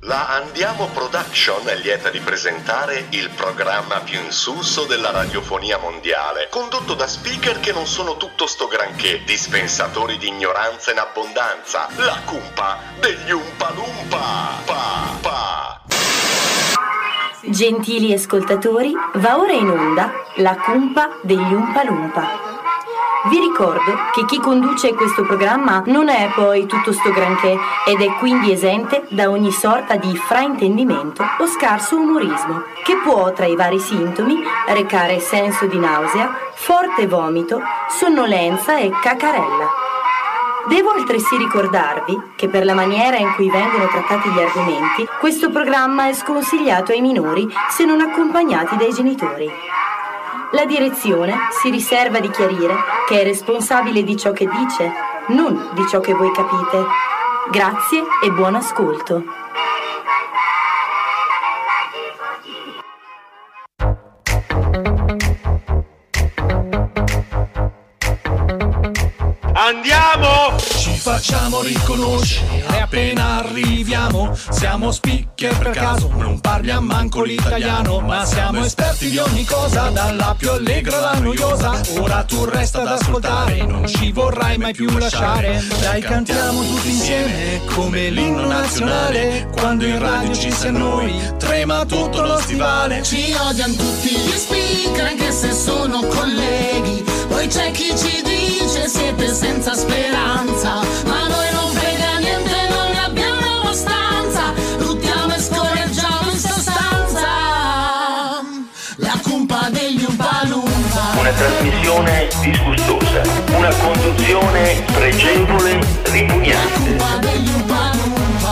La Andiamo Production è lieta di presentare il programma più insulso della radiofonia mondiale, condotto da speaker che non sono tutto sto granché, dispensatori di ignoranza in abbondanza, la cumpa degli Umpalumpa. Gentili ascoltatori, va ora in onda la cumpa degli Umpalumpa. Vi ricordo che chi conduce questo programma non è poi tutto sto granché ed è quindi esente da ogni sorta di fraintendimento o scarso umorismo, che può, tra i vari sintomi, recare senso di nausea, forte vomito, sonnolenza e cacarella. Devo altresì ricordarvi che per la maniera in cui vengono trattati gli argomenti, questo programma è sconsigliato ai minori se non accompagnati dai genitori. La direzione si riserva di chiarire che è responsabile di ciò che dice, non di ciò che voi capite. Grazie e buon ascolto. Andiamo! Ci facciamo riconoscere appena arriviamo. Siamo speaker per caso, non parliamo manco l'italiano, ma siamo esperti di ogni cosa, dalla più allegra alla noiosa. Ora tu resta ad ascoltare, non ci vorrai mai più lasciare. Dai, cantiamo tutti insieme come l'inno nazionale. Quando in radio ci sei noi, trema tutto lo stivale. Ci odiano tutti gli speaker anche se sono colleghi. Poi c'è chi ci dice siete senza speranza, ma noi non frega niente, non ne abbiamo abbastanza. Luttiamo e scorreggiamo in sostanza. La cumpa degli Umpalumpa. Una trasmissione disgustosa, una conduzione pregevole, ripugnante. La cumpa degli Umpalumpa.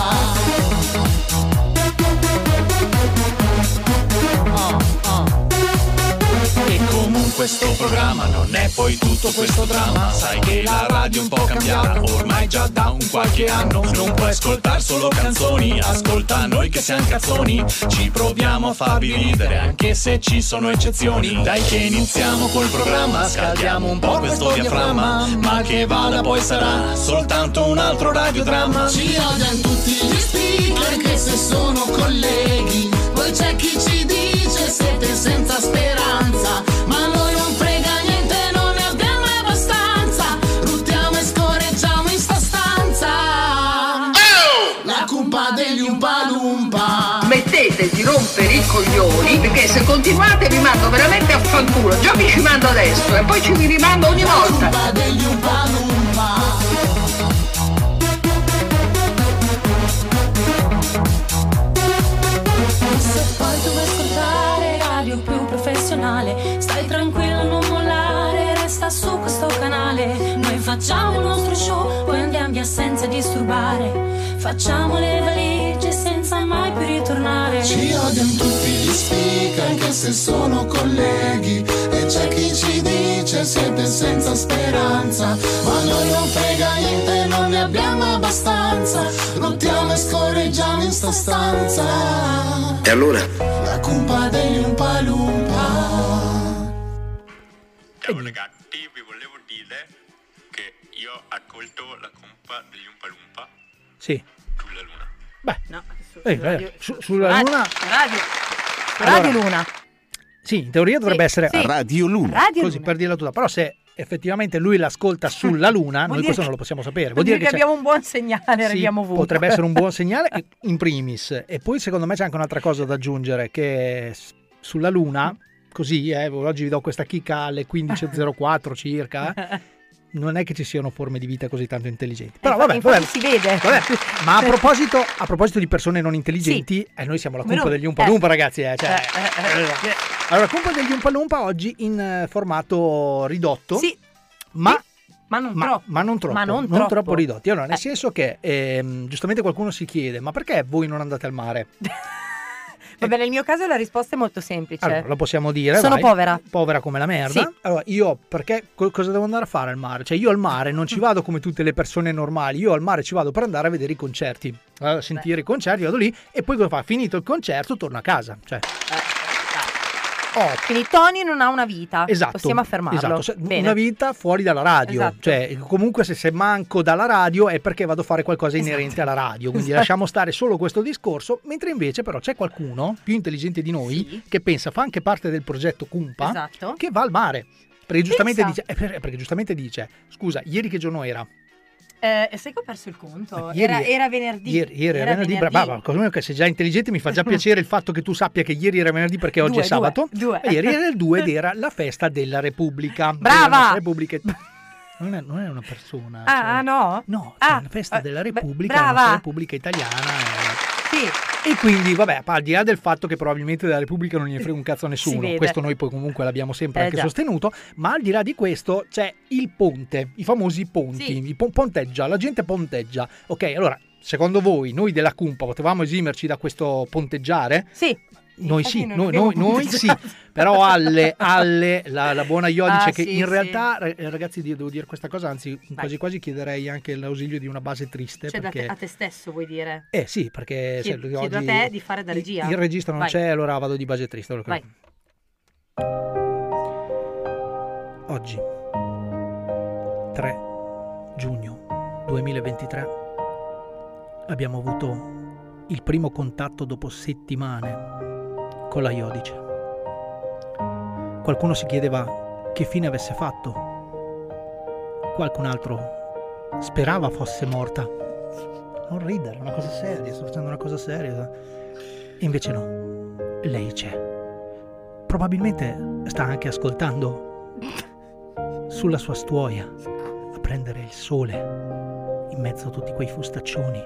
E comunque sto programma non è poi tutto questo dramma. Sai che la radio è un po' cambiata, ormai già da un qualche anno. Non puoi ascoltare solo canzoni, ascolta noi che siamo cazzoni. Ci proviamo a farvi ridere anche se ci sono eccezioni. Dai che iniziamo col programma, scaldiamo un po' questo diaframma. Ma che vada poi sarà soltanto un altro radiodramma. Ci odiano tutti gli speaker anche se sono colleghi. Poi c'è chi ci dice siete senza speranza, ma noi non frega niente, non ne abbiamo abbastanza. Ruttiamo e scorreggiamo in sta stanza. La cumpa degli Umpalumpa. Smettete di rompere i coglioni, perché se continuate vi mando veramente a fanculo. Già vi ci mando adesso e poi ci vi rimando ogni volta. La cumpa degli Umpalumpa. Se poi tu vuoi ascoltare radio più professionale, stai tranquillo, non mollare, resta su questo canale. Noi facciamo il nostro show, poi andiamo via senza disturbare. Facciamo le valigie senza mai più ritornare. Ci odiano tutti gli speaker anche se sono colleghi. E c'è chi ci dice siete senza speranza, ma noi non frega niente, non ne abbiamo abbastanza. Lottiamo e scorreggiamo in sta stanza. E allora? La cumpa degli Umpalumpa. Ciao ragazzi, vi volevo dire che io ascolto la cumpa degli Umpalumpa Sì. sulla luna. Beh, no, sulla luna. Radio Luna. Sì, in teoria dovrebbe essere sì. Radio Luna. Radio Così Luna. per dirla tutta. Però se effettivamente lui l'ascolta sulla Luna, noi questo non lo possiamo sapere. Vuol dire che abbiamo un buon segnale, sì, arriviamo ovunque. potrebbe essere un buon segnale in primis. E poi secondo me c'è anche un'altra cosa da aggiungere, che sulla Luna, così, oggi vi do questa chicca alle 15.04 circa, non è che ci siano forme di vita così tanto intelligenti. Però vabbè, si vede. Vabbè. Ma a proposito di persone non intelligenti, sì. Noi siamo la cumpa degli Umpalumpa, ragazzi. Allora, cumpa degli Umpalumpa oggi in formato ridotto. Sì. Ma non troppo ridotti. Allora, nel senso che giustamente qualcuno si chiede: ma perché voi non andate al mare? Vabbè, nel mio caso la risposta è molto semplice. Allora, lo possiamo dire. Sono povera. Povera come la merda. Sì. Allora, io perché cosa devo andare a fare al mare? Cioè, io al mare non ci vado come tutte le persone normali. Io al mare ci vado per andare a vedere i concerti. A sentire i concerti, vado lì e poi cosa fa? Finito il concerto, torno a casa. Cioè. Quindi Tony non ha una vita, Esatto, possiamo affermarlo. esatto. Bene. Una vita fuori dalla radio, Esatto. cioè comunque se manco dalla radio è perché vado a fare qualcosa inerente alla radio, quindi lasciamo stare solo questo discorso, mentre invece però c'è qualcuno più intelligente di noi che pensa, fa anche parte del progetto Cumpa, Esatto. che va al mare, perché giustamente dice, scusa, ieri che giorno era? Sai che ho perso il conto? Ieri- Era venerdì. Ieri era venerdì, brava, così che sei già intelligente, mi fa già piacere il fatto che tu sappia che ieri era venerdì perché oggi è sabato. Due. E ieri era il 2 ed era la festa della Repubblica. Brava! Non è una persona. No? No, è la festa della Repubblica, brava. la nostra Repubblica Italiana. E quindi, vabbè, al di là del fatto che probabilmente della Repubblica non gli frega un cazzo a nessuno, questo noi poi comunque l'abbiamo sempre anche sostenuto, ma al di là di questo c'è il ponte, i famosi ponti, ponteggia, la gente ponteggia. Ok, allora, secondo voi, noi della Cumpa potevamo esimerci da questo ponteggiare? Sì. Noi sì, però la buona Io dice che in realtà, ragazzi, devo dire questa cosa, anzi quasi quasi chiederei anche l'ausilio di una base triste. Cioè perché... a te stesso vuoi dire? Sì, perché chiedo oggi a te di fare da regia. Il regista non c'è, allora vado di base triste. Vai. Oggi 3 giugno 2023 abbiamo avuto il primo contatto dopo settimane con la Iodice. Qualcuno si chiedeva che fine avesse fatto. Qualcun altro sperava fosse morta. Non ridere, è una cosa seria, sto facendo una cosa seria. E invece no, lei c'è. Probabilmente sta anche ascoltando sulla sua stuoia a prendere il sole in mezzo a tutti quei fustaccioni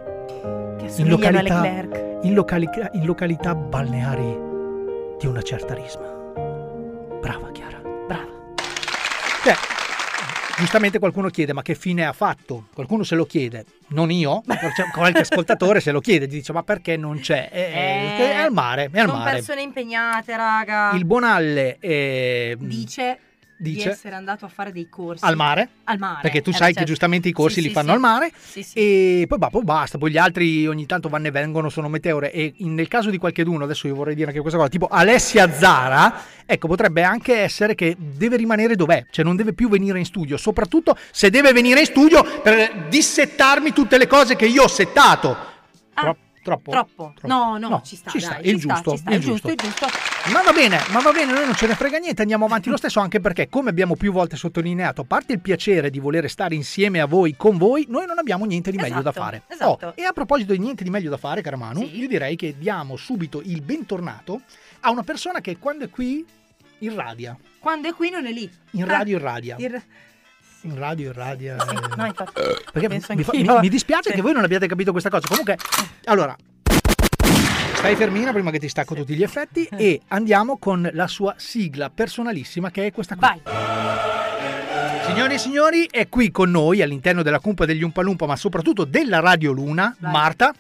in località balneari di una certa risma. Brava Chiara, brava. Giustamente qualcuno chiede ma che fine ha fatto? Qualcuno se lo chiede, non io, qualche ascoltatore se lo chiede, dice ma perché non c'è? È al mare, Sono persone impegnate, raga. Il Buonalle dice di essere andato a fare dei corsi al mare, perché tu sai che giustamente i corsi li fanno al mare, e poi basta, poi gli altri ogni tanto vanno e vengono, sono meteore, e nel caso di qualcheduno, adesso io vorrei dire anche questa cosa, tipo Alessia Zara, ecco, potrebbe anche essere che deve rimanere dov'è, cioè non deve più venire in studio, soprattutto se deve venire in studio per dissettarmi tutte le cose che io ho settato. Troppo? No, ci sta, il giusto. Ma va bene, noi non ce ne frega niente, andiamo avanti lo stesso, anche perché, come abbiamo più volte sottolineato, a parte il piacere di voler stare insieme a voi, con voi, noi non abbiamo niente di meglio da fare. E a proposito di niente di meglio da fare, cara Manu, io direi che diamo subito il bentornato a una persona che quando è qui irradia. Quando è qui non è lì. In radio irradia. In radio irradia. No, infatti. Perché mi dispiace che voi non abbiate capito questa cosa. Comunque, allora, stai fermina prima che ti stacco tutti gli effetti e andiamo con la sua sigla personalissima, che è questa qui. Vai. Signore e signori, è qui con noi all'interno della Cumpa degli Umpalumpa, ma soprattutto della Radio Luna, Marta.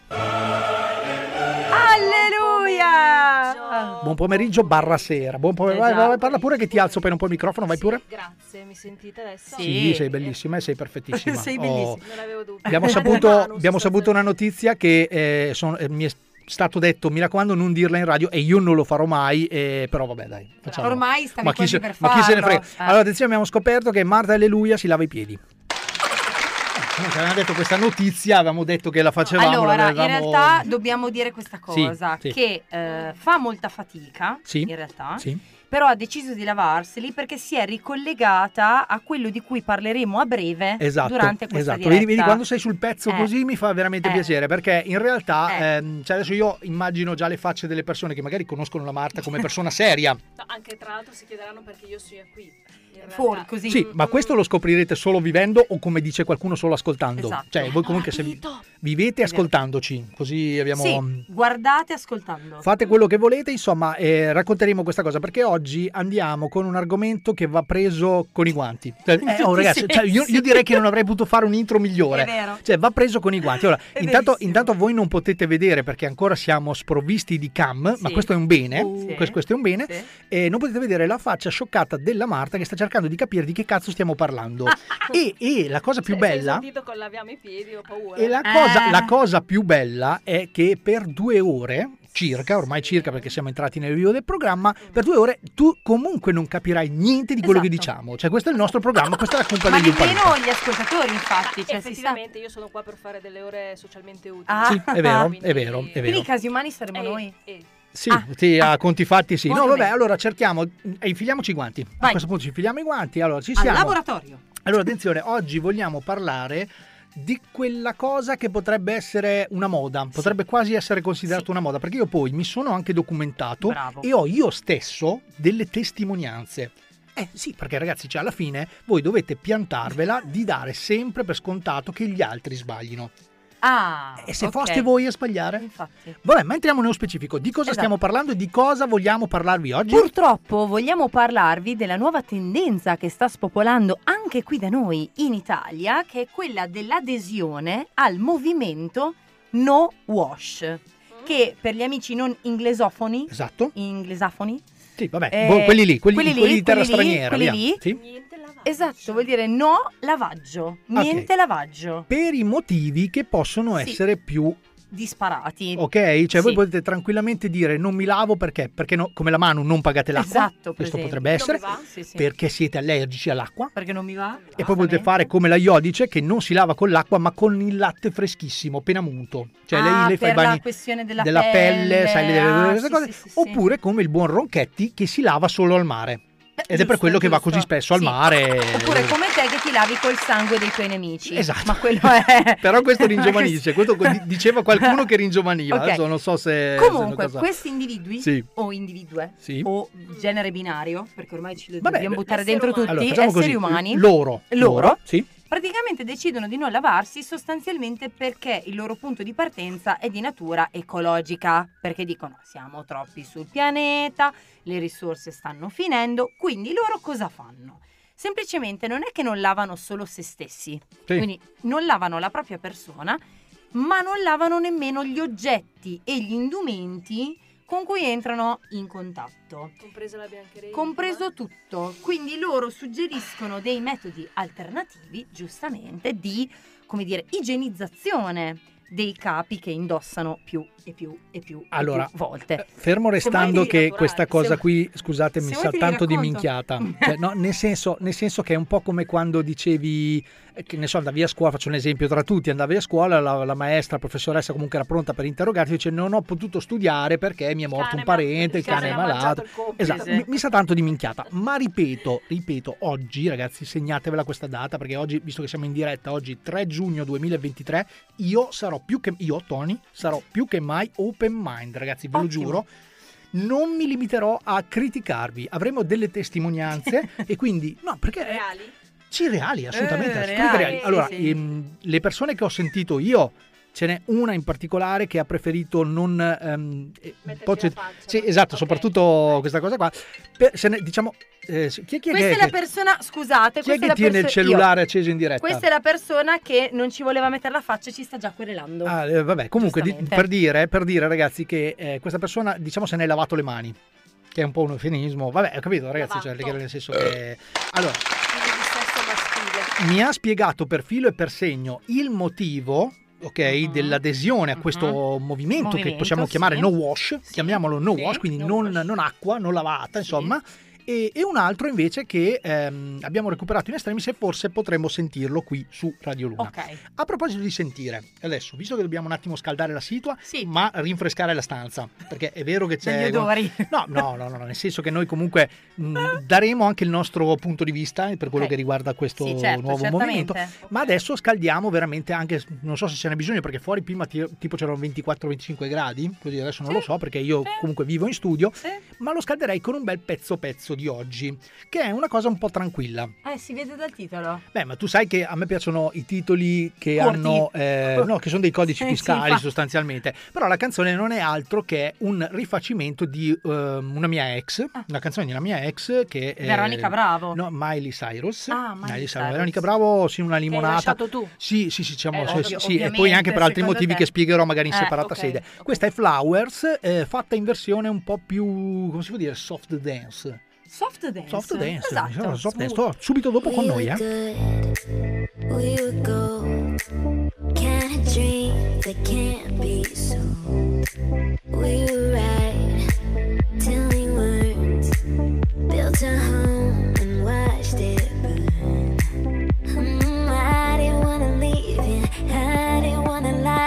Alleluia! Buon pomeriggio barra sera. Buon pomeriggio. Vai, parla pure che ti alzo per un po' il microfono, vai pure. Grazie, mi sentite adesso? Sì, sei bellissima e sei perfettissima. Sei bellissima. Non avevo dubbi. Abbiamo saputo una notizia che mi è stato detto, mi raccomando non dirla in radio, e io non lo farò mai, però vabbè dai, facciamo. Ormai stavi quasi per farlo. Ma chi se ne frega. Allora attenzione, abbiamo scoperto che Marta Alleluia si lava i piedi. Ci avevamo detto questa notizia, avevamo detto che la facevamo. Allora, in realtà dobbiamo dire questa cosa, sì. che fa molta fatica, sì, in realtà, sì, però ha deciso di lavarseli perché si è ricollegata a quello di cui parleremo a breve durante questa diretta. Vedi, quando sei sul pezzo così mi fa veramente piacere, perché in realtà cioè adesso io immagino già le facce delle persone che magari conoscono la Marta come persona seria. No, anche tra l'altro si chiederanno perché io sia qui. Fuori così. Sì, ma questo lo scoprirete solo vivendo o, come dice qualcuno, solo ascoltando. Esatto. Cioè voi comunque se vivete ascoltandoci, così abbiamo... Sì, guardate ascoltando. Fate quello che volete, insomma, racconteremo questa cosa, perché oggi andiamo con un argomento che va preso con i guanti. Ragazzi, io direi che non avrei potuto fare un intro migliore. È vero. Cioè va preso con i guanti. Ora, intanto voi non potete vedere perché ancora siamo sprovvisti di cam, ma questo è un bene. Questo è un bene. E non potete vedere la faccia scioccata della Marta che sta cercando di capire di che cazzo stiamo parlando. E la cosa più bella... Sei sentito con laviamo i piedi, ho paura. E la cosa più bella è che per 2 ore, circa, ormai circa perché siamo entrati nel vivo del programma, per 2 ore tu comunque non capirai niente di quello che diciamo, cioè questo è il nostro programma, questa è la colpa degli Umpa Lumpa. Ma nemmeno gli ascoltatori, infatti, cioè, effettivamente io sono qua per fare delle ore socialmente utili. Sì, è vero, è vero. Quindi i casi umani saremo noi. Sì, a conti fatti sì. No, vabbè, allora cerchiamo, infiliamoci i guanti. Vai. A questo punto ci infiliamo i guanti, allora ci siamo. Al laboratorio. Allora attenzione, oggi vogliamo parlare di quella cosa che potrebbe essere una moda, potrebbe quasi essere considerata una moda, perché io poi mi sono anche documentato e ho io stesso delle testimonianze. Sì, perché ragazzi, cioè alla fine voi dovete piantarvela di dare sempre per scontato che gli altri sbaglino. E se foste voi a sbagliare? Infatti. Vabbè, ma entriamo nello specifico. Di cosa stiamo parlando e di cosa vogliamo parlarvi oggi? Purtroppo vogliamo parlarvi della nuova tendenza che sta spopolando anche qui da noi in Italia, che è quella dell'adesione al movimento No Wash, che per gli amici non inglesofoni, inglesafoni, sì, vabbè, quelli di terra straniera, quelli lì, sì? Esatto, vuol dire no lavaggio, niente lavaggio. Per i motivi che possono essere più disparati. Ok? Cioè voi potete tranquillamente dire non mi lavo perché no, come la mano non pagate l'acqua. Esatto, questo potrebbe essere perché siete allergici all'acqua. Perché non mi va. E poi potete fare come la Iodice che non si lava con l'acqua ma con il latte freschissimo, appena munto. Cioè lei fa i bagni la questione della pelle, sai queste cose. Oppure come il buon Ronchetti che si lava solo al mare. Ed è per quello che va così spesso al mare. Oppure come te che ti lavi col sangue dei tuoi nemici. Esatto. Ma quello è. Però questo ringiovanisce. Questo diceva qualcuno che ringiovaniva. Okay. Adesso non so se. Comunque, questi individui o individue o genere binario, perché ormai ci dobbiamo buttare dentro tutti, allora, esseri umani. Loro. Sì. Praticamente decidono di non lavarsi sostanzialmente perché il loro punto di partenza è di natura ecologica, perché dicono siamo troppi sul pianeta, le risorse stanno finendo, quindi loro cosa fanno? Semplicemente non è che non lavano solo se stessi, quindi non lavano la propria persona, ma non lavano nemmeno gli oggetti e gli indumenti con cui entrano in contatto. Compresa la biancheria. Compreso tutto. Quindi loro suggeriscono dei metodi alternativi, giustamente, di, come dire, igienizzazione dei capi che indossano più e più volte. Fermo restando che questa cosa qui, scusate, mi sa tanto di minchiata. Cioè, no, nel senso che è un po' come quando dicevi che ne so, andavi a scuola, faccio un esempio tra tutti, andavi a scuola, la maestra, la professoressa comunque era pronta per interrogarti, dice non ho potuto studiare perché mi è morto un parente, il cane è malato. Esatto, mi sa tanto di minchiata, ma ripeto, oggi ragazzi segnatevela questa data perché oggi, visto che siamo in diretta, oggi 3 giugno 2023, io, Tony, sarò più che mai open mind, ragazzi, ve lo giuro. Non mi limiterò a criticarvi, avremo delle testimonianze e quindi, no, perché... Reali? Sì, reali, assolutamente. Reali. Allora, le persone che ho sentito io, ce n'è una in particolare che ha preferito non... sì, esatto, soprattutto questa cosa qua. Diciamo... chi questa è la persona, scusate, chi è che tiene il cellulare acceso in diretta? Questa è la persona che non ci voleva mettere la faccia e ci sta già querelando. Vabbè, comunque per dire ragazzi che questa persona, diciamo, se ne è lavato le mani, che è un po' un eufemismo. Vabbè, ho capito ragazzi, cioè, nel senso che... Allora, mi ha spiegato per filo e per segno il motivo, dell'adesione a questo movimento che possiamo chiamare no wash, chiamiamolo no wash, quindi non acqua, non lavata, insomma. E un altro invece che abbiamo recuperato in estremis e forse potremmo sentirlo qui su Radio Luna. A proposito di sentire, adesso, visto che dobbiamo un attimo scaldare la situa, ma rinfrescare la stanza, perché è vero che c'è... No, nel senso che noi comunque daremo anche il nostro punto di vista per quello che riguarda questo nuovo movimento, ma adesso scaldiamo veramente anche, non so se ce n'è bisogno, perché fuori prima tipo c'erano 24-25 gradi, così adesso non lo so, perché io comunque vivo in studio, ma lo scalderei con un bel pezzo di oggi, che è una cosa un po' tranquilla. Si vede dal titolo. Beh, ma tu sai che a me piacciono i titoli che hanno che sono dei codici fiscali sostanzialmente, però la canzone non è altro che un rifacimento di una mia ex, una canzone di una mia ex che è Veronica Bravo. No, Miley Cyrus. Miley Cyrus. Veronica Bravo, sì, una limonata. Che hai lasciato tu. Sì, diciamo, sì, e poi anche per altri motivi che spiegherò magari in separata sede. Questa è Flowers, fatta in versione un po' più, come si può dire, soft dance. Soft dance, esatto. Diciamo, soft dance. Sto subito dopo con noi, We would go, can't dream that can't be so. We were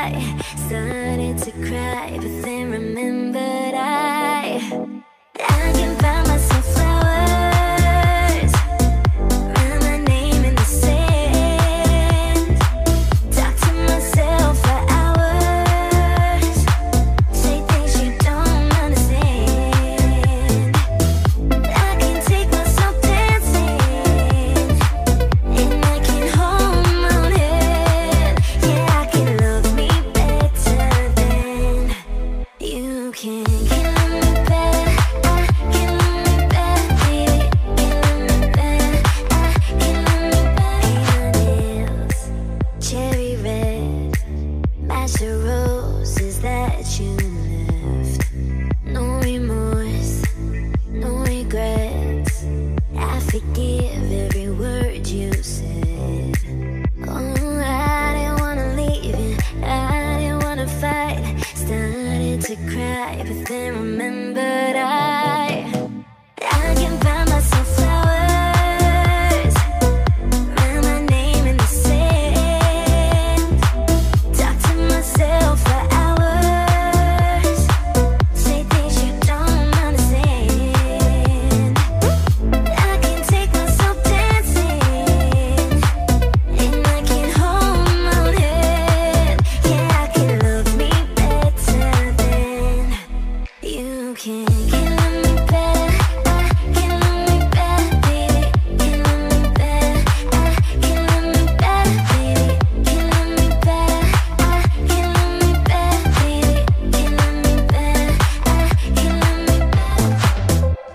I started to cry, but then remembered I can buy myself flowers, write my name in the sand, talk to myself for hours, say things you don't understand. I can take myself dancing, and I can hold my own head. Yeah, I can love me better than you can. Can love me better, I can love me better, baby. Can love me better, I can love me better. Your nails, cherry red, match the roses that you left. No remorse, no regrets. I forgive every word you said. Oh, I didn't wanna leave you, I didn't wanna fight. Started to cry, but then remembered I can buy myself flowers, write my name in the sand, talk to myself for hours, say things you don't understand. I can take myself dancing, and I can hold my own head. Yeah, I can love me better than you can. Can love me better, I can love me better, baby. Can love me better, I can love me better, baby. Can love me better, I can love me better, baby. Can love me better, I can love me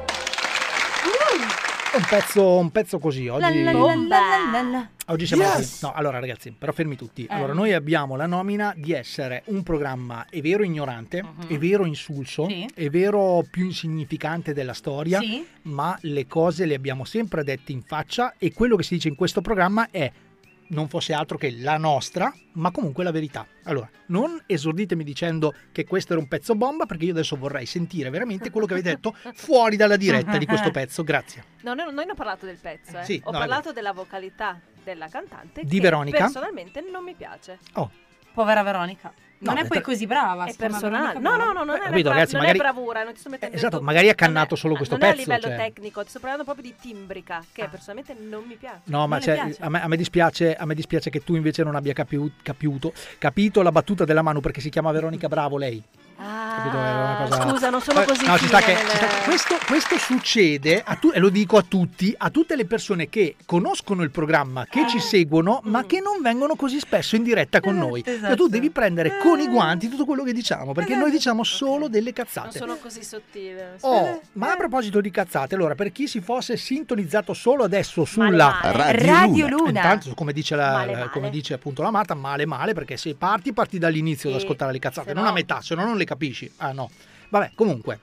Un pezzo così oggi. Oggi siamo no, allora ragazzi, però fermi tutti. Allora, noi abbiamo la nomina di essere un programma è vero ignorante, è vero insulso, Sì. è vero più insignificante della storia, Sì. ma le cose le abbiamo sempre dette in faccia e quello che si dice in questo programma è non fosse altro che la nostra, ma comunque la verità. Allora, non esorditemi dicendo che questo era un pezzo bomba, perché io adesso vorrei sentire veramente quello che avete detto fuori dalla diretta di questo pezzo. Grazie. No, noi non ho parlato del pezzo, Sì, ho no, parlato della vocalità della cantante Di che Veronica? personalmente non mi piace. Oh, Povera Veronica. No, Non è poi così brava. È si chiama personale. Veronica No, Brava. no, non è, capito, ragazzi, non magari- è bravura, non ti sto mettendo esatto, in magari ha cannato solo questo non è pezzo. a livello cioè. tecnico, ti sto parlando proprio di timbrica, che personalmente non mi piace. No, ma Non le cioè, piace? a me dispiace che tu invece non abbia capito la battuta della Manu, perché si chiama Veronica Bravo lei. Capito? È una cosa- Scusa, non sono così No, ci sta fine che, nel- ci sta che questo succede, e lo dico a tutti, a tutte le persone che conoscono il programma, che ci seguono, ma che non vengono così spesso in diretta con noi. Esatto. Cioè, tu devi prendere con i guanti tutto quello che diciamo, perché noi diciamo solo delle Non cazzate. sono così sottile. Oh, ma a proposito di cazzate, allora, per chi si fosse sintonizzato solo adesso sulla Radio Luna. intanto, come dice, Male, male. come dice appunto la Marta, male, perché se parti dall'inizio ad Sì, ascoltare le cazzate, se non no- a metà, se no non le capisci. Ah no. Vabbè, comunque,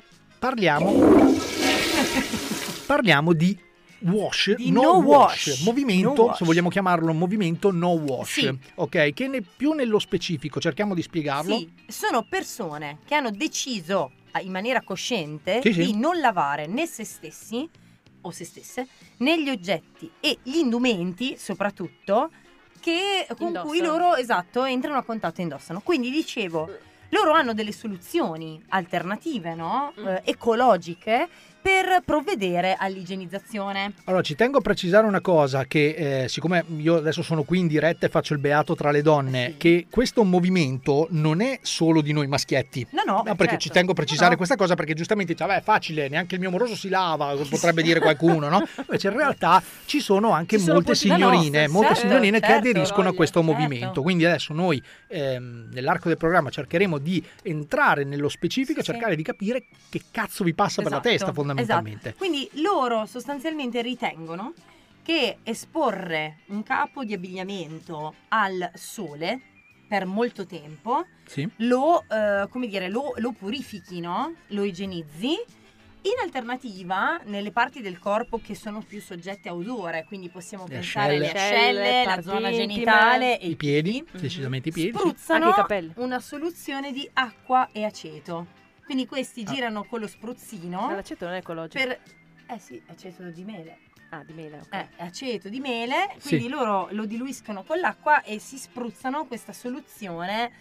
parliamo di wash, Di no no wash, wash. movimento, No wash. se vogliamo chiamarlo movimento no wash, Sì. ok? Che più nello specifico, cerchiamo di spiegarlo. Sì, sono persone che hanno deciso in maniera cosciente Sì, sì. di non lavare né se stessi o se stesse né gli oggetti e gli indumenti soprattutto con cui Indossano. loro entrano a contatto e indossano. Quindi dicevo, loro hanno delle soluzioni alternative, no? Ecologiche per provvedere all'igienizzazione. Allora, ci tengo a precisare una cosa, che siccome io adesso sono qui in diretta e faccio il beato tra le donne, Sì. che questo movimento non è solo di noi maschietti. No, perché certo. ci tengo a precisare No. questa cosa, perché giustamente dice, vabbè, è facile, neanche il mio moroso si lava, potrebbe dire qualcuno, no? Invece in realtà ci sono anche Ci sono molte punti da signorine, nostre, molte certo, signorine che certo, aderiscono a voglia, questo certo. movimento. Quindi adesso noi nell'arco del programma cercheremo di entrare nello specifico e Sì, cercare di capire che cazzo vi passa per la Esatto, testa fondamentalmente. esatto. Quindi loro sostanzialmente ritengono che esporre un capo di abbigliamento al sole per molto tempo Sì. lo purifichi, no? Lo igienizzi. In alternativa, nelle parti del corpo che sono più soggette a odore, quindi possiamo Le pensare alle ascelle, ascelle, la parti zona intime, genitale e I piedi, decisamente i piedi. sì. spruzzano Anche i capelli. una soluzione di acqua e aceto. Quindi questi Ah. girano con lo spruzzino Ma l'aceto non è ecologico. per sì, aceto di mele. Ah, di mele, ok. Aceto di mele, quindi Sì. loro lo diluiscono con l'acqua e si spruzzano questa soluzione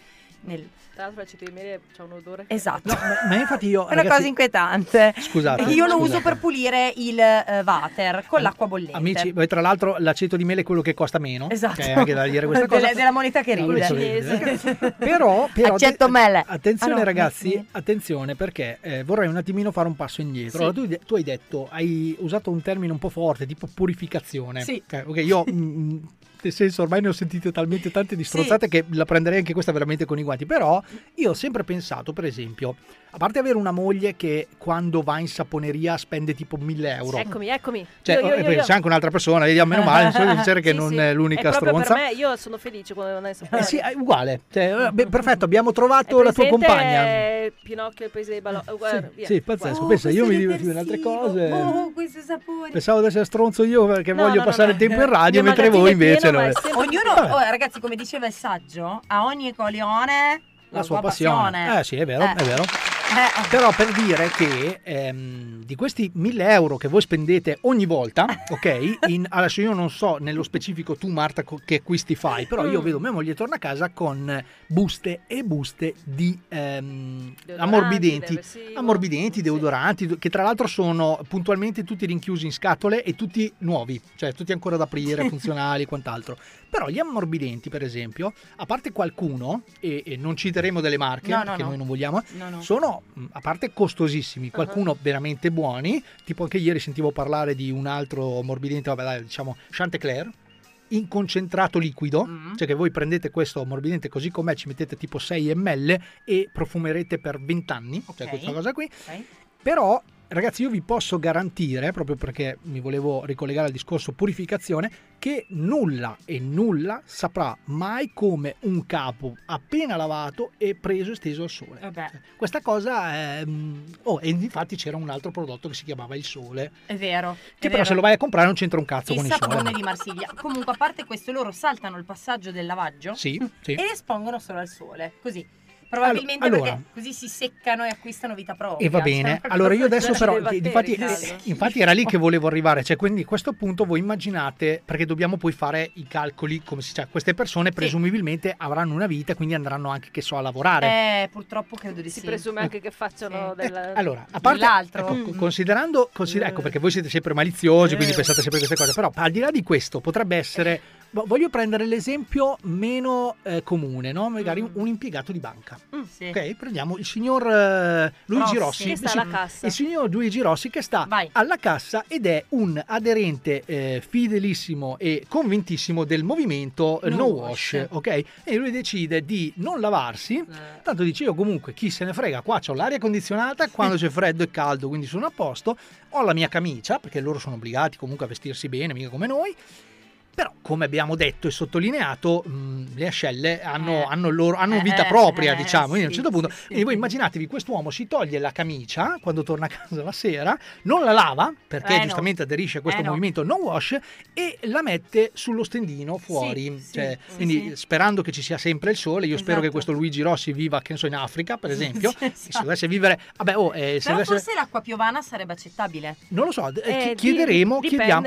Tra l'altro l'aceto di mele c'ha un odore. Esatto. No, ma infatti io, È una ragazzi, cosa inquietante. Scusate. Io lo Scusate. uso per pulire il water con l'acqua bollente. Amici, poi tra l'altro l'aceto di mele è quello che costa meno. Esatto. Che è anche da dire questa cosa. Della moneta che No, ride. questo però Accetto mele. attenzione Ah, no, ragazzi, attenzione perché vorrei un attimino fare un passo indietro. Sì. Allora, tu hai detto, hai usato un termine un po' forte, tipo purificazione. Sì. Ok, io nel senso ormai ne ho sentite talmente tante di strozzate che la prenderei anche questa veramente con i guanti. Però io ho sempre pensato, per esempio, a parte avere una moglie che quando va in saponeria spende tipo 1.000 euro. Eccomi. Cioè, Io. c'è anche un'altra persona, vedi, meno male, non so che Sì, non sì. è l'unica È proprio stronza. per me, io sono felice quando non è saponeria. Sì, è uguale. Cioè, perfetto, abbiamo trovato la tua compagna. Pinocchio, il paese dei balò. Sì, pazzesco. Pensa, io mi divertivo in altre cose. Oh, questi sapori. Pensavo di essere stronzo io perché No, voglio no, passare no. il tempo in radio, Il mentre voi magazzino è invece pieno, no. ma è sempre- Ognuno, Vabbè. ragazzi, come diceva il saggio, a ogni coglione La sua passione. Sì, è vero, è vero. Eh. Però per dire che di questi 1.000 euro che voi spendete ogni volta, ok? Adesso io non so nello specifico tu Marta che acquisti fai, però io vedo mia moglie torna a casa con buste e buste di ammorbidenti, deodoranti, che tra l'altro sono puntualmente tutti rinchiusi in scatole e tutti nuovi, cioè tutti ancora da aprire, funzionali e quant'altro. Però gli ammorbidenti, per esempio, a parte qualcuno, e non citeremo delle marche, che noi non vogliamo, sono a parte costosissimi, qualcuno veramente buoni, tipo anche ieri sentivo parlare di un altro ammorbidente, vabbè dai, diciamo Chanticleer, in concentrato liquido, cioè che voi prendete questo ammorbidente così com'è, ci mettete tipo 6 ml e profumerete per 20 anni, cioè questa cosa qui. Però ragazzi, io vi posso garantire, proprio perché mi volevo ricollegare al discorso purificazione, che nulla saprà mai come un capo appena lavato e preso e steso al sole. Cioè, questa cosa è... e infatti c'era un altro prodotto che si chiamava il sole. È vero. Che però se lo vai a comprare non c'entra un cazzo con il sapone sole. di Marsiglia. Comunque, a parte questo, loro saltano il passaggio del lavaggio Sì. e le espongono solo al sole. Così. Probabilmente Allora, perché così si seccano e acquistano vita propria. E va bene, allora io adesso però, infatti era lì che volevo arrivare, cioè quindi a questo punto voi immaginate, perché dobbiamo poi fare i calcoli, come si dice, queste persone presumibilmente avranno una vita, quindi andranno anche che so a lavorare. Purtroppo credo di sì. Si presume anche che facciano Allora, a parte, ecco, considerando, ecco perché voi siete sempre maliziosi, quindi pensate sempre a queste cose, però al di là di questo potrebbe essere, voglio prendere l'esempio meno comune, no? Magari un impiegato di banca. Ok, prendiamo il signor Luigi Rossi, che sta alla cassa. il signor Luigi Rossi che sta alla cassa ed è un aderente fidelissimo e convintissimo del movimento No Wash, ok? E lui decide di non lavarsi, tanto dice io comunque chi se ne frega, qua c'ho l'aria condizionata, quando c'è freddo e caldo quindi sono a posto, ho la mia camicia perché loro sono obbligati comunque a vestirsi bene, mica come noi. Però, come abbiamo detto e sottolineato, le ascelle hanno vita propria, diciamo. Quindi a un certo punto, quindi voi immaginatevi, quest'uomo si toglie la camicia quando torna a casa la sera, non la lava, perché giustamente aderisce a questo movimento No Wash, e la mette sullo stendino fuori. Quindi sperando che ci sia sempre il sole, io spero che questo Luigi Rossi viva, che ne so, in Africa, per esempio. Se dovesse vivere... Però forse l'acqua piovana sarebbe accettabile. Non lo so, chiediamo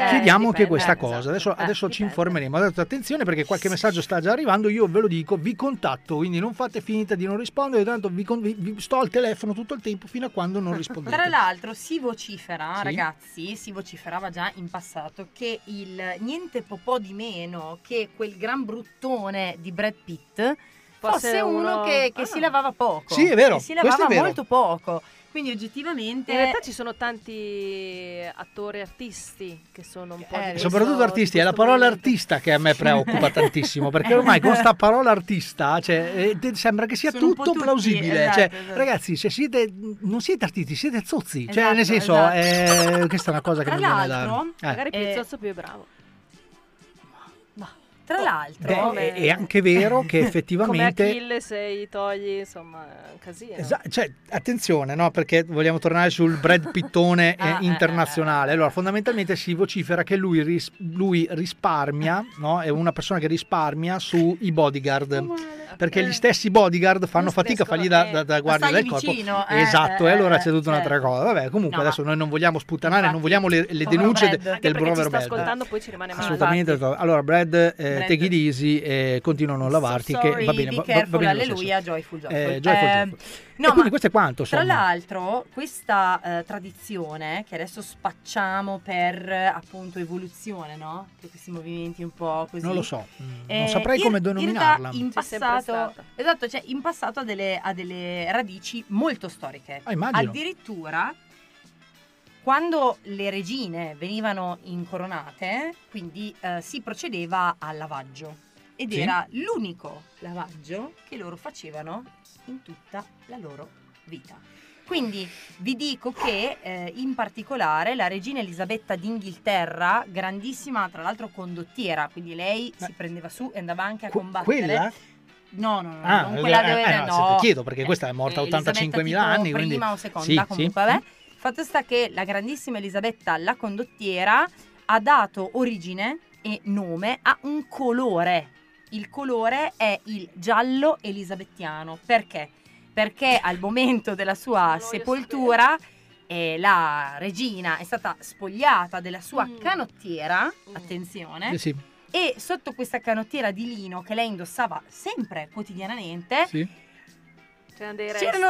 anche questa cosa. Adesso ci informeremo. Attenzione perché qualche messaggio sta già arrivando, io ve lo dico, vi contatto, quindi non fate finta di non rispondere, tanto vi sto al telefono tutto il tempo fino a quando non rispondete. Tra l'altro si vocifera, ragazzi, si vociferava già in passato che il niente po' di meno che quel gran bruttone di Brad Pitt fosse uno che si lavava poco. Sì, è vero. Che si lavava questo è vero. molto poco. Quindi oggettivamente in realtà ci sono tanti attori artisti che sono un po' di soprattutto artisti, è la parola artista che a me preoccupa tantissimo, perché ormai con sta parola artista sembra che sia sono tutto plausibile, esatto. Ragazzi, se non siete artisti, siete zozzi, Esatto, nel senso questa è una cosa che tra mi viene l'altro da... magari più zozzo più bravo. Tra l'altro è anche vero che effettivamente come Achille, se i togli, insomma, è un casino. Attenzione, no? Perché vogliamo tornare sul Brad Pittone internazionale. Allora, fondamentalmente si vocifera che lui risparmia, no? È una persona che risparmia sui bodyguard. perché gli stessi bodyguard fanno fatica a fargli da guardia del corpo. Vicino, esatto, e allora c'è tutta un'altra certo. cosa. Vabbè, comunque No, adesso noi non vogliamo sputtanare, non infatti, vogliamo le povero denunce Brad. del Anche perché ci povero sta Brad. ascoltando, poi ci rimane male. Assolutamente. Allora Brad, take it easy, continua a non lavarti, Sorry, che va bene, be va careful, bene lo stesso. alleluia, joyful. Joyful. No, E quindi ma questo è quanto, tra insomma. l'altro questa tradizione che adesso spacciamo per appunto evoluzione, no? Che questi movimenti un po' così. Non lo so, non saprei come denominarla. In C'è sempre passato, stata. esatto, cioè in passato ha delle radici molto storiche. Immagino. Addirittura quando le regine venivano incoronate, quindi si procedeva al lavaggio. Ed Sì. era l'unico lavaggio che loro facevano in tutta la loro vita. Quindi vi dico che in particolare la regina Elisabetta d'Inghilterra, grandissima tra l'altro condottiera, quindi lei si prendeva su e andava anche a combattere. Quella? No, non quella dove no, ti chiedo perché questa è morta a 85.000 anni, quindi prima o seconda, sì, comunque vabbè. Fatto sta che la grandissima Elisabetta la condottiera ha dato origine e nome a un colore. Il colore è il giallo elisabettiano. Perché? Perché al momento della sua sepoltura la regina è stata spogliata della sua canottiera, attenzione, sì. e sotto questa canottiera di lino che lei indossava sempre quotidianamente Sì. c'erano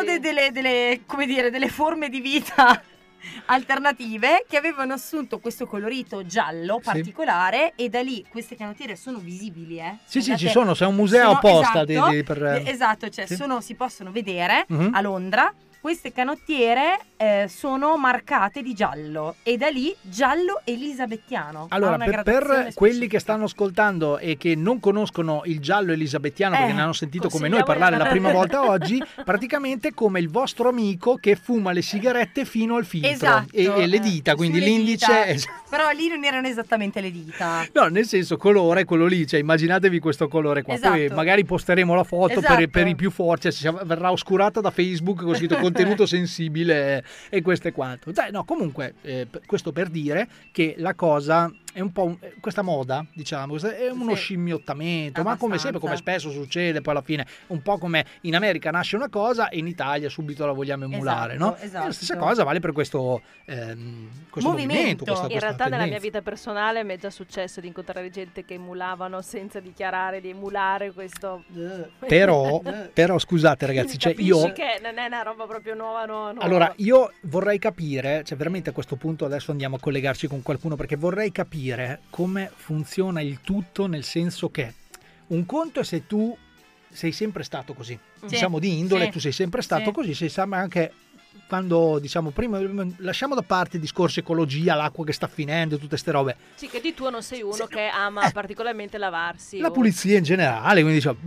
delle forme di vita alternative che avevano assunto questo colorito giallo particolare e da lì queste canottiere sono visibili, Sì, Guardate, ci sono, c'è un museo apposta esatto, per esatto, cioè sì. si possono vedere Mhm. a Londra. Queste canottiere sono marcate di giallo e da lì giallo elisabettiano. Ha Allora, una per gradazione quelli che stanno ascoltando e che non conoscono il giallo elisabettiano perché ne hanno sentito come noi consigliamo- parlare la prima volta oggi, praticamente come il vostro amico che fuma le sigarette fino al filtro Esatto, e le dita, quindi sulle l'indice... dita. Però lì non erano esattamente le dita. No, nel senso colore, quello lì, cioè immaginatevi questo colore qua. Poi Esatto. magari posteremo la foto Esatto. per i più forti, verrà oscurata da Facebook con scritto contenuto sensibile e questo è quanto. Dai, no, comunque questo per dire che la cosa è un po' questa moda, diciamo, è uno scimmiottamento, ma come sempre, come spesso succede, poi alla fine un po' come in America nasce una cosa e in Italia subito la vogliamo emulare, Esatto, no? esatto. La stessa cosa vale per questo movimento, In realtà nella mia tendenza. vita personale mi è già successo di incontrare gente che emulavano senza dichiarare di emulare questo. Però scusate ragazzi, cioè Capisci io... che non è una roba proprio nuova. Allora, io vorrei capire, cioè veramente a questo punto adesso andiamo a collegarci con qualcuno perché vorrei capire come funziona il tutto, nel senso che un conto è se tu sei sempre stato così, Sì, diciamo di indole, sì, tu sei sempre stato sì. così, sei sempre anche quando diciamo prima lasciamo da parte i discorsi ecologia, l'acqua che sta finendo, tutte ste robe. Sì, che di tuo non sei uno che ama particolarmente lavarsi. La o pulizia in generale, quindi diciamo,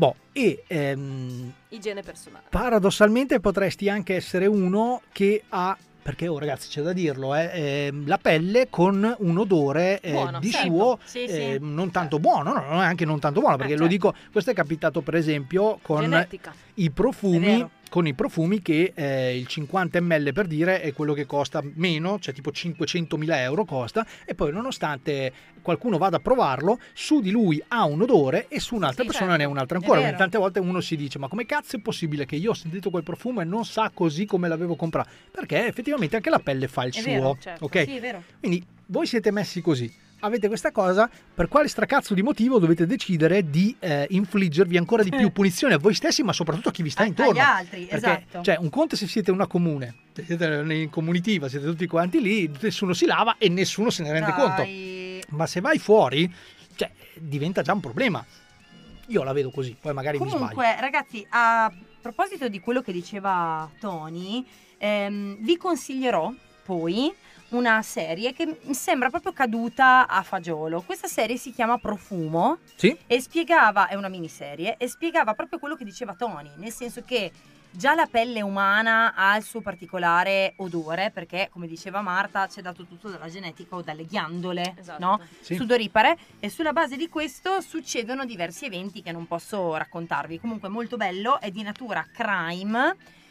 igiene personale. paradossalmente potresti anche essere uno che ha, perché ragazzi c'è da dirlo, la pelle con un odore Buono, di certo. suo Sì. non tanto buono, no, non è anche non tanto buono, perché lo dico, questo è capitato per esempio con Genetica. i È profumi, vero. con i profumi che il 50 ml per dire è quello che costa meno, cioè tipo 500.000 euro costa, e poi nonostante qualcuno vada a provarlo, su di lui ha un odore e su un'altra persona ne ha un'altra ancora. È Quindi vero. tante volte uno si dice: ma come cazzo è possibile che io ho sentito quel profumo e non sa così come l'avevo comprato? Perché effettivamente anche la pelle fa il È suo, vero, certo. ok? Sì, è vero. Quindi voi siete messi così, avete questa cosa, per quale stracazzo di motivo dovete decidere di infliggervi ancora di più punizione a voi stessi, ma soprattutto a chi vi sta intorno? Agli altri, Perché, esatto. cioè, un conto è se siete una comune, se siete in comunitiva, siete tutti quanti lì, nessuno si lava e nessuno se ne rende conto. Ma se vai fuori, cioè, diventa già un problema. Io la vedo così, poi magari mi sbaglio. Comunque, ragazzi, a proposito di quello che diceva Tony, vi consiglierò poi una serie che mi sembra proprio caduta a fagiolo. Questa serie si chiama Profumo Sì? e spiegava, è una miniserie, e spiegava proprio quello che diceva Tony, nel senso che già la pelle umana ha il suo particolare odore, perché come diceva Marta c'è dato tutto dalla genetica o dalle ghiandole, Esatto. no? Sì. Sudoripare, e sulla base di questo succedono diversi eventi che non posso raccontarvi. Comunque molto bello, è di natura crime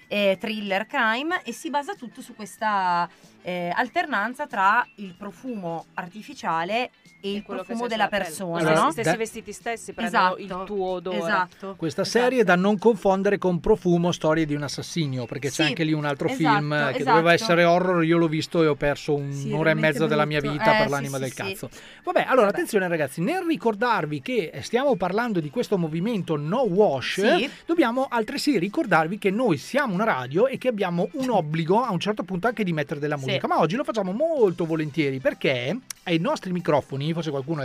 thriller crime, e si basa tutto su questa alternanza tra il profumo artificiale e il quello che profumo c'è della sulla pelle. persona, Allora, no? gli stessi vestiti stessi prendono il tuo odore. Esatto. Questa serie è da non confondere con Profumo, storie di un assassinio, perché c'è Sì, anche lì un altro esatto, film che esatto. doveva essere horror, io l'ho visto e ho perso un'ora e veramente mezza della mia brutto. vita per Sì, l'anima sì, del sì. cazzo. Vabbè, allora attenzione ragazzi, nel ricordarvi che stiamo parlando di questo movimento No Wash, Sì. dobbiamo altresì ricordarvi che noi siamo una radio e che abbiamo un obbligo a un certo punto anche di mettere della musica, ma oggi lo facciamo molto volentieri perché ai nostri microfoni, forse qualcuno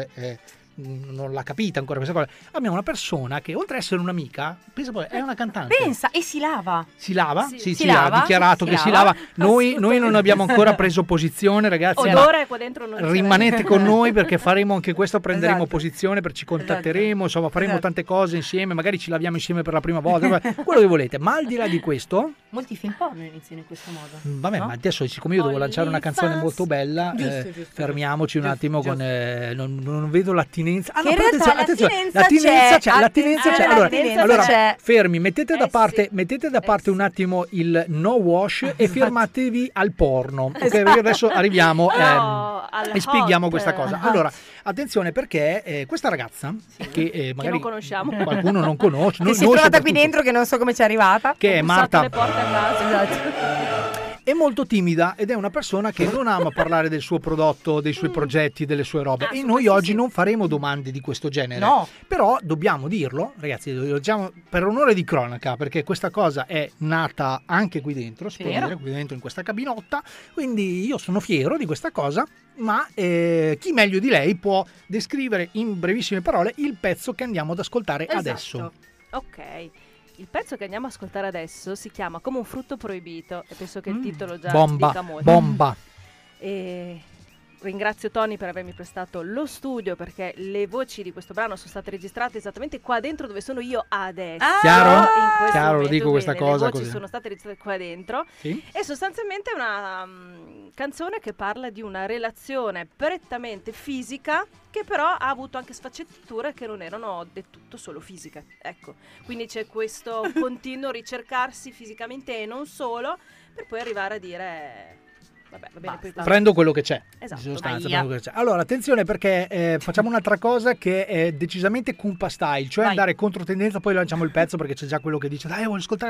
non l'ha capita ancora questa cosa, abbiamo una persona che oltre a essere un'amica, pensa poi, è una cantante. Pensa, e si lava. Si lava? Sì. Sì, ha dichiarato che si lava. Noi non abbiamo ancora preso posizione, ragazzi. Odore qua dentro non c'è. Rimanete con noi perché faremo anche questo, prenderemo Esatto. posizione, ci contatteremo, insomma faremo Esatto. tante cose insieme, magari ci laviamo insieme per la prima volta, quello che volete. Ma al di là di questo, Molti film porno iniziano in questo modo. vabbè, no? ma adesso siccome io devo lanciare una canzone molto bella, Giusto. fermiamoci un attimo con non vedo l'attinenza. Ah, Che no, in però realtà attenzione, l'attinenza c'è. l'attinenza c'è. L'attinenza Allora, c'è. fermi, mettete da parte un attimo il no wash e fermatevi al porno, ok? Perché adesso arriviamo e spieghiamo hot. questa cosa. Allora, attenzione perché questa ragazza che magari non conosciamo, qualcuno non conosce, Che si è trovata qui dentro, che non so come ci è arrivata. che è Marta, le porte a casa. Esatto. è molto timida ed è una persona che non ama parlare del suo prodotto, dei suoi progetti, delle sue robe. E noi oggi non faremo domande di questo genere. No. Però dobbiamo dirlo, ragazzi, lo diciamo per onore di cronaca, perché questa cosa è nata anche qui dentro, si può Vero. dire, qui dentro in questa cabinotta. Quindi io sono fiero di questa cosa, ma chi meglio di lei può descrivere in brevissime parole il pezzo che andiamo ad ascoltare Esatto. adesso. Ok, il pezzo che andiamo a ascoltare adesso si chiama Come un frutto proibito e penso che il titolo già dica molto. Bomba. E ringrazio Tony per avermi prestato lo studio, perché le voci di questo brano sono state registrate esattamente qua dentro dove sono io adesso. Chiaro? In questo Chiaro, lo momento, dico questa bene, cosa le voci così. sono state registrate qua dentro. Sì? E sostanzialmente è una canzone che parla di una relazione prettamente fisica, che però ha avuto anche sfaccettature che non erano del tutto solo fisiche. Ecco, quindi c'è questo continuo ricercarsi fisicamente e non solo, per poi arrivare a dire vabbè, va bene, poi Prendo quello che c'è. Esatto. In sostanza, Aia. prendo quello che c'è. Allora, attenzione perché facciamo un'altra cosa che è decisamente Kumpa style, cioè Vai. andare contro tendenza, poi lanciamo il pezzo perché c'è già quello che dice dai, voglio ascoltare.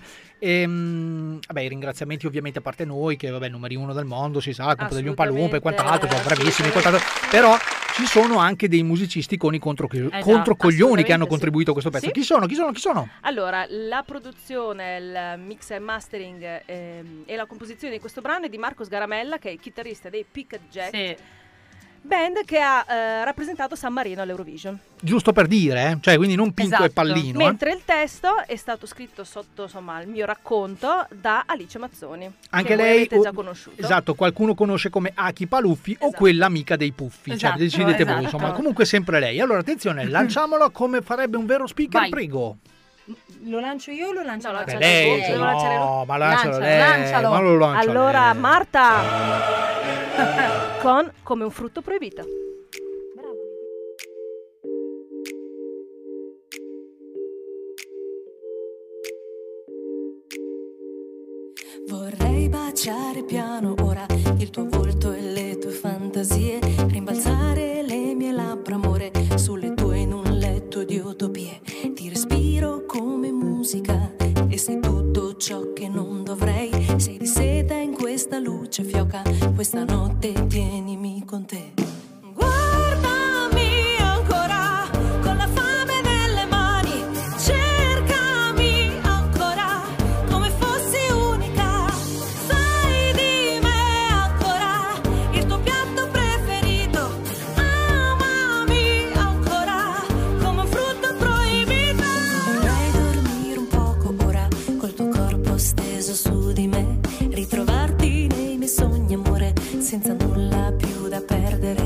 Vabbè, i ringraziamenti ovviamente a parte noi, che vabbè, numeri uno del mondo, si sa, la Coppa degli Umpalumpa e quant'altro, sono bravissimi e quant'altro, però ci sono anche dei musicisti con i controcoglioni che hanno assolutamente contribuito a questo pezzo. Sì. Chi sono? Allora, la produzione, il mix e mastering e la composizione di questo brano è di Marco Sgaramella, che è il chitarrista dei Picket Jack, Sì. band che ha rappresentato San Marino all'Eurovision. Giusto per dire, cioè quindi non Pinco e Esatto. Pallino. Mentre il testo è stato scritto sotto, insomma, il mio racconto da Alice Mazzoni, Anche che voi lei avete già conosciuto. Esatto, qualcuno conosce come Aki Paluffi o quella amica dei Puffi, Esatto, cioè decidete voi, esatto. insomma, comunque sempre lei. Allora attenzione, lanciamolo come farebbe un vero speaker, Vai. prego. Lo lancio io o lo lancio No, Marta? lancia Lei, tu, devo lanciare no, ma lancialo Lancialo. lei, ma lo lancia Allora, lei. Marta con Come un frutto proibito. Vorrei baciare piano ora il tuo volto e le tue fantasie, rimbalzare le mie labbra, amore, sulle tue in un letto di utopie. Ti respiro come musica e sei tutto ciò che non dovrei. Sei di seta in questa luce fioca, questa notte tienimi con te. Guardami ancora con la fame nelle mani, cercami ancora come fossi unica. Sai di me ancora il tuo piatto preferito, amami ancora come un frutto proibito. Vorrei dormire un poco ora col tuo corpo steso su di me, ritrovarti nei miei sogni, amore, senza nulla più da perdere.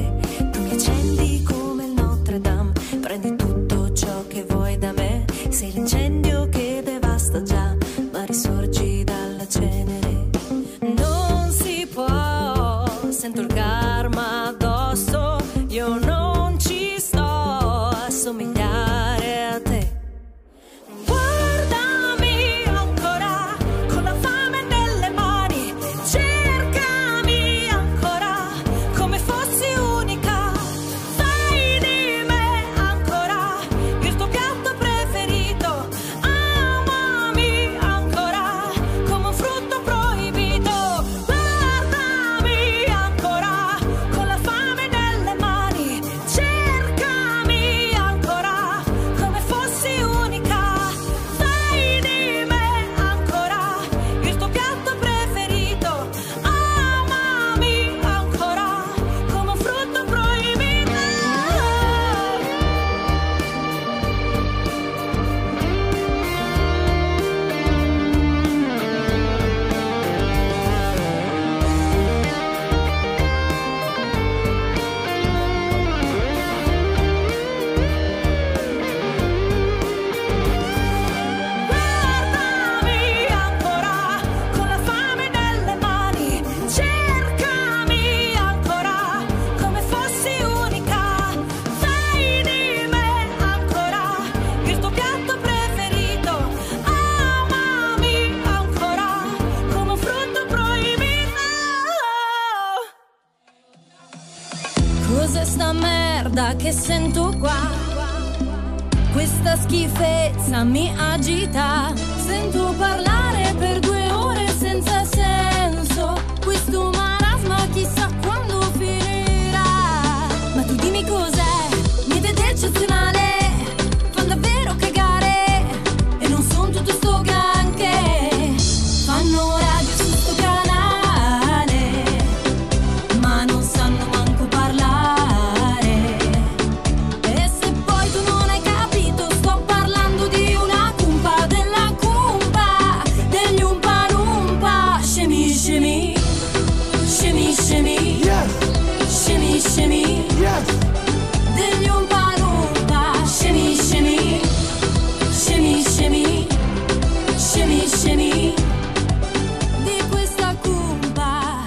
guarda che sento qua. Questa schifezza mi agita. Sento parlare per 2 ore senza senso. Questo marasma chissà quando finirà. Ma tu dimmi cos'è, niente di eccezionale. Fan davvero cagare e non son tutto sto granché. Fanno radio su sto canale, ma non sanno manco parlare. E se poi tu non hai capito, sto parlando di una cumpa, della cumpa degli Umpa Lumpa. Scemi scemi, scemi scemi, scemi scemi, degli Umpa Lumpa. Scemi scemi, scemi scemi, scemi scemi, di questa cumpa.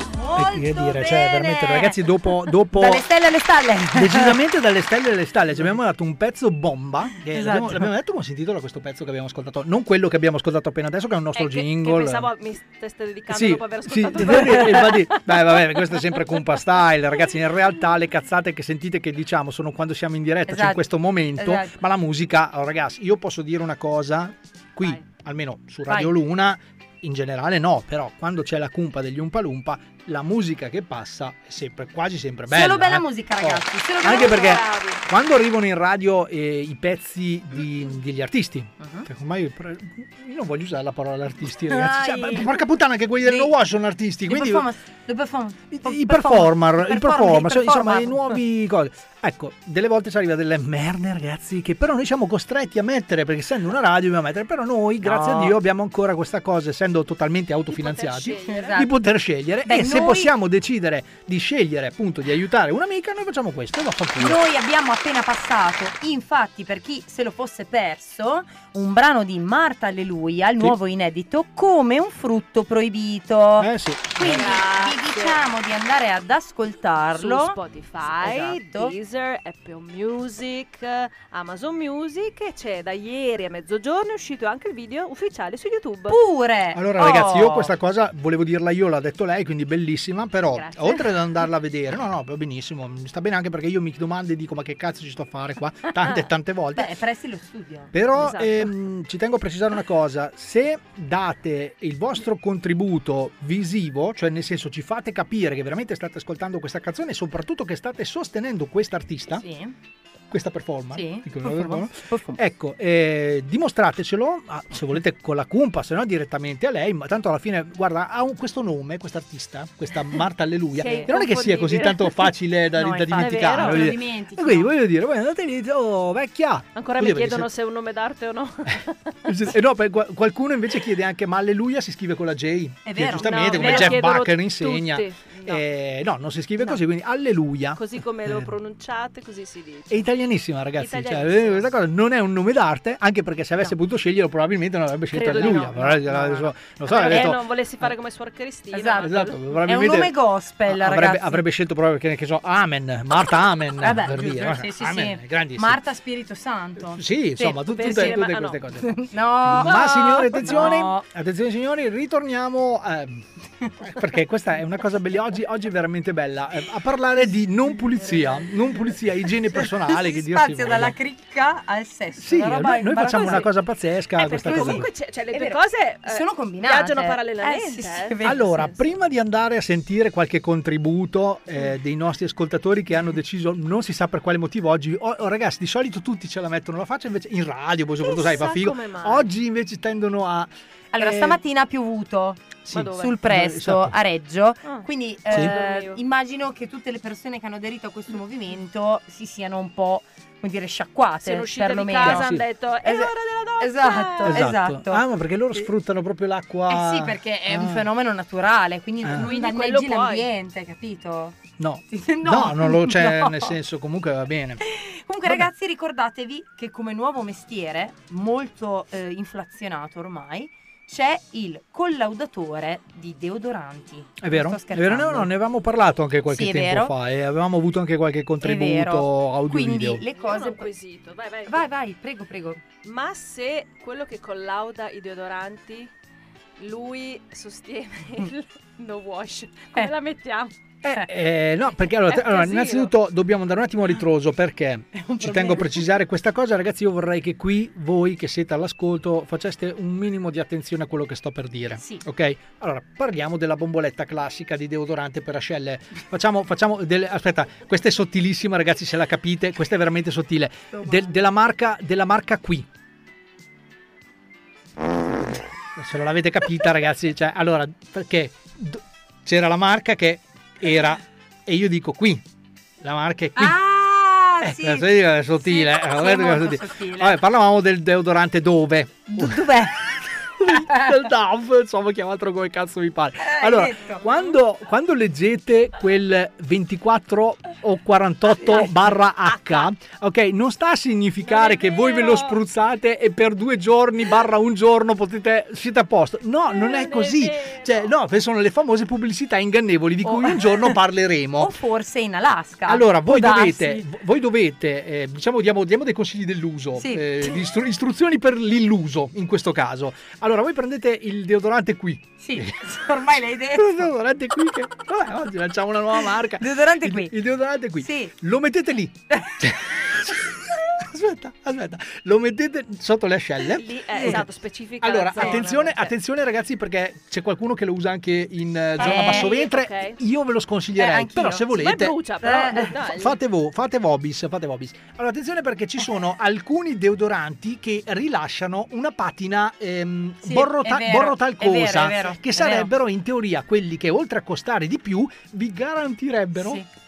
Che dire, cioè veramente ragazzi, dopo Dalle stelle alle stalle. decisamente dalle stelle alle stalle ci abbiamo dato un pezzo bomba che Esatto. l'abbiamo detto come si intitola questo pezzo che abbiamo ascoltato, non quello che abbiamo ascoltato appena adesso che è un nostro Che jingle. pensavo mi stesse dedicando Sì, dopo aver sì, ascoltato infatti, dai, vabbè, questo è sempre Cumpa Style, ragazzi. In realtà le cazzate che sentite che diciamo sono quando siamo in diretta, cioè in Esatto, questo momento, esatto. ma la musica, oh, ragazzi, io posso dire una cosa qui, almeno su Radio Vai. Luna, in generale no, però quando c'è la cumpa degli Umpa Lumpa, la musica che passa è sempre, quasi sempre bella. Solo bella musica, ragazzi. Solo bella Anche musica. perché quando arrivano in radio i pezzi degli artisti, che ormai io non voglio usare la parola artisti, ragazzi. Cioè, Dai. porca puttana, che quelli del No Wash sono artisti, I quindi performer, i performer, dei insomma, i performer. nuovi cose. Ecco, delle volte ci arriva delle merde, ragazzi, che però noi siamo costretti a mettere, perché essendo una radio dobbiamo mettere, però noi, grazie No. a Dio, abbiamo ancora questa cosa, essendo totalmente autofinanziati, Esatto. di poter scegliere. Beh, e se noi- possiamo decidere di scegliere, appunto, di aiutare un'amica, noi facciamo questo. E vaffanculo. Noi abbiamo appena passato, infatti, per chi se lo fosse perso, un brano di Marta Alleluia, il Sì. nuovo inedito, Come un frutto proibito. Sì. Quindi vi diciamo di andare ad ascoltarlo su Spotify, Esatto. Deezer, Apple Music, Amazon Music, e c'è da ieri a mezzogiorno è uscito anche il video ufficiale su YouTube. Pure! Allora ragazzi, io questa cosa volevo dirla io, l'ha detto lei, quindi bellissima, però Grazie. oltre ad andarla a vedere, no, va benissimo, mi sta bene anche perché io mi domando e dico ma che cazzo ci sto a fare qua, tante volte. Beh, presti lo studio. Però Esatto. ci tengo a precisare una cosa, se date il vostro contributo visivo, cioè nel senso ci fate capire che veramente state ascoltando questa canzone e soprattutto che state sostenendo quest'artista, questa performance, Sì, dico, performance. ecco, dimostratecelo, se volete con la cumpa, se no direttamente a lei, ma tanto alla fine, guarda, ha questo nome, quest'artista, questa Marta Alleluia, Sì, e non è che sia così inconfondibile. tanto facile da, No, da infatti, dimenticare. è vero, voglio lo dire. dimentichi, E quindi no? voglio dire, voi andate lì, oh vecchia. Ancora Voglio mi dire, chiedono se è un nome d'arte o no. E no, qualcuno invece chiede anche, ma Alleluia si scrive con la J? È Che vero. giustamente, No, come me lo Jeff chiedono Bucker insegna. tutti. No. No, non si scrive così, quindi Alleluia. Così come lo pronunciate, così si dice. È italianissima, ragazzi. Cioè, Italianissima. questa cosa non è un nome d'arte, anche perché se avesse potuto scegliere, probabilmente non avrebbe scelto Credo di Alleluia. no, Però, no, adesso, non so, ha detto, non volessi fare come Suor Cristina. Esatto. esatto, È un probabilmente nome gospel, ragazzi. avrebbe scelto proprio che so, Amen, Marta Amen, Vabbè, per giusto, dire. sì, sì, Amen, sì. è grandissimo. Marta Spirito Santo. Sì, insomma, tutte pensiero, queste ma cose. No, Ma signori, attenzione, no. attenzione signori, ritorniamo perché questa è una cosa bella, oggi è veramente bella, a parlare di non pulizia, igiene personale, che Dio si spazio voglia. dalla cricca al sesso. Sì, una roba noi facciamo una imbarazzante. cosa pazzesca, questa Perché cosa comunque qui. c'è, le È due vero. cose Sono combinate. viaggiano parallelamente. Sì, sì, eh. è vero, Allora, sì, sì. prima di andare a sentire qualche contributo dei nostri ascoltatori che hanno deciso, non si sa per quale motivo oggi, ragazzi, di solito tutti ce la mettono la faccia, invece in radio, poi soprattutto sai, fa Chissà figo. come mai. Oggi invece tendono a Allora, stamattina ha piovuto sì, Ma dove? sul Presto, Esatto. a Reggio, Ah. quindi Dormivo. immagino che tutte le persone che hanno aderito a questo movimento si siano un po', come dire, sciacquate, Sono uscite di perlomeno. casa, Sì. hanno detto è Esa- l'ora della doccia. esatto. Esatto. Ah, ma perché loro sfruttano proprio l'acqua. Eh sì, perché è un Ah. fenomeno naturale, quindi Ah. non Quindi quello danneggi puoi. l'ambiente, capito? No. No, non lo c'è, no. nel senso, comunque va bene. Comunque Vabbè. ragazzi, ricordatevi che come nuovo mestiere, molto inflazionato ormai, c'è il collaudatore di deodoranti. È vero? Non sto È vero, scherzando. no, ne avevamo parlato anche qualche Sì, è tempo vero. fa e avevamo avuto anche qualche È contributo vero. audio-video. Quindi le Io ho cose... un quesito. Vai. Vai, prego. Ma se quello che collauda i deodoranti, lui sostiene il no wash, come la mettiamo? No, perché allora, innanzitutto dobbiamo andare un attimo a ritroso, perché ci tengo a precisare questa cosa, ragazzi. Io vorrei che qui voi che siete all'ascolto faceste un minimo di attenzione a quello che sto per dire. Sì. Ok? Allora, parliamo della bomboletta classica di deodorante per ascelle. Facciamo aspetta, questa è sottilissima, ragazzi, se la capite, questa è veramente sottile. Della marca qui. Se non l'avete capita, ragazzi, cioè, allora, perché c'era la marca che era, e io dico qui, la marca è qui. Sì. È sottile. Sì, Vabbè, molto sottile. Vabbè, parlavamo del deodorante dove? Dov'è? Del DAF, insomma, chiamatelo come cazzo vi pare. Allora, quando leggete quel 24 o 48 barra H, ok, non sta a significare che voi ve lo spruzzate e per 2 giorni barra un giorno siete a posto. No, non è così. Cioè, no, sono le famose pubblicità ingannevoli di cui un giorno parleremo. O forse in Alaska. Allora, voi dovete diciamo, diamo dei consigli dell'uso, Sì. istruzioni per l'illuso in questo caso. Allora, voi prendete il deodorante qui. Sì, ormai l'hai detto. Il deodorante qui che oggi lanciamo una nuova marca. Deodorante qui. Il deodorante qui. Sì. Lo mettete lì. Aspetta, lo mettete sotto le ascelle. Lì è esatto, specifica. Allora, la zona, attenzione ragazzi, perché c'è qualcuno che lo usa anche in zona basso ventre. ok. Io ve lo sconsiglierei, Anch'io. però se Ma volete brucia, però dai. fate vobis. Allora, attenzione, perché ci sono alcuni deodoranti che rilasciano una patina borrotalcosa, è vero, che sarebbero in teoria quelli che, oltre a costare di più, vi garantirebbero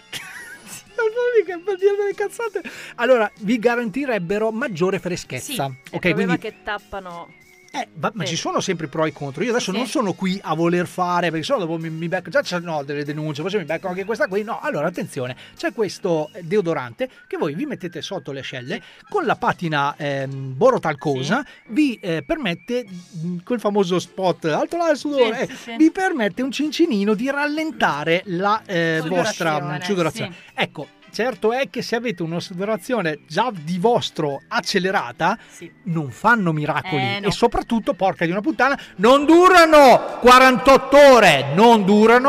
per dire delle cazzate. Allora, vi garantirebbero maggiore freschezza. Il Ok, problema quindi è che tappano. ma ci sono sempre i pro e i contro. Io adesso non sono qui a voler fare, perché sennò dopo mi becco già delle denunce, poi mi becco anche questa qui. No, allora attenzione, c'è questo deodorante che voi vi mettete sotto le ascelle con la patina borotalcosa, vi permette, quel famoso spot alto là il sudore, vi permette un cincinino di rallentare la vostra sudorazione. Sì. Ecco, certo è che se avete una sudorazione già di vostro accelerata, non fanno miracoli. No. E soprattutto, porca di una puttana, non durano 48 ore. Non durano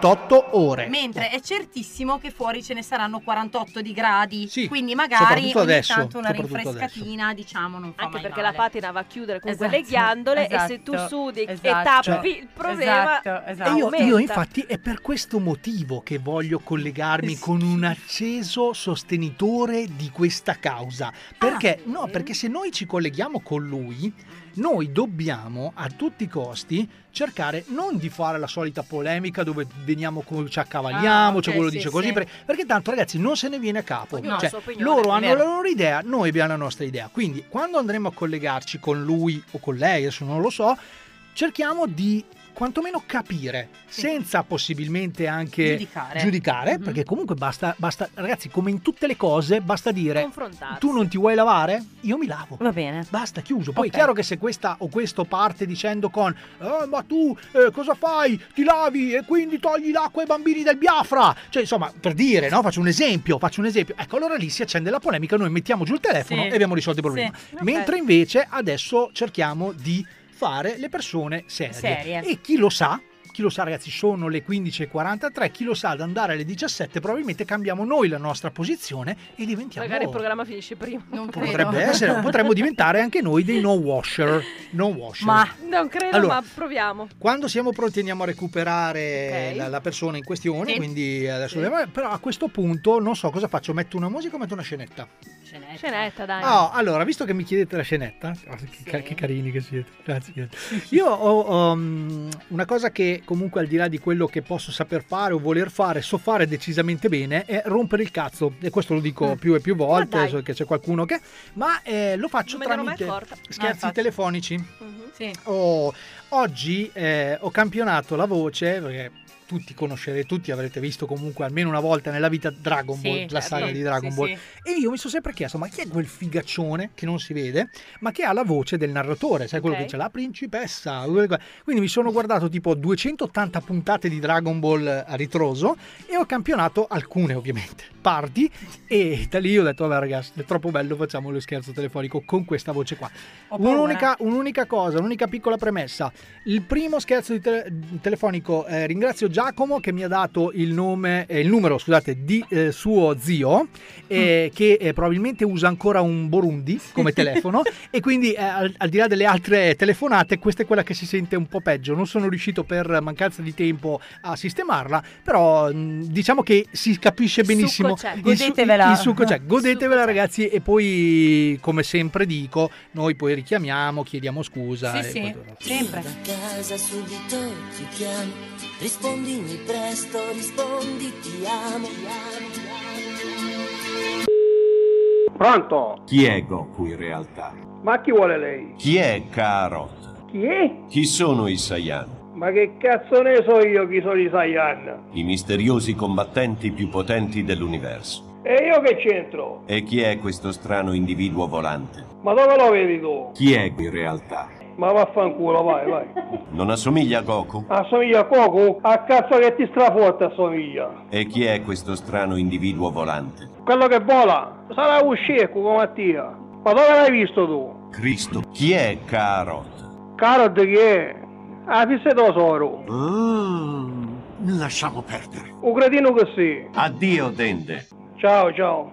48 ore. Mentre è certissimo che fuori ce ne saranno 48 di gradi. Sì, quindi magari soprattutto ogni adesso, tanto una soprattutto rinfrescatina, diciamo, non fa Anche mai perché male. la patina va a chiudere con Esatto, quelle ghiandole e se tu esatto, sudi e esatto. tappi il problema Esatto. E aumenta. io infatti è per questo motivo che voglio collegarmi con un acceso sostenitore di questa causa. Perché? Perché se noi ci colleghiamo con lui, noi dobbiamo a tutti i costi cercare non di fare la solita polemica dove veniamo ci accavalliamo, cioè quello dice così, perché tanto ragazzi non se ne viene a capo. Ognuno ha Cioè, la sua opinione, loro è hanno vero. la loro idea, noi abbiamo la nostra idea. Quindi quando andremo a collegarci con lui o con lei, adesso non lo so, cerchiamo di quantomeno capire, senza possibilmente anche giudicare, perché comunque basta, ragazzi, come in tutte le cose, basta dire: confrontarsi. tu non ti vuoi lavare? Io mi lavo. Va bene. Basta, chiuso. Poi Ok. è chiaro che se questa o questo parte dicendo con ma tu cosa fai? Ti lavi e quindi togli l'acqua ai bambini del Biafra. Cioè, insomma, per dire, no? Faccio un esempio. Ecco, allora lì si accende la polemica, noi mettiamo giù il telefono e abbiamo risolto il problema. Ok. Mentre invece adesso cerchiamo di fare le persone serie. E chi lo sa, ragazzi, sono le 15:43, chi lo sa, ad andare alle 17 probabilmente cambiamo noi la nostra posizione e diventiamo... Magari il programma finisce prima. Non credo. Potrebbe essere, potremmo diventare anche noi dei no washer. Ma non credo, Allora, ma proviamo. quando siamo pronti andiamo a recuperare Ok. la persona in questione, Sì. quindi adesso Sì. però a questo punto non so cosa faccio, metto una musica o metto una scenetta? Scenetta, dai. Oh, allora, visto che mi chiedete la scenetta, che carini che siete, grazie. Io ho una cosa che comunque, al di là di quello che posso saper fare o voler fare, so fare decisamente bene, è rompere il cazzo. E questo lo dico più e più volte, so che c'è qualcuno che... Ma lo faccio Non me ne ero mai tramite accorta. scherzi infatti. telefonici. Mhm. sì. Oggi ho campionato la voce, perché tutti avrete visto comunque almeno una volta nella vita Dragon Ball, la saga di Dragon Ball. E io mi sono sempre chiesto, ma chi è quel figaccione che non si vede, ma che ha la voce del narratore, sai quello che dice la principessa? Quindi mi sono guardato tipo 280 puntate di Dragon Ball a ritroso e ho campionato alcune, ovviamente. party, e da lì ho detto vabbè ragazzi, è troppo bello, facciamo lo scherzo telefonico con questa voce qua. Un'unica cosa, un'unica piccola premessa: il primo scherzo telefonico, ringrazio Giacomo che mi ha dato il numero di suo zio, che probabilmente usa ancora un Borundi come telefono e quindi al di là delle altre telefonate questa è quella che si sente un po' peggio. Non sono riuscito per mancanza di tempo a sistemarla, però diciamo che si capisce benissimo. Godetevela. Il succo c'è, godetevela ragazzi, e poi come sempre dico, noi poi richiamiamo, chiediamo scusa. Sì, sempre. Da casa subito ti chiamo, rispondimi presto, rispondi ti amo. Pronto? Chi è Goku in realtà? Ma chi vuole lei? Chi è Kakarot? Chi è? Chi sono i Saiyan? Ma che cazzo ne so io chi sono i Saiyan? I misteriosi combattenti più potenti dell'universo. E io che c'entro? E chi è questo strano individuo volante? Ma dove lo vedi tu? Chi è in realtà? Ma vaffanculo, vai. Non assomiglia a Goku? Assomiglia a Goku? A cazzo che ti strafotte assomiglia. E chi è questo strano individuo volante? Quello che vola sarà un scecco come Mattia. Ma dove l'hai visto tu? Cristo, chi è Karot? Karot chi è? Ah, fisse tesoro. Lasciamo perdere. Un cretino che sì. Addio, Dende. Ciao.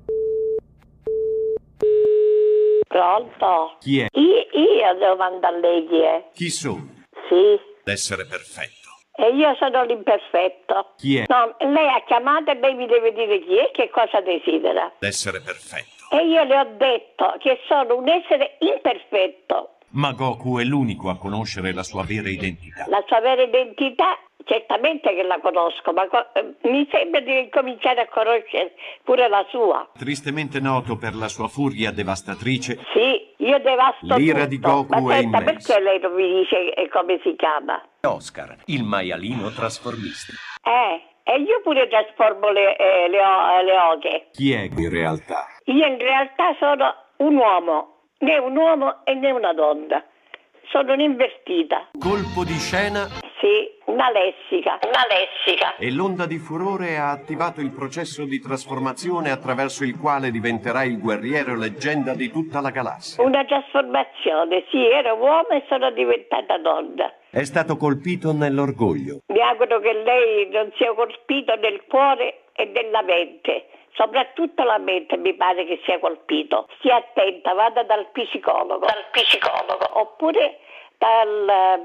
Pronto? Chi è? Io devo mandare a lei chi è. Chi sono? Sì. L'essere perfetto. E io sono l'imperfetto. Chi è? No, lei ha chiamato e lei mi deve dire chi è e che cosa desidera. L'essere perfetto. E io le ho detto che sono un essere imperfetto. Ma Goku è l'unico a conoscere la sua vera identità. La sua vera identità, certamente che la conosco, ma mi sembra di cominciare a conoscere pure la sua. Tristemente noto per la sua furia devastatrice. Sì, io devasto l'ira tutto. di Goku ma è senta, immensa. perché lei non mi dice come si chiama? Oscar, il maialino trasformista. E io pure trasformo le oche. Chi è in realtà? Io in realtà sono un uomo, né un uomo e né una donna. Sono un'invertita. Colpo di scena. Sì, una lessica. E l'onda di furore ha attivato il processo di trasformazione attraverso il quale diventerà il guerriero leggenda di tutta la galassia. Una trasformazione, sì, ero uomo e sono diventata donna. È stato colpito nell'orgoglio. Mi auguro che lei non sia colpito nel cuore e nella mente. Soprattutto la mente mi pare che sia colpito. Stia attenta, vada dal psicologo. Oppure dal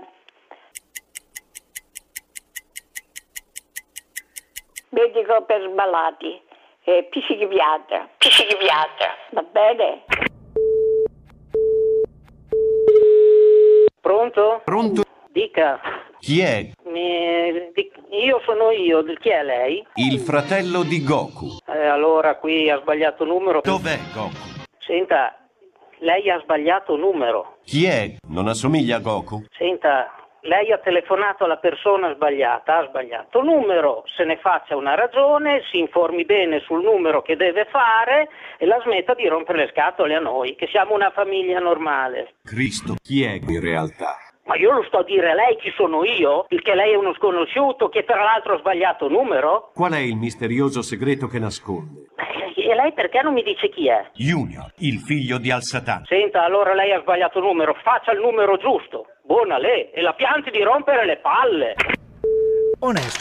medico per malati, psichiatra. Va bene? Pronto? Pronto? Dica. Chi è? Io sono io, chi è lei? Il fratello di Goku. Allora qui ha sbagliato numero. Dov'è Goku? Senta, lei ha sbagliato numero. Chi è? Non assomiglia a Goku? Senta, lei ha telefonato alla persona sbagliata, ha sbagliato numero, se ne faccia una ragione, si informi bene sul numero che deve fare e la smetta di rompere le scatole a noi, che siamo una famiglia normale. Cristo, chi è in realtà? Ma io lo sto a dire a lei chi sono io, il che lei è uno sconosciuto che tra l'altro ha sbagliato numero? Qual è il misterioso segreto che nasconde? E lei perché non mi dice chi è? Junior, il figlio di Al-Satan. Senta, allora lei ha sbagliato numero, faccia il numero giusto. Buona lei, e la pianti di rompere le palle. Onesto.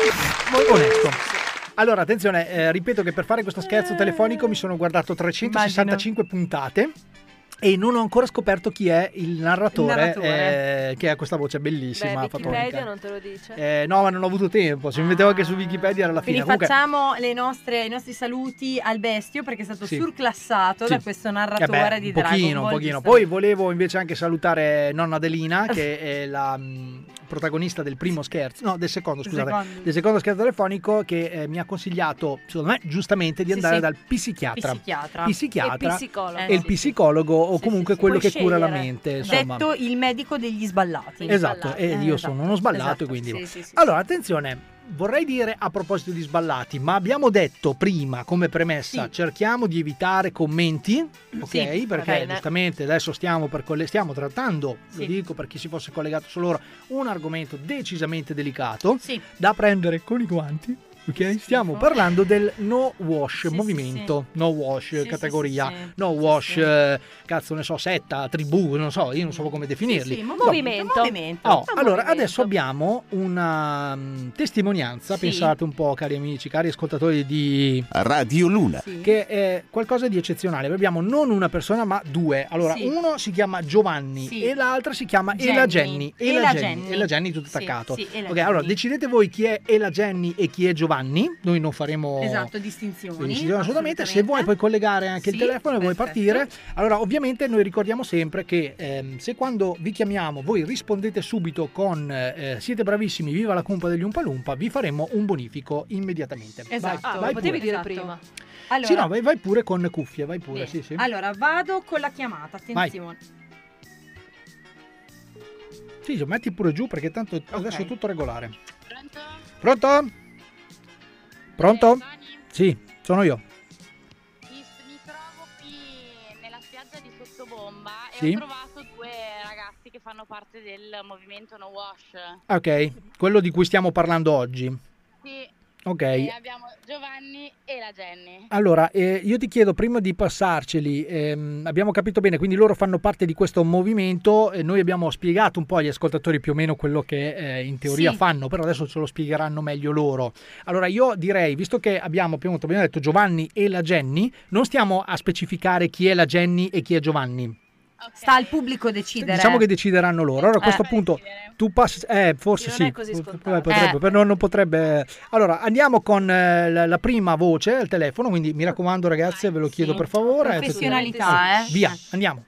Allora, attenzione, ripeto che per fare questo scherzo telefonico mi sono guardato 365 puntate e non ho ancora scoperto chi è il narratore. Che ha questa voce bellissima. Beh, Wikipedia fotonica. non te lo dice. No, ma non ho avuto tempo. Se mi mettevo anche su Wikipedia era la fine. Quindi Comunque, facciamo i nostri saluti al bestio perché è stato surclassato da questo narratore di Dragon Ball. Pochino. Poi volevo invece anche salutare nonna Adelina che è la protagonista del primo scherzo, no, del secondo scherzo telefonico, che mi ha consigliato, secondo me giustamente, di andare dal psichiatra e il psicologo o comunque quello che cura la mente, insomma. Detto il medico degli sballati. Esatto, e io sono uno sballato, quindi allora attenzione. Vorrei dire a proposito di sballati, ma abbiamo detto prima come premessa, cerchiamo di evitare commenti, ok? Perché giustamente adesso stiamo trattando, lo dico per chi si fosse collegato solo ora, un argomento decisamente delicato, da prendere con i guanti. Ok? Stiamo parlando del no wash, Sì, movimento, no wash, Sì, categoria, sì, sì. no wash, cazzo ne so, setta, tribù, non so, io non so come definirli. Sì, Movimento. Oh, Un allora, movimento. adesso abbiamo una testimonianza, Sì. pensate un po', cari amici, cari ascoltatori di Radio Luna. Sì. che è qualcosa di eccezionale. Abbiamo non una persona, ma due. Allora, Sì. uno si chiama Giovanni Sì. e l'altra si chiama Jenny. Ela Jenny. Ela Jenny. Ela Jenny tutto Sì, attaccato. sì, Ela Ok, Jenny. allora decidete voi chi è Ela Jenny e chi è Giovanni. Noi non faremo Esatto, distinzioni. assolutamente. Se vuoi puoi collegare anche il Sì, telefono e vuoi perfetto. partire. Allora, ovviamente noi ricordiamo sempre che se quando vi chiamiamo voi rispondete subito con siete bravissimi, viva la cumpa degli Umpa Lumpa, vi faremo un bonifico immediatamente. Esatto. Vai, Ah, vai lo potevi pure. dire Esatto. prima. Allora, Sì, no, vai pure con cuffie, vai pure, bene. sì, sì. Allora, vado con la chiamata, attenzione. Sì, metti pure giù perché tanto adesso è tutto regolare. Pronto? Pronto? Sì, sono io. Mi trovo qui nella spiaggia di Sottobomba e Sì. ho trovato due ragazzi che fanno parte del movimento No Wash. Ok, quello di cui stiamo parlando oggi. Sì. Ok. E abbiamo Giovanni e la Jenny. Allora, io ti chiedo prima di passarceli, abbiamo capito bene, quindi loro fanno parte di questo movimento, noi abbiamo spiegato un po' agli ascoltatori più o meno quello che in teoria Sì. fanno, però adesso ce lo spiegheranno meglio loro. Allora io direi, visto che abbiamo detto Giovanni e la Jenny, non stiamo a specificare chi è la Jenny e chi è Giovanni. Sta al pubblico decidere. Diciamo che decideranno loro. Allora a questo punto tu passi, forse Sì, sì, non è così scontato. potrebbe, però non potrebbe. Allora andiamo con la prima voce al telefono, quindi mi raccomando ragazze, ve lo chiedo per favore. Professionalità, Via, andiamo.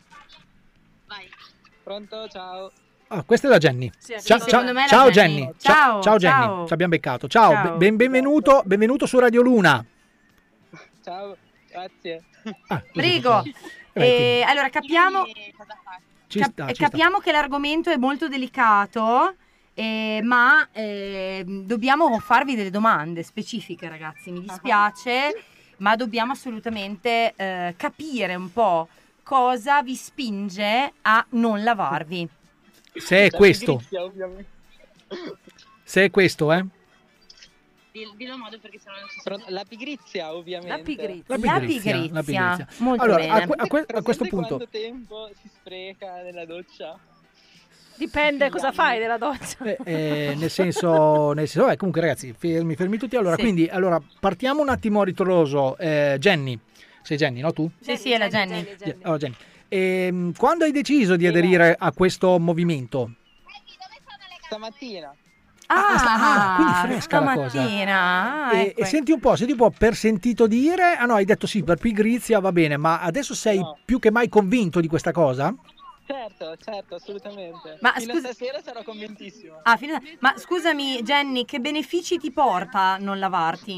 Pronto, ciao. Ah, questa è la Jenny. Sì, Ciao, secondo me è la ciao Jenny. Jenny. Ciao, ciao Jenny. ciao. Ci abbiamo beccato. Ciao, Ciao. benvenuto su Radio Luna. Ciao, grazie. Prego. Allora capiamo, Ci sta. capiamo che l'argomento è molto delicato, ma dobbiamo farvi delle domande specifiche, ragazzi. Mi dispiace, ma dobbiamo assolutamente capire un po' cosa vi spinge a non lavarvi. Se è questo, Pigrizia, ovviamente. se è questo, Dillo a modo perché sennò non ci Pronto, la pigrizia, ovviamente. La pigrizia. La pigrizia. Molto Allora, bene. a questo Presente punto, quanto tempo si spreca nella doccia? Dipende cosa fai nella doccia. nel senso, comunque ragazzi, fermi tutti. Allora, Sì. quindi, partiamo un attimo a ritroso. Jenny, sei Jenny, no tu? Sì, è la Jenny. Oh, Jenny. Quando hai deciso di aderire a questo movimento? Stamattina. quindi fresca la cosa. Stamattina. E senti un po', per sentito dire, no, hai detto sì, per pigrizia va bene, ma adesso sei più che mai convinto di questa cosa? Certo, assolutamente. Ma Fino a scusa- stasera sarò convintissimo. Ma scusami Jenny, che benefici ti porta non lavarti?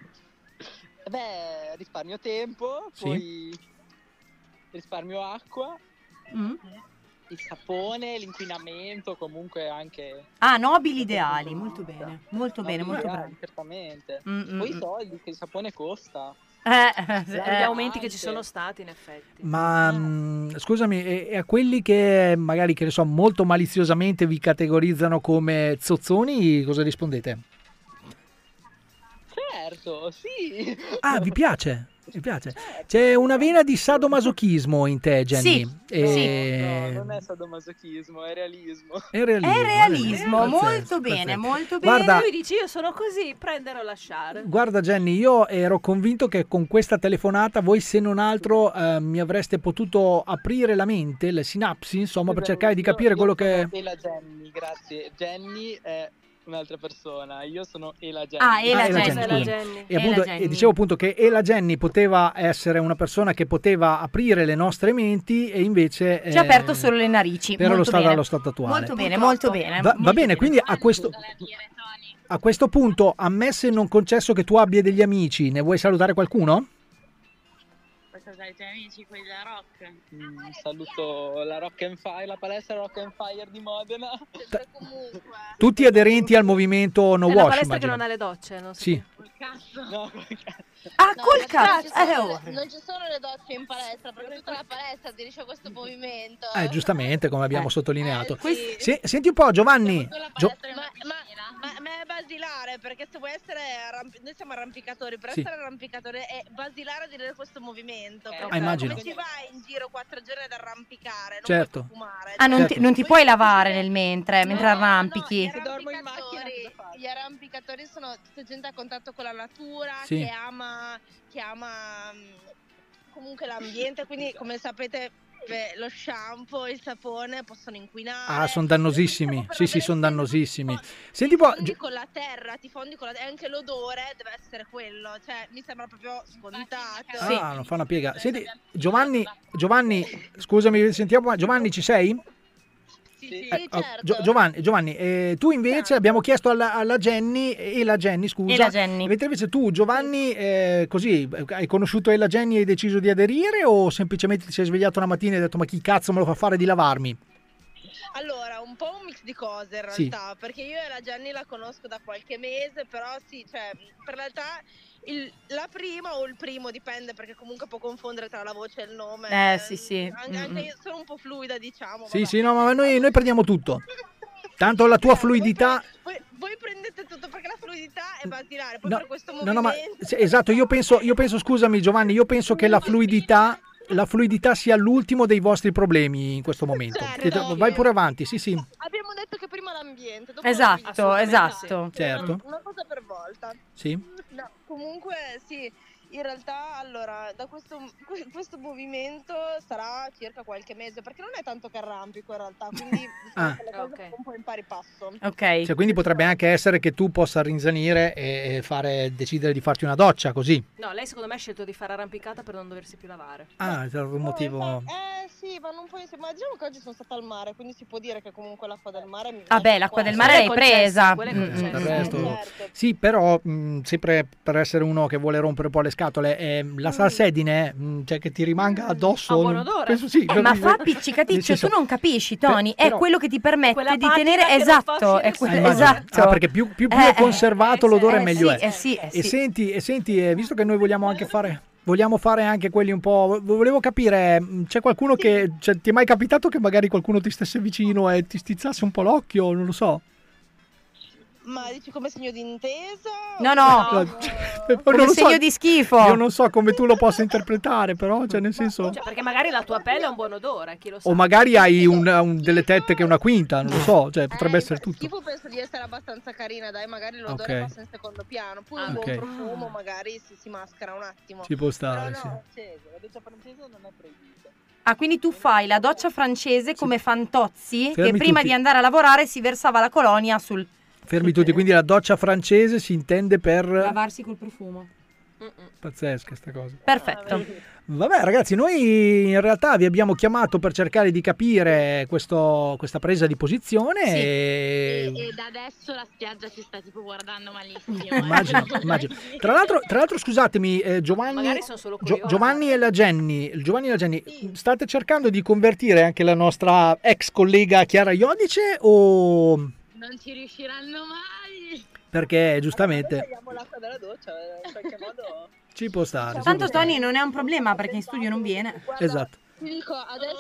Beh, risparmio tempo, Sì. poi risparmio acqua, Mm? il sapone, l'inquinamento, comunque anche... Ah, nobili ideali, molto bene, molto bene, No, molto ideali, bravo. Certamente. Mm, Poi mm, i soldi che il sapone costa. Gli aumenti che ci sono stati, in effetti. Ma scusami, e a quelli che magari, che ne so, molto maliziosamente vi categorizzano come zozzoni, cosa rispondete? Certo, sì. Ah, vi piace? Mi piace. C'è una vena di sadomasochismo in te, Jenny. No, non è sadomasochismo, è realismo. È realismo. È realismo, Pazzesco, molto bene, pazzesco. molto bene. Guarda, Lui dice io sono così, prendere o lasciare. Guarda Jenny, io ero convinto che con questa telefonata voi se non altro mi avreste potuto aprire la mente, le sinapsi, insomma, per cercare di capire quello che... E la Jenny, grazie. Jenny è un'altra persona, io sono Ela Jenny. Ah, Ela Jenny, scusami. E, appunto, e dicevo appunto che Ela Jenny poteva essere una persona che poteva aprire le nostre menti e invece... Ci ha aperto solo le narici. Per molto bene. allo stato attuale. Molto bene, molto bene. Va bene, quindi a questo punto, ammesso e non concesso che tu abbia degli amici, ne vuoi salutare qualcuno? dai tuoi amici, quelli della Rock. Saluto la Rock and Fire, la palestra Rock and Fire di Modena. Tutti aderenti al movimento No È una Wash, palestra che immagino. non ha le docce, non so. Sì. No, Ah, No, col in cazzo! realtà Oh. non ci sono le docce in palestra, perché tutta la palestra aderisce a questo movimento. Giustamente, come abbiamo sottolineato. sì. Senti un po', Giovanni. Ma è basilare, perché se vuoi essere noi siamo arrampicatori, per Sì. essere arrampicatori è basilare a dire questo movimento. immagino. Come ci vai in giro 4 giorni ad arrampicare? Non Certo. puoi fumare. Ah, non, Certo. ti, non ti puoi lavare mentre arrampichi. Se dormo in macchina, gli arrampicatori sono tutta gente a contatto con la natura, Sì. che ama comunque l'ambiente, quindi come sapete lo shampoo, il sapone possono inquinare. Ah, sono dannosissimi. Sì, sono dannosissimi. Senti un po', Ti fondi con la terra, e anche l'odore deve essere quello, cioè mi sembra proprio scontato. Ah, non fa una piega. Senti, Giovanni, scusami, sentiamo. Giovanni, ci sei? Sì, Giovanni, tu invece abbiamo chiesto alla Jenny, e la Jenny, scusa. E la Jenny. Mentre invece tu, Giovanni, così, hai conosciuto la Jenny e hai deciso di aderire, o semplicemente ti sei svegliato una mattina e hai detto ma chi cazzo me lo fa fare di lavarmi? Allora, un po' un mix di cose in Sì. realtà, perché io e la Jenny la conosco da qualche mese, però sì, cioè, per realtà la prima o il primo dipende, perché comunque può confondere tra la voce e il nome. Sì. Anche io sono un po' fluida, diciamo. Sì, no, ma noi prendiamo tutto. Tanto la tua fluidità... Voi prendete tutto perché la fluidità è basilare, poi No, per questo no, movimento... ma esatto, io penso, scusami Giovanni, io penso che la fluidità sia l'ultimo dei vostri problemi in questo momento. Certo. Vai pure avanti, sì. Abbiamo detto che prima l'ambiente, dopo Esatto. Certo. una cosa per volta. Sì. No, comunque sì, in realtà allora da questo movimento sarà circa qualche mese, perché non è tanto che arrampico in realtà, quindi diciamo che le cose vanno un po' in pari passo. Ok. Cioè, quindi potrebbe anche essere che tu possa rinsanire e decidere di farti una doccia così. No, lei secondo me ha scelto di fare arrampicata per non doversi più lavare. Ah, è stato un motivo... Sì, vanno un po' insieme, ma diciamo che oggi sono stata al mare, quindi si può dire che comunque l'acqua del mare mi L'acqua del mare l'hai presa. Il resto... Sì, però sempre per essere uno che vuole rompere un po' le scatole, la salsedine, cioè che ti rimanga addosso... Ha buon odore. Penso sì, Ma fa appiccicaticcio, tu non capisci, Tony, è però- quello che ti permette Quella di tenere... patina che non fa Esatto, è uscire esatto. Ah, perché più è conservato l'odore meglio è. Sì. E senti, visto che noi vogliamo fare anche quelli un po'... Volevo capire, c'è qualcuno che... Cioè, ti è mai capitato che magari qualcuno ti stesse vicino e ti stizzasse un po' l'occhio? Non lo so. Ma dici come segno di intesa? No. Non Come lo segno so. di schifo. Io non so come tu lo possa interpretare, però, cioè nel senso... Cioè, perché magari la tua pelle ha un buon odore, chi lo sa. O magari hai delle tette che è una quinta, non lo so, cioè potrebbe essere tutto. Schifo penso di essere abbastanza carina, dai, magari l'odore Ok. passa in secondo piano, pure un Ok. buon profumo magari si maschera un attimo. Ci può stare, Però sì. la doccia francese non è proibita. Ah, quindi tu fai la doccia francese come Fantozzi, che Fermi prima tutti. di andare a lavorare si versava la colonia sul... Fermi tutti, quindi la doccia francese si intende per... Lavarsi col profumo. Pazzesca sta cosa. Perfetto. Vabbè ragazzi, noi in realtà vi abbiamo chiamato per cercare di capire questa presa di posizione e... E da adesso la spiaggia ci sta tipo guardando malissimo. Immagino. Tra l'altro scusatemi, Giovanni, Magari sono solo curiosa. Giovanni e la Jenny, state cercando di convertire anche la nostra ex collega Chiara Iodice o... Non ci riusciranno mai. Perché giustamente Togliamo l'acqua dalla doccia, in qualche modo. ci può stare. Tanto Tony non è un problema perché in studio non viene. Esatto. Ti dico, adesso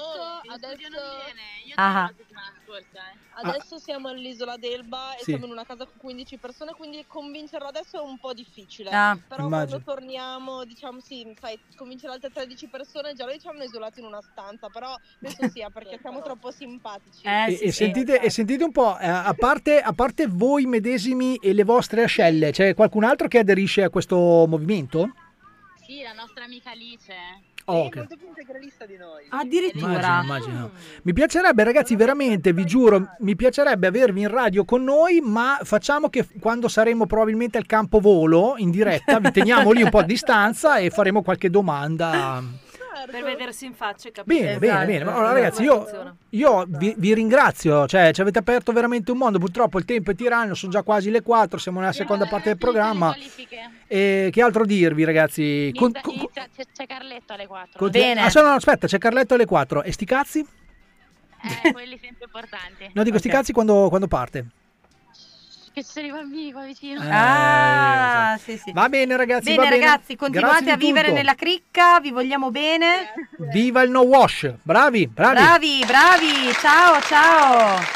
Ah. adesso siamo all'isola d'Elba e Sì. siamo in una casa con 15 persone, quindi convincerlo adesso è un po' difficile. Ah, Però immagino. quando torniamo, diciamo sì, sai, convincere altre 13 persone, già noi ci hanno isolati in una stanza, però penso sia perché siamo troppo simpatici. E sentite un po', a parte voi medesimi e le vostre ascelle, c'è qualcun altro che aderisce a questo movimento? Sì, la nostra amica Alice. Oh, ok. Molto più integralista di noi. Addirittura. Immagino. Mi piacerebbe, ragazzi, veramente, vi giuro, mi piacerebbe avervi in radio con noi, ma facciamo che quando saremo probabilmente al campo volo in diretta, vi teniamo lì un po' a distanza e faremo qualche domanda. Per vedersi in faccia e capire. Bene. Ma allora, ragazzi, io vi ringrazio, cioè ci avete aperto veramente un mondo. Purtroppo il tempo è tiranno, sono già quasi le 4, siamo nella seconda parte del programma. E che altro dirvi, ragazzi? C'è Carletto alle 4. No, aspetta, c'è Carletto alle 4. E sti cazzi? Quelli sempre importanti. No, dico sti cazzi quando parte. Che ci sono i bambini qua vicino. Sì. Va bene, ragazzi. Bene, va bene. ragazzi, continuate Grazie a di vivere tutto. nella cricca, vi vogliamo bene. Viva il no wash. Bravi. Bravi. Ciao.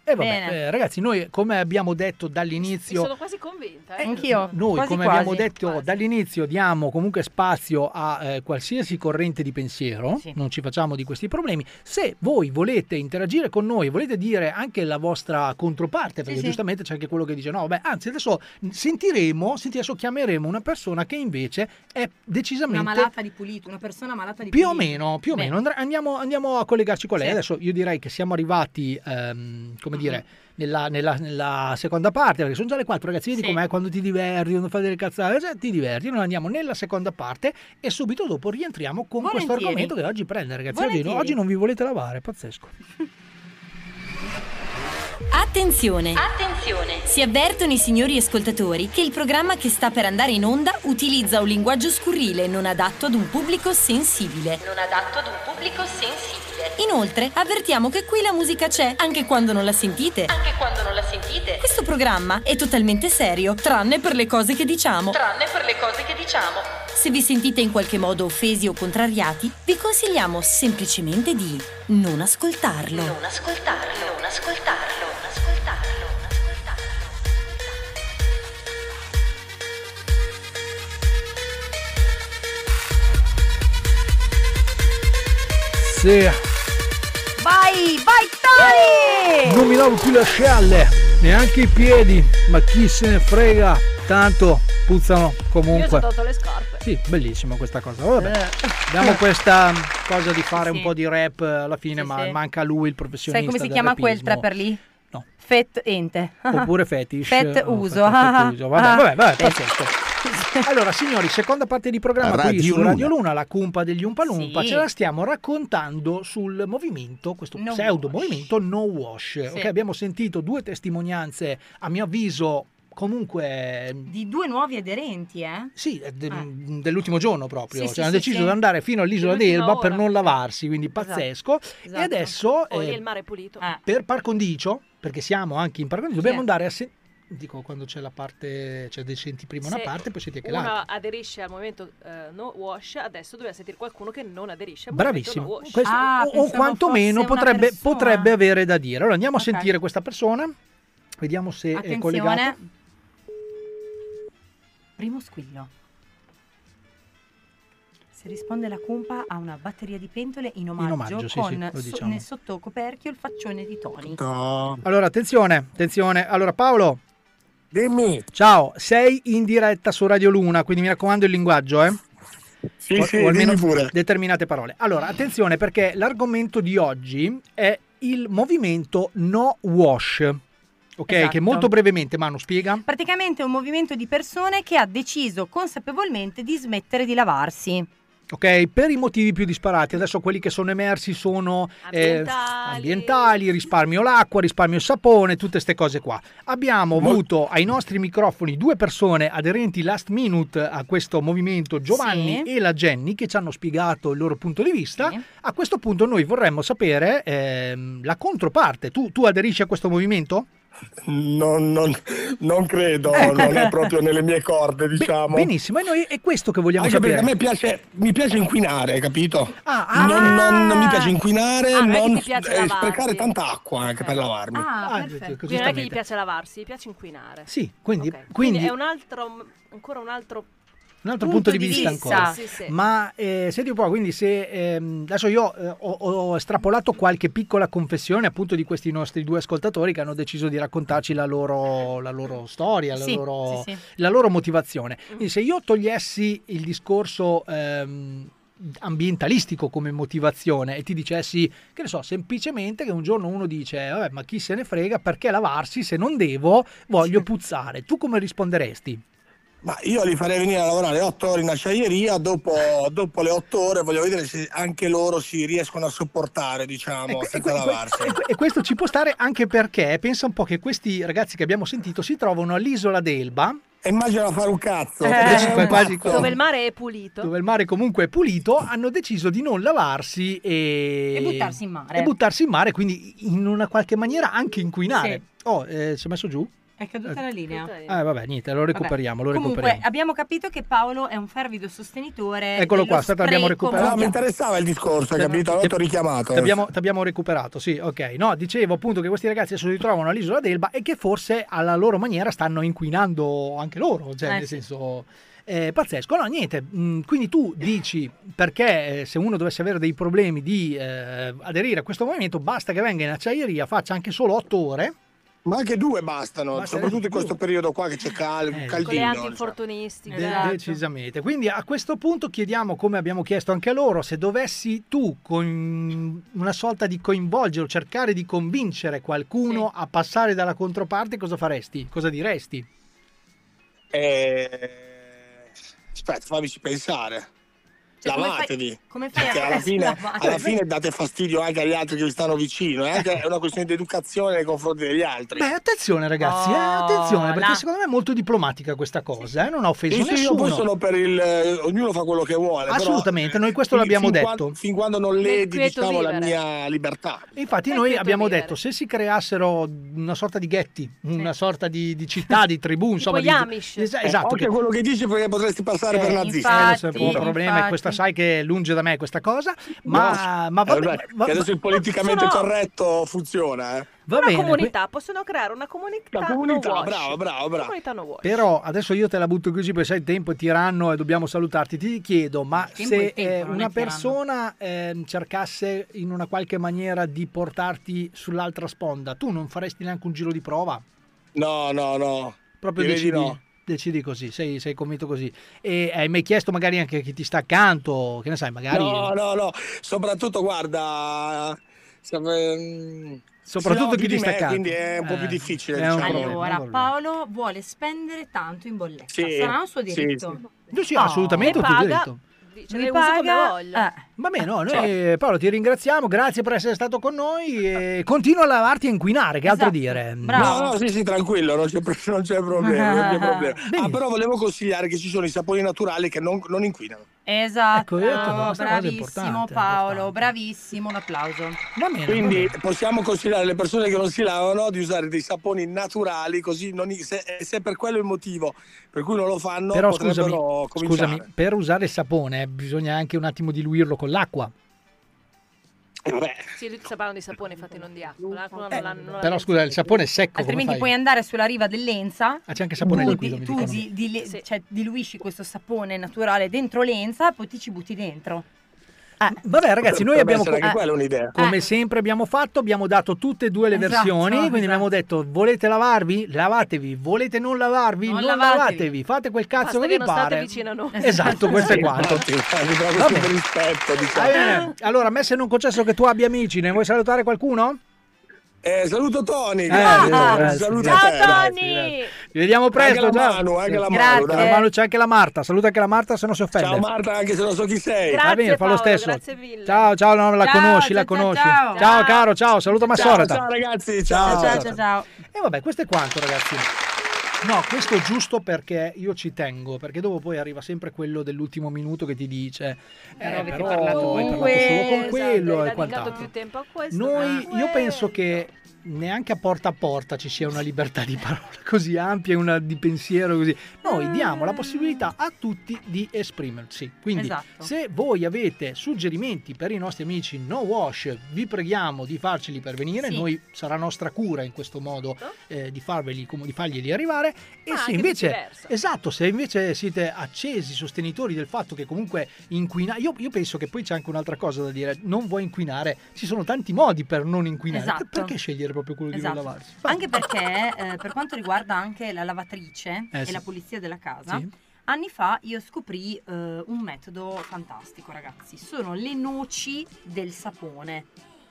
E vabbè, ragazzi, noi come abbiamo detto dall'inizio, Sono quasi convinta. Anch'io. noi quasi, come quasi. abbiamo detto dall'inizio diamo comunque spazio a qualsiasi corrente di pensiero, non ci facciamo di questi problemi. Se voi volete interagire con noi, volete dire anche la vostra controparte, perché giustamente c'è anche quello che dice no, beh, anzi adesso adesso chiameremo una persona che invece è decisamente Una malata di pulito, una persona malata di più o pulito. meno, andiamo a collegarci con lei. Sì. Adesso io direi che siamo arrivati come dire nella seconda parte, perché sono già le 4, ragazzi, vedi com'è quando ti diverti, quando fai delle cazzate, ti diverti. Noi andiamo nella seconda parte e subito dopo rientriamo con questo argomento che oggi prende, ragazzi. Oggi non vi volete lavare, pazzesco. Attenzione! Si avvertono i signori ascoltatori che il programma che sta per andare in onda utilizza un linguaggio scurrile non adatto ad un pubblico sensibile. Inoltre, avvertiamo che qui la musica c'è, anche quando non la sentite. Questo programma è totalmente serio, tranne per le cose che diciamo. Se vi sentite in qualche modo offesi o contrariati, vi consigliamo semplicemente di non ascoltarlo. Sì. Vai Tony! Non mi lavo più le ascialle, neanche i piedi, ma chi se ne frega, tanto puzzano comunque. Io ci ho tolto le scarpe. Sì, bellissima questa cosa. Vabbè, abbiamo questa cosa di fare un po' di rap alla fine, ma manca lui, il professionista. Sai come si del chiama quel rapismo. trapper lì? No. Fet ente. Oppure fetish. Fet uso. Vabbè, pazzesco. Allora, signori, seconda parte di programma qui su Radio Luna, la cumpa degli Umpa Lumpa. Sì. Ce la stiamo raccontando sul movimento, questo pseudo movimento No Wash. Sì. Ok, abbiamo sentito 2 testimonianze, a mio avviso, comunque Di 2 nuovi aderenti, Sì, dell'ultimo giorno proprio. Sì, Cioè, hanno sì, deciso sì. di andare fino all'isola Dell'ultima d'Elba per ora, non sì. lavarsi, quindi pazzesco. Esatto. E adesso Poi il mare è pulito. per par condicio, perché siamo anche in par condicio, dobbiamo andare a dico, quando c'è la parte, cioè senti prima una Se parte, poi senti anche uno l'altra. aderisce al movimento No Wash, adesso dobbiamo sentire qualcuno che non aderisce al movimento Bravissimo, No Wash. questo, o quantomeno potrebbe avere da dire. Allora andiamo Ok. a sentire questa persona, vediamo se è collegata. Attenzione. Primo squillo. Se risponde la cumpa a una batteria di pentole in omaggio, sì, con lo diciamo. nel sottocoperchio il faccione di Tony. Allora attenzione. Allora Paolo, dimmi. Ciao, sei in diretta su Radio Luna, quindi mi raccomando il linguaggio, Sì, o almeno dimmi pure. determinate parole. Allora, attenzione, perché l'argomento di oggi è il movimento No Wash. Ok, Esatto. che molto brevemente, Manu, spiega. Praticamente è un movimento di persone che ha deciso consapevolmente di smettere di lavarsi. Ok, per i motivi più disparati. Adesso quelli che sono emersi sono ambientali, risparmio l'acqua, risparmio il sapone, tutte queste cose qua. Abbiamo avuto ai nostri microfoni 2 persone aderenti last minute a questo movimento, Giovanni e la Jenny, che ci hanno spiegato il loro punto di vista. A questo punto noi vorremmo sapere la controparte. Tu aderisci a questo movimento? Non credo, non è proprio nelle mie corde, diciamo. Benissimo, e noi è questo che vogliamo Anche sapere. perché a me mi piace inquinare, capito? Non mi piace inquinare, non ti piace lavarsi. sprecare tanta acqua anche per lavarmi. Perfetto. Quindi non è che gli piace lavarsi, gli piace inquinare. Sì, quindi è ancora un altro punto di vista ancora. Sì. Ma senti un po', quindi se adesso io ho estrapolato qualche piccola confessione appunto di questi nostri 2 ascoltatori che hanno deciso di raccontarci la loro storia, la loro motivazione. Quindi se io togliessi il discorso ambientalistico come motivazione e ti dicessi, che ne so, semplicemente che un giorno uno dice vabbè, ma chi se ne frega, perché lavarsi se non voglio puzzare, tu come risponderesti? Ma io li farei venire a lavorare 8 ore in acciaieria, dopo le 8 ore voglio vedere se anche loro si riescono a sopportare, diciamo, senza lavarsi. E questo ci può stare anche perché pensa un po' che questi ragazzi che abbiamo sentito si trovano all'isola d'Elba. E immagina fare un cazzo. Dove il mare è pulito. Dove il mare comunque è pulito, hanno deciso di non lavarsi E buttarsi in mare. E buttarsi in mare, quindi in una qualche maniera anche inquinare. Sì. Si è messo giù? È caduta la linea. Vabbè, niente, lo recuperiamo. Comunque, abbiamo capito che Paolo è un fervido sostenitore. Eccolo qua, l'abbiamo recuperato. No, mi interessava il discorso, capito? L'ho richiamato. Ti abbiamo recuperato, sì, ok. No, dicevo appunto che questi ragazzi si ritrovano all'isola d'Elba e che forse alla loro maniera stanno inquinando anche loro, cioè nel senso... pazzesco, no niente, quindi tu dici perché se uno dovesse avere dei problemi di aderire a questo movimento basta che venga in acciaieria, faccia anche solo 8 ore. Ma anche 2 bastano, soprattutto in questo periodo qua che c'è caldino. Con le antinfortunistiche. Decisamente. Quindi a questo punto chiediamo, come abbiamo chiesto anche a loro, se dovessi tu con una sorta di coinvolgere o cercare di convincere qualcuno a passare dalla controparte, cosa faresti? Cosa diresti? Aspetta, fammici pensare. Cioè, lavatevi. Come fai perché alla fine date fastidio anche agli altri che vi stanno vicino. È anche una questione di educazione nei confronti degli altri. Beh, attenzione ragazzi, attenzione, perché secondo me è molto diplomatica questa cosa, non ha offeso nessuno. Io poi sono per ognuno fa quello che vuole. Assolutamente, però, noi questo l'abbiamo detto. Fin quando non ledi, diciamo, la mia libertà. Infatti noi abbiamo detto, se si creassero una sorta di ghetti, una sorta di città, di tribù, insomma, gli Amish. Esatto. Occhio quello che dici, perché potresti passare per nazista. Il problema è questa, sai che è lunge da me questa cosa, ma vabbè, che adesso il politicamente corretto funziona, Va una bene, comunità, possono creare una comunità. Bravo. Comunità no wash. Però adesso io te la butto così perché sai il tempo è tiranno e dobbiamo salutarti. Ti chiedo, ma se una persona cercasse in una qualche maniera di portarti sull'altra sponda, tu non faresti neanche un giro di prova? No. Proprio Direi di no. Decidi così, sei convinto così. E hai mai chiesto magari anche chi ti sta accanto, che ne sai, magari... No, soprattutto guarda... Soprattutto chi ti sta accanto. Quindi è un po' più difficile. Allora, Paolo vuole spendere tanto in bolletta. Sarà un suo diritto? Sì, assolutamente un tuo diritto. Ce le uso come voglia. Va bene, noi Paolo ti ringraziamo, grazie per essere stato con noi e continua a lavarti e inquinare, che altro dire? No, sì, tranquillo, non c'è problema. Però volevo consigliare che ci sono i saponi naturali che non inquinano. Esatto, ecco, bravissimo Paolo, bravissimo, un applauso. Va bene, quindi possiamo consigliare alle persone che non si lavano di usare dei saponi naturali, così se per quello è il motivo per cui non lo fanno, però potrebbero cominciare. Scusami, per usare il sapone bisogna anche un attimo diluirlo con l'acqua. Sì, lui sta parlando di sapone, infatti non di acqua. Però scusa, il sapone è secco. Altrimenti puoi andare sulla riva dell'Enza. C'è anche sapone liquido. Tu diluisci questo sapone naturale dentro l'Enza e poi ti ci butti dentro. Vabbè ragazzi, noi abbiamo anche quella è un'idea. Come sempre abbiamo fatto, abbiamo dato tutte e due le versioni, quindi abbiamo detto: volete lavarvi? Lavatevi, volete non lavarvi? Non lavatevi, fate quel cazzo che vi pare. State vicino a noi. Esatto, questo è quanto. Rispetto, diciamo. Allora, a me se non concesso che tu abbia amici, ne vuoi salutare qualcuno? Saluto Tony. Saluto ciao Tony. Ci vediamo presto. Anche la Manu, c'è anche la Marta. Saluta anche la Marta se non si offende. Ciao Marta, anche se non so chi sei. Grazie, va bene, fa lo stesso. Grazie mille. Ciao, no, la conosci. Ciao caro, ciao, saluta Massorata. Ciao ragazzi, ciao. E vabbè, questo è quanto ragazzi. No, questo è giusto perché io ci tengo, perché dopo poi arriva sempre quello dell'ultimo minuto che ti dice però hai parlato solo con quello e quant'altro. Più tempo a questo, io penso che neanche a porta ci sia una libertà di parola così ampia e una di pensiero così. Noi diamo la possibilità a tutti di esprimersi. Quindi se voi avete suggerimenti per i nostri amici No Wash, vi preghiamo di farceli pervenire. Noi sarà nostra cura in questo modo di farglieli arrivare. E se invece se invece siete accesi sostenitori del fatto che comunque inquinare, io penso che poi c'è anche un'altra cosa da dire: non vuoi inquinare, ci sono tanti modi per non inquinare. Perché scegliere proprio quello di non lavarsi? Anche perché per quanto riguarda anche la lavatrice e la pulizia della casa, anni fa io scoprì un metodo fantastico, ragazzi. Sono le noci del sapone.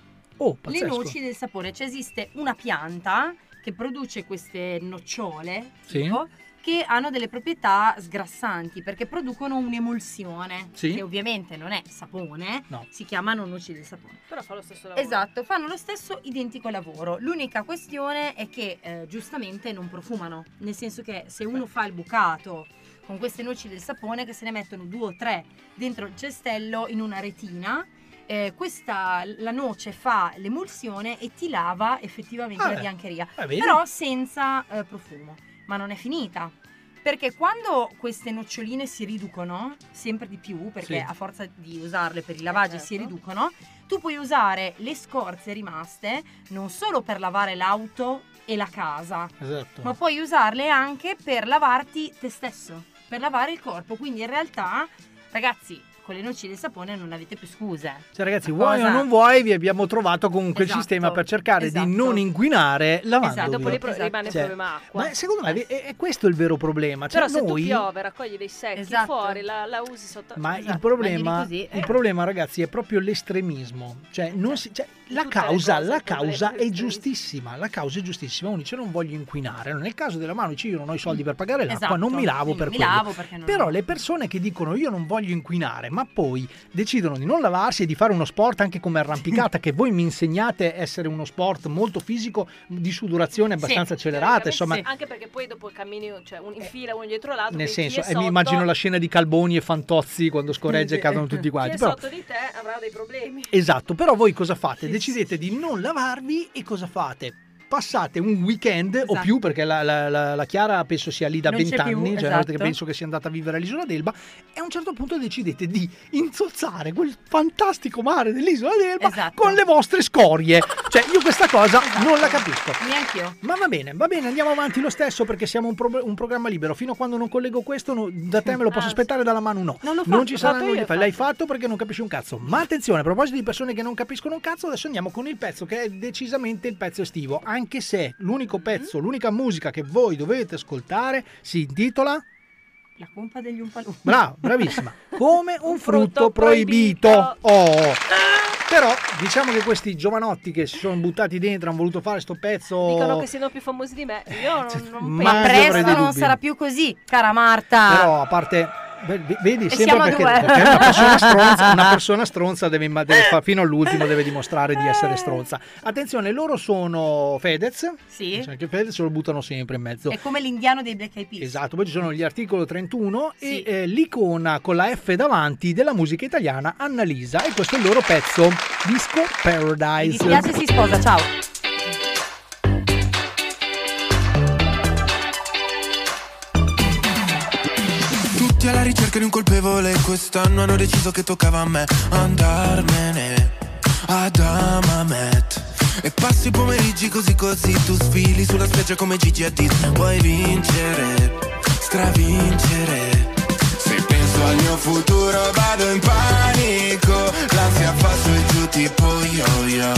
Le noci del sapone, cioè esiste una pianta che produce queste nocciole che hanno delle proprietà sgrassanti perché producono un'emulsione che ovviamente non è sapone, si chiamano noci del sapone. Però fa lo stesso lavoro. Esatto, fanno lo stesso identico lavoro. L'unica questione è che giustamente non profumano, nel senso che se uno fa il bucato con queste noci del sapone, che se ne mettono 2 o 3 dentro il cestello in una retina, la noce fa l'emulsione e ti lava effettivamente la biancheria, vedi? però senza profumo. Ma non è finita, perché quando queste noccioline si riducono sempre di più, perché Sì. a forza di usarle per i lavaggi si riducono, tu puoi usare le scorze rimaste non solo per lavare l'auto e la casa, Esatto. ma puoi usarle anche per lavarti te stesso, per lavare il corpo. Quindi in realtà, ragazzi, con le noci del sapone non avete più scuse. Cioè, ragazzi, La vuoi o cosa- non vuoi, vi abbiamo trovato comunque Esatto, il sistema per cercare esatto. di non inquinare lavandovi. Esatto, dopo rimane il Cioè, problema acqua. ma secondo me è questo il vero problema. Cioè, Però se noi... tu piove, raccogli dei secchi Esatto. fuori, la usi sotto. Ma Esatto. il problema, Così, il problema, ragazzi, è proprio l'estremismo. Cioè, non si, cioè, la causa è giustissima. La causa è giustissima. Uno dice non voglio inquinare. Nel caso della mano dice io non ho i soldi per pagare l'acqua, Esatto. non mi lavo Quindi per mi quello. lavo perché non Però le persone che dicono io non voglio inquinare, ma poi decidono di non lavarsi e di fare uno sport anche come arrampicata, che voi mi insegnate essere uno sport molto fisico, di sudorazione abbastanza accelerata, insomma. Sì, anche perché poi dopo cammini in fila uno dietro l'altro. Nel quindi chi senso, è mi sotto- immagino la scena di Calboni e Fantozzi quando scorregge e cadono tutti Chi quanti. è Però, sotto di te avrà dei problemi. esatto, però voi cosa fate? Decidete di non lavarvi e cosa fate? Passate un weekend o più, perché la Chiara penso sia lì da Non c'è 20 più, anni, cioè esatto. che penso che sia andata a vivere all'isola d'Elba, e a un certo punto decidete di inzozzare quel fantastico mare dell'isola d'Elba con le vostre scorie. Cioè io questa cosa non la capisco. Neanch'io. Ma va bene, andiamo avanti lo stesso perché siamo un programma libero. Fino a quando non collego questo, da te me lo posso aspettare, dalla mano no. Non l'ho Non fatto, ci l'ho sarà fatto nulla io, di fare. L'hai fatto perché non capisci un cazzo. Ma attenzione, a proposito di persone che non capiscono un cazzo, adesso andiamo con il pezzo che è decisamente il pezzo estivo. Anche se l'unico pezzo, l'unica musica che voi dovete ascoltare si intitola... La cumpa degli Umpalumpa. Bravo, bravissima. Come un frutto proibito. Oh. Però diciamo che questi giovanotti che si sono buttati dentro hanno voluto fare sto pezzo. Dicono che siano più famosi di me. Io non Ma Ma io avrei presto dei non dubbi. sarà più così, cara Marta. Però a parte vedi E sempre siamo a perché due. una persona stronza deve fino all'ultimo deve dimostrare di essere stronza. Attenzione, loro sono Fedez. Sì. Cioè, anche Fedez lo buttano sempre in mezzo. È come l'indiano dei Black Eyed Peas. Esatto, poi ci sono gli articoli 31 Sì. e l'icona con la F davanti della musica italiana, Annalisa, e questo è il loro pezzo, Disco Paradise. Mi dispiace, si sposa, ciao. Tutti alla ricerca di un colpevole, quest'anno hanno deciso che toccava a me andarmene ad Amamet. E passi i pomeriggi così così, tu sfili sulla spiaggia come Gigi Hadid. Vuoi vincere, stravincere. Se penso al mio futuro vado in panico, l'ansia fa su e giù tipo yo-yo.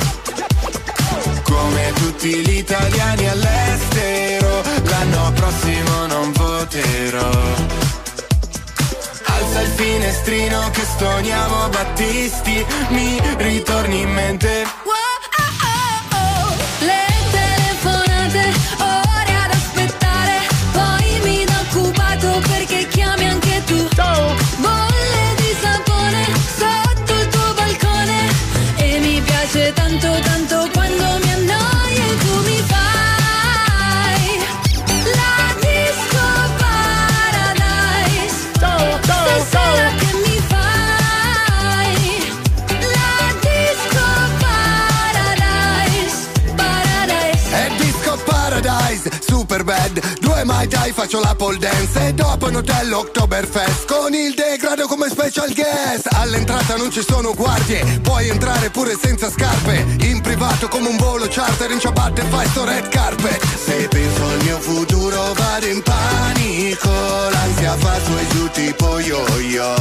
Come tutti gli italiani all'estero, l'anno prossimo non voterò. Alza il finestrino che stoniamo Battisti, mi ritorni in mente. Le telefonate, ore ad aspettare, poi mi do occupato perché chiami anche tu. Bolle di sapone sotto il tuo balcone e mi piace tanto tanto quando mi annoio e tu mi fai la disco paradise. Stasera che mi fai la disco paradise. È Disco Paradise, super bad. 2 Mai Tai, faccio la pole dance. E dopo in hotel Oktoberfest con il degrado come special guest. All'entrata non ci sono guardie, puoi entrare pure senza scarpe. In privato come un volo charter, in ciabatte fai sto red carpet. Se penso al mio futuro vado in panico, l'ansia fa su e giù tipo yo-yo.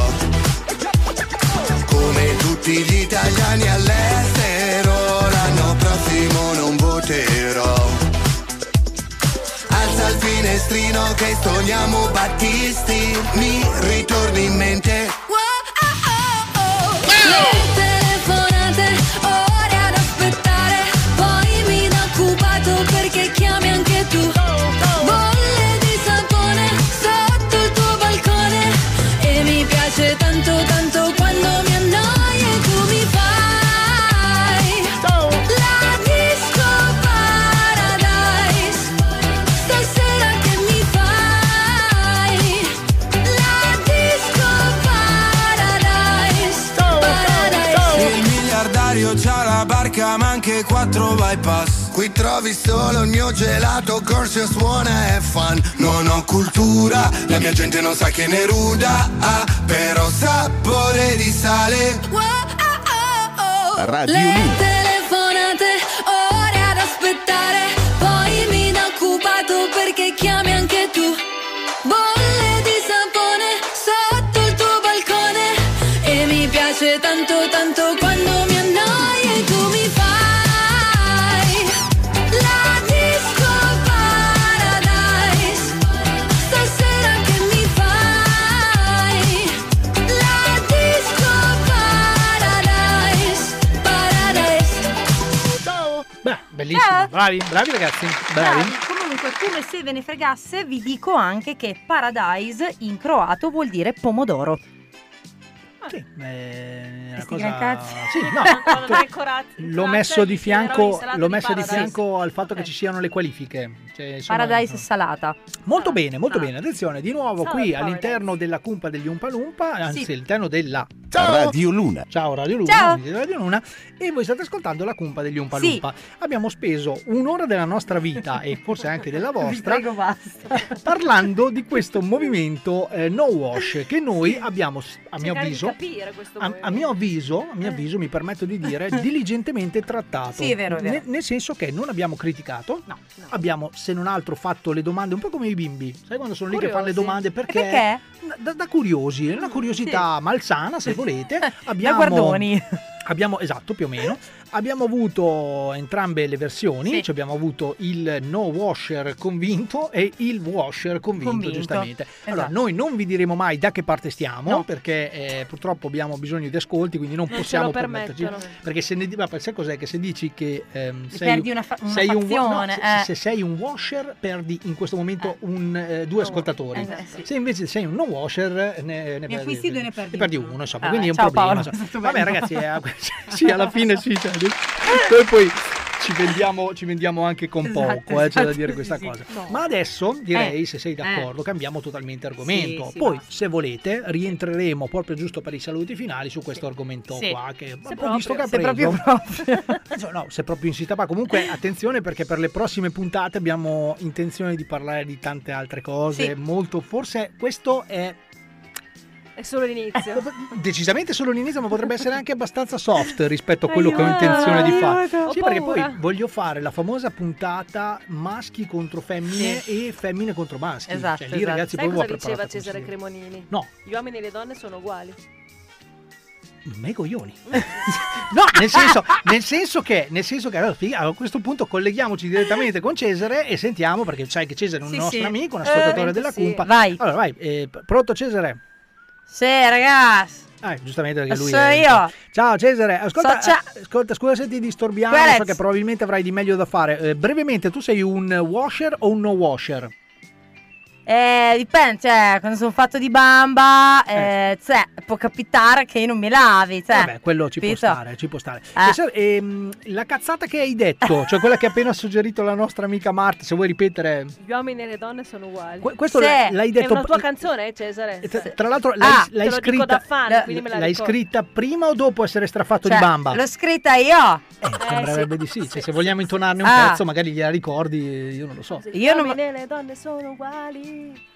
Come tutti gli italiani all'estero, l'anno prossimo non voterò. Alza il finestrino che stoniamo Battisti, mi ritorni in mente. Le telefonate, ore ad aspettare, poi mi do occupato perché chiami anche tu. Bolle di sapone sotto il tuo balcone e mi piace tanto tanto quando mi annoio e tu mi fai la disco paradise. Stasera che mi fai la disco paradise. vodka ma anche 4 bypass. Qui trovi solo il mio gelato, corso suona e fan. Non ho cultura, la mia gente non sa che ne ruda, però sapore di sale. Radio Le telefonate, ore ad aspettare, poi mi dà occupato perché chiami anche tu. Bolle di sapone sotto il tuo balcone e mi piace tanto tanto quando mi annoi e tu mi fai la disco paradise. Stasera che mi fai la disco paradise. Beh, bellissimo. Bravi ragazzi. Bravi. Comunque, come se ve ne fregasse, vi dico anche che Paradise in croato vuol dire pomodoro. Sì, una Sti gran cazzi. Sì, no, l'ho messo di fianco al fatto che ci siano le qualifiche. Cioè, insomma, Paradise salata. Molto bene, molto bene. Attenzione, di nuovo qui all'interno della cumpa degli Umpa Lumpa, anzi all'interno della Radio Luna. Ciao Radio Luna. Ciao. Radio Luna, e voi state ascoltando la cumpa degli Umpa Lumpa. Abbiamo speso un'ora della nostra vita e forse anche della vostra Vi prego, basta. parlando di questo movimento no wash che noi abbiamo, a mio avviso, a mio avviso, mi permetto di dire, diligentemente trattato. Sì, è vero, è vero. Nel senso che non abbiamo criticato, abbiamo se non altro fatto le domande un po' come i bimbi, sai quando sono lì che fanno le domande perché? Da curiosi, una curiosità malsana se volete. Da guardoni. Esatto, più o meno. Abbiamo avuto entrambe le versioni, cioè abbiamo avuto il no washer convinto e il washer convinto. Giustamente. Esatto. Allora, noi non vi diremo mai da che parte stiamo, perché purtroppo abbiamo bisogno di ascolti, quindi non possiamo permetterci. Perché sai cos'è? Che se dici che perdi una fazione, se sei un washer, perdi in questo momento due ascoltatori. Se invece sei un no washer, ne acquisti due, ne perdi uno, insomma, quindi è un problema. Vabbè, ragazzi, sì, alla fine sì. Poi ci vendiamo anche con poco, c'è da dire questa cosa. Ma adesso direi, se sei d'accordo, cambiamo totalmente argomento. Sì, poi, se volete, rientreremo proprio giusto per i saluti finali su questo argomento qua. Che ho visto che ha preso. No, se proprio insista. Ma comunque, attenzione, perché per le prossime puntate abbiamo intenzione di parlare di tante altre cose. Molto, forse questo è solo l'inizio. Decisamente solo l'inizio, ma potrebbe essere anche abbastanza soft rispetto a quello che ho intenzione di fare. Sì, perché poi voglio fare la famosa puntata maschi contro femmine e femmine contro maschi. Esatto, cioè, lì, ragazzi, sai poi cosa diceva Cesare Cremonini? No. Gli uomini e le donne sono uguali. Me coglioni. No, nel senso che allora, a questo punto colleghiamoci direttamente con Cesare e sentiamo, perché sai che Cesare è un nostro amico, un ascoltatore della cumpa. Vai. Allora, vai, pronto Cesare? Sì, ragazzi. Giustamente perché lui sono io. Ciao Cesare, ascolta, scusa se ti disturbiamo, so che probabilmente avrai di meglio da fare. Brevemente, tu sei un washer o un no washer? Dipende, cioè, quando sono fatto di bamba, può capitare che non mi lavi, Vabbè, quello ci può stare. La cazzata che hai detto, cioè quella che ha appena suggerito la nostra amica Marta, se vuoi ripetere. Gli uomini e le donne sono uguali. Questo l'hai detto. È una tua canzone, Cesare? Tra l'altro l'hai scritta da fan, quindi me la l'hai ricordo. scritta prima o dopo essere strafatto di bamba? L'ho scritta io. Sembrerebbe di sì. Cioè, se vogliamo intonarne un pezzo, magari gliela ricordi, io non lo so. Gli uomini e le donne sono uguali.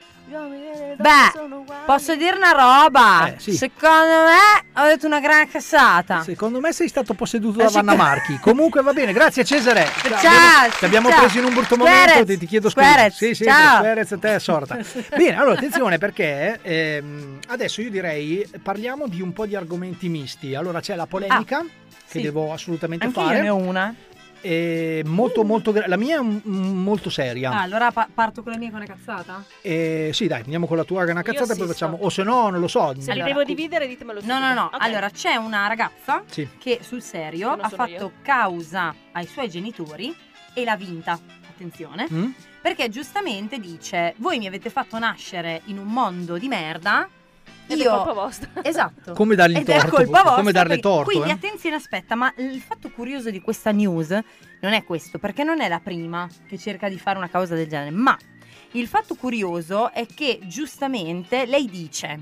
Posso dire una roba? Sì. Secondo me ho detto una gran cazzata. Secondo me sei stato posseduto da Vanna Marchi. Comunque va bene, grazie Cesare. Ciao. Ti abbiamo preso in un brutto momento, ti chiedo scusa. Sì, Squarez, te è sorta. Bene, allora attenzione, perché adesso io direi parliamo di un po' di argomenti misti. Allora c'è la polemica che devo assolutamente fare. Io ne ho una. La mia è molto seria. Allora parto con la mia con una cazzata? Sì, dai, andiamo con la tua che è una cazzata e poi facciamo. O se no, non lo so. Se li devo dividere, ditemelo subito. No. Okay. Allora, c'è una ragazza che sul serio ha fatto causa ai suoi genitori e l'ha vinta. Attenzione. Perché giustamente dice: voi mi avete fatto nascere in un mondo di merda. È colpa vostra. Esatto. Come dargli Ed torto, è colpa vostra, come darle torto. Quindi attenzione, aspetta, ma il fatto curioso di questa news non è questo, perché non è la prima che cerca di fare una causa del genere, ma il fatto curioso è che giustamente lei dice: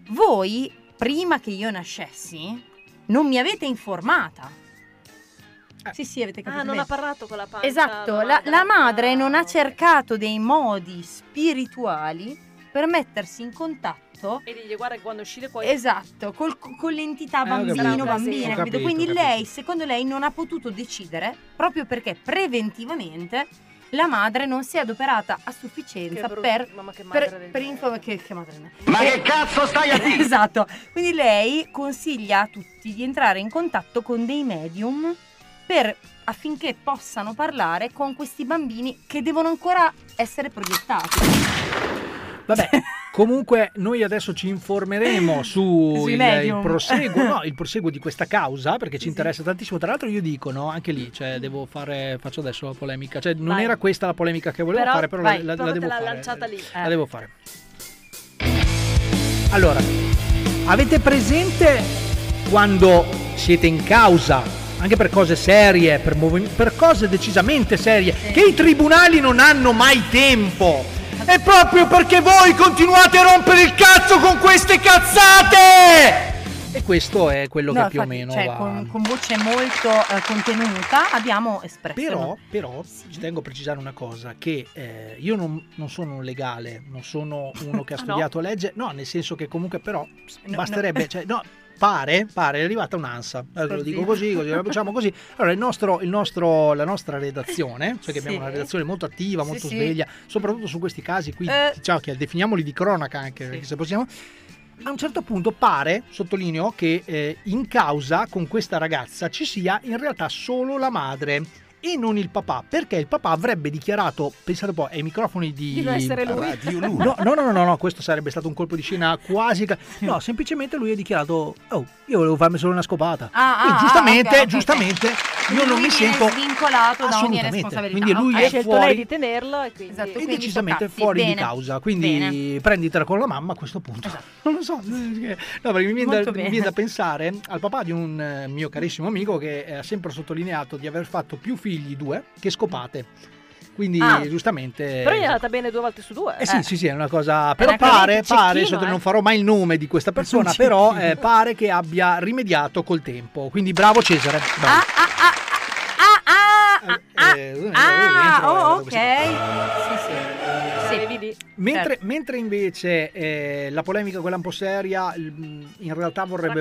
voi prima che io nascessi non mi avete informata. Sì, avete capito. Non bene. ha parlato con la pancia. Esatto, la madre non ha cercato dei modi spirituali per mettersi in contatto. E digli guarda che quando uscire poi. Esatto, con l'entità Ho capito. bambino-bambina, Ho capito? capito, Quindi ho capito. lei, secondo lei, non ha potuto decidere proprio perché preventivamente la madre non si è adoperata a sufficienza Che brutto, per mamma, che madre del che madre. Ma che cazzo stai a dire? Esatto. Quindi lei consiglia a tutti di entrare in contatto con dei medium affinché possano parlare con questi bambini che devono ancora essere progettati. Vabbè, comunque noi adesso ci informeremo Sui il medium. proseguo di questa causa, perché ci interessa tantissimo. Tra l'altro io dico, no, anche lì, cioè faccio adesso la polemica, cioè non Vai. era questa la polemica che volevo fare, però vai, la proprio devo te l'ha fare. lanciata lì. La devo fare. Allora, avete presente quando siete in causa, anche per cose serie, per cose decisamente serie, che i tribunali non hanno mai tempo? È proprio perché voi continuate a rompere il cazzo con queste cazzate! E questo è quello che più o meno va. Con voce molto contenuta abbiamo espresso. Però ci tengo a precisare una cosa, che io non sono un legale, non sono uno che ha studiato legge, no, nel senso che comunque però basterebbe, cioè, no, pare è arrivata un'ansa, lo dico così, la facciamo così. Allora la nostra redazione, cioè che abbiamo una redazione molto attiva, molto sveglia, soprattutto su questi casi qui, diciamo che definiamoli di cronaca anche, perché se possiamo. A un certo punto pare, sottolineo, che in causa con questa ragazza ci sia in realtà solo la madre e non il papà, perché il papà avrebbe dichiarato, pensate un po', ai microfoni di non essere lui. Radio Luna. No, questo sarebbe stato un colpo di scena quasi. No, semplicemente lui ha dichiarato: oh, io volevo farmi solo una scopata. E giustamente io non mi sento svincolato da ogni assolutamente. responsabilità. Quindi lui Hai è scelto fuori lei di tenerlo e quindi. Esatto, e quindi decisamente sto cazzi. fuori Bene. di causa, quindi Bene. prenditela con la mamma a questo punto. Non lo so, no, perché mi viene da pensare al papà di un mio carissimo amico che ha sempre sottolineato di aver fatto più figli, 2, che scopate. Quindi giustamente. Però gli è andata bene 2 volte su 2. Sì, è una cosa. Però pare, non farò mai il nome di questa persona, però pare che abbia rimediato col tempo. Quindi bravo Cesare. Bravo. Ok. Sì. Vedi? Mentre invece la polemica quella un po' seria in realtà vorrebbe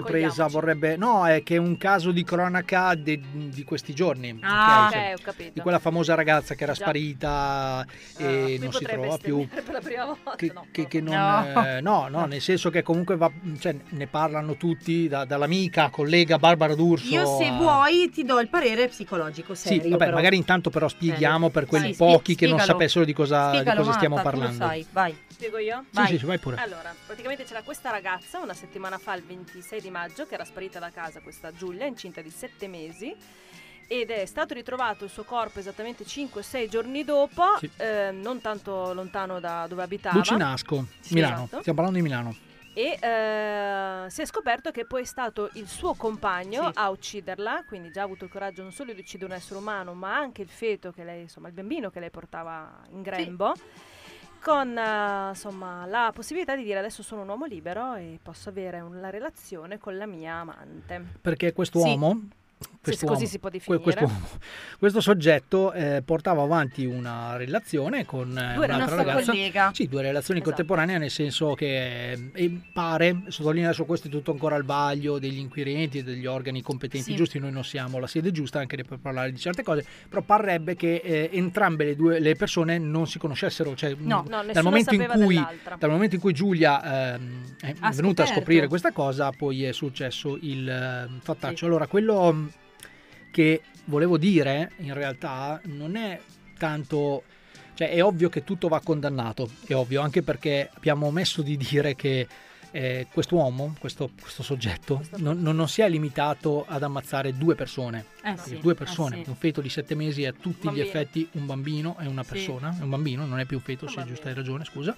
è che è un caso di cronaca di questi giorni, ho capito. di quella famosa ragazza che era sparita e non si trova più, per la prima volta, che non nel senso che comunque ne parlano tutti, dall'amica collega Barbara D'Urso. Io se vuoi ti do il parere psicologico serio. Sì, vabbè, però. magari intanto però spieghiamo per quelli pochi che non sapessero di cosa stiamo parlando. Tu lo sai, vai. Spiego io? Sì, vai pure. Allora, praticamente c'era questa ragazza una settimana fa, il 26 di maggio, che era sparita da casa, questa Giulia, incinta di 7 mesi. Ed è stato ritrovato il suo corpo esattamente 5-6 giorni dopo, non tanto lontano da dove abitava. Bucinasco, Milano. Esatto. Stiamo parlando di Milano. E si è scoperto che poi è stato il suo compagno a ucciderla, quindi già ha avuto il coraggio non solo di uccidere un essere umano, ma anche il feto che lei, insomma, il bambino che lei portava in grembo. Con la possibilità di dire: adesso sono un uomo libero e posso avere una relazione con la mia amante. Perché quest'uomo, così si può definire, questo soggetto portava avanti una relazione con un'altra ragazza. Collega. Sì, 2 relazioni contemporanee, nel senso che pare, sottolineo adesso, questo è tutto ancora al vaglio degli inquirenti e degli organi competenti giusti, noi non siamo la sede giusta anche per parlare di certe cose, però parrebbe che entrambe le persone non si conoscessero, cioè dal momento in cui Giulia è venuta a scoprire questa cosa, poi è successo il fattaccio. Allora, quello che volevo dire in realtà non è tanto, cioè è ovvio che tutto va condannato, è ovvio, anche perché abbiamo omesso di dire che quest'uomo, questo soggetto non si è limitato ad ammazzare 2 persone, 2 persone, un feto di 7 mesi è a tutti gli effetti un bambino, è una persona, è un bambino, non è più un feto, se giusto, hai ragione, scusa.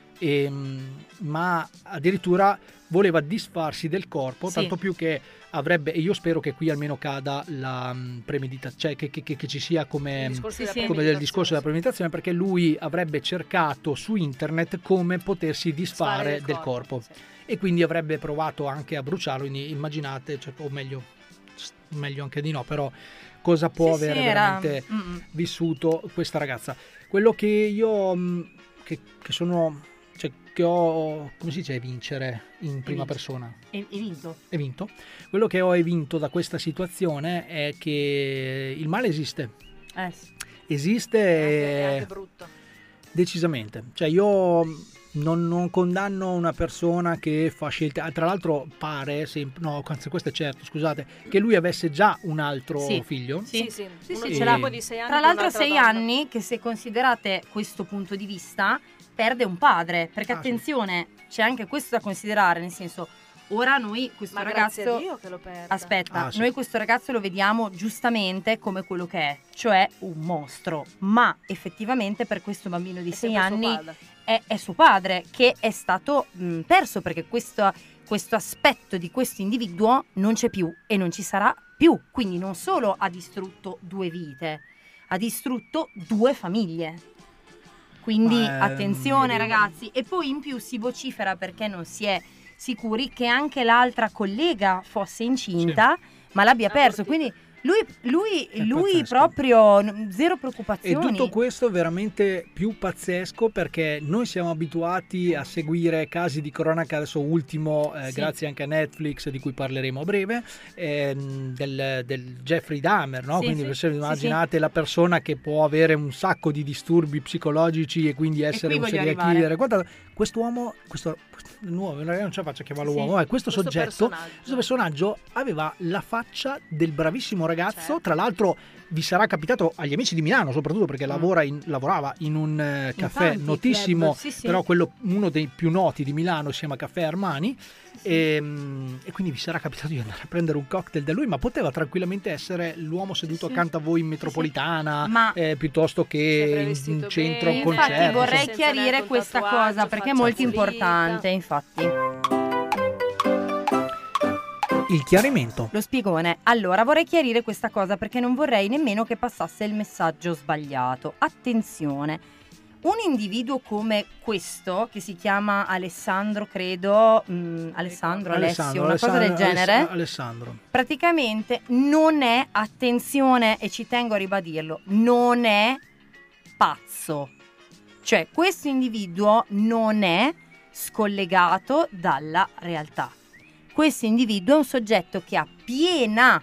Ma addirittura voleva disfarsi del corpo, tanto più che avrebbe, e io spero che qui almeno cada la premeditazione, cioè che ci sia come del discorso della premeditazione, perché lui avrebbe cercato su internet come potersi disfare del corpo. E quindi avrebbe provato anche a bruciarlo, quindi immaginate, o meglio anche di no, però cosa può Sì, avere sì, era- veramente vissuto questa ragazza. Quello che io che sono, cioè, che ho, come si dice, vincere in prima persona. E vinto. È vinto. Quello che ho evinto da questa situazione è che il male esiste. Sì. Esiste È anche brutto. decisamente. Cioè io non condanno una persona che fa scelte. Tra l'altro pare, no, anzi questo è certo, scusate, che lui avesse già un altro figlio. Sì, Sì, Sì, uno sì, ce ce l'ha l'ha. poi di 6 anni. Tra con l'altro un'altra 6 donna. anni che, se considerate questo punto di vista, perde un padre, perché attenzione, c'è anche questo da considerare, nel senso, ora noi questo Ma grazie ragazzo a Dio che lo perde. Aspetta, Sì. noi questo ragazzo lo vediamo giustamente come quello che è, cioè un mostro, ma effettivamente per questo bambino di 6 sempre suo anni padre. è suo padre che è stato perso, perché questo aspetto di questo individuo non c'è più e non ci sarà più. Quindi non solo ha distrutto 2 vite, ha distrutto 2 famiglie. Quindi attenzione ragazzi. E poi in più si vocifera, perché non si è sicuri, che anche l'altra collega fosse incinta, ma l'abbia perso. Quindi lui proprio zero E preoccupazioni. tutto questo veramente più pazzesco, perché noi siamo abituati a seguire casi di cronaca, adesso ultimo, Sì. grazie anche a Netflix, di cui parleremo a breve, del Jeffrey Dahmer, no? Sì, Quindi sì. immaginate la persona che può avere un sacco di disturbi psicologici e quindi essere qui un voglio serial arrivare. killer. Guarda, quest'uomo, questo nuovo, non ce la faccio a chiamarlo Sì. uomo, questo Questo soggetto, personaggio. questo personaggio aveva la faccia del bravissimo ragazzo. Certo. Tra l'altro vi sarà capitato agli amici di Milano, soprattutto perché lavorava in un caffè tanti notissimo, club, sì. però uno dei più noti di Milano, si chiama Caffè Armani. E quindi vi sarà capitato di andare a prendere un cocktail da lui, ma poteva tranquillamente essere l'uomo seduto accanto a voi in metropolitana, Ma- piuttosto che in centro bene. concerto. Infatti vorrei Senza chiarire neanche un questa tatuaggio, cosa, perché è faccia molto pulita. importante, infatti. Il chiarimento. Lo spiegone. Allora, vorrei chiarire questa cosa, perché non vorrei nemmeno che passasse il messaggio sbagliato. Attenzione, un individuo come questo, che si chiama Alessandro, credo, Alessio, una cosa del genere, Alessandro. praticamente non è, attenzione, e ci tengo a ribadirlo, non è pazzo. Cioè, questo individuo non è scollegato dalla realtà. Questo individuo è un soggetto che ha piena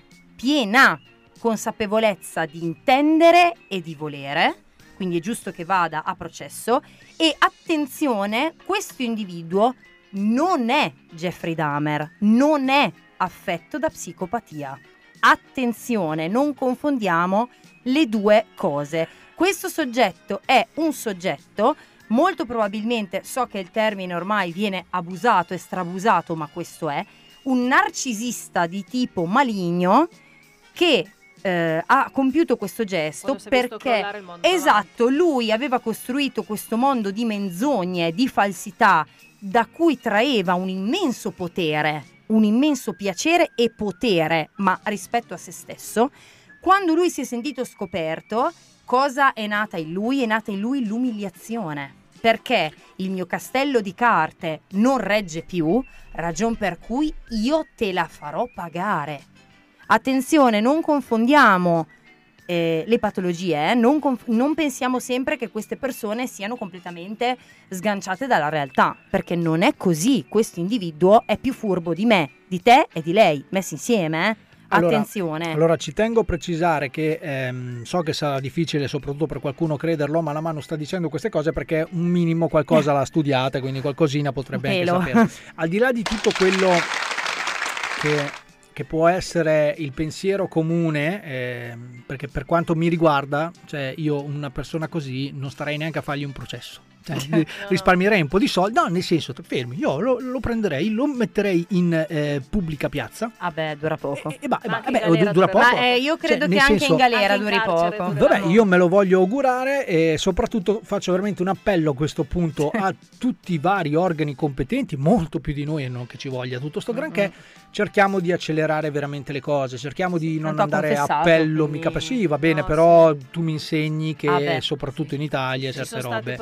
consapevolezza di intendere e di volere, quindi è giusto che vada a processo. E attenzione, questo individuo non è Jeffrey Dahmer, non è affetto da psicopatia. Attenzione, non confondiamo le due cose. Questo soggetto è un soggetto, molto probabilmente, so che il termine ormai viene abusato e strabusato, ma questo è un narcisista di tipo maligno che ha compiuto questo gesto Quando si è visto perché, crollare il mondo esatto, lui aveva costruito questo mondo di menzogne, di falsità, da cui traeva un immenso potere, un immenso piacere e potere, ma rispetto a se stesso. Quando lui si è sentito scoperto, cosa è nata in lui? È nata in lui l'umiliazione. Perché il mio castello di carte non regge più, ragion per cui io te la farò pagare. Attenzione, non confondiamo le patologie, non pensiamo sempre che queste persone siano completamente sganciate dalla realtà, perché non è così. Questo individuo è più furbo di me, di te e di lei, messi insieme, Attenzione. Allora ci tengo a precisare che so che sarà difficile soprattutto per qualcuno crederlo, ma la Manu sta dicendo queste cose perché un minimo qualcosa l'ha studiata, quindi qualcosina potrebbe anche sapere. Al di là di tutto quello che può essere il pensiero comune, perché per quanto mi riguarda, cioè io una persona così non starei neanche a fargli un processo. Cioè, risparmierei un po' di soldi, no, nel senso, fermi, io lo prenderei, lo metterei in pubblica piazza. Vabbè, dura poco. Dura poco. Ma io credo che anche in galera duri poco. Vabbè, io me lo voglio augurare e soprattutto faccio veramente un appello a questo punto a tutti i vari organi competenti, molto più di noi e non che ci voglia tutto sto granché. Cerchiamo di accelerare veramente le cose, cerchiamo di non andare a appello, mica sì, va bene, però tu mi insegni che soprattutto in Italia ci certe sono robe stati processi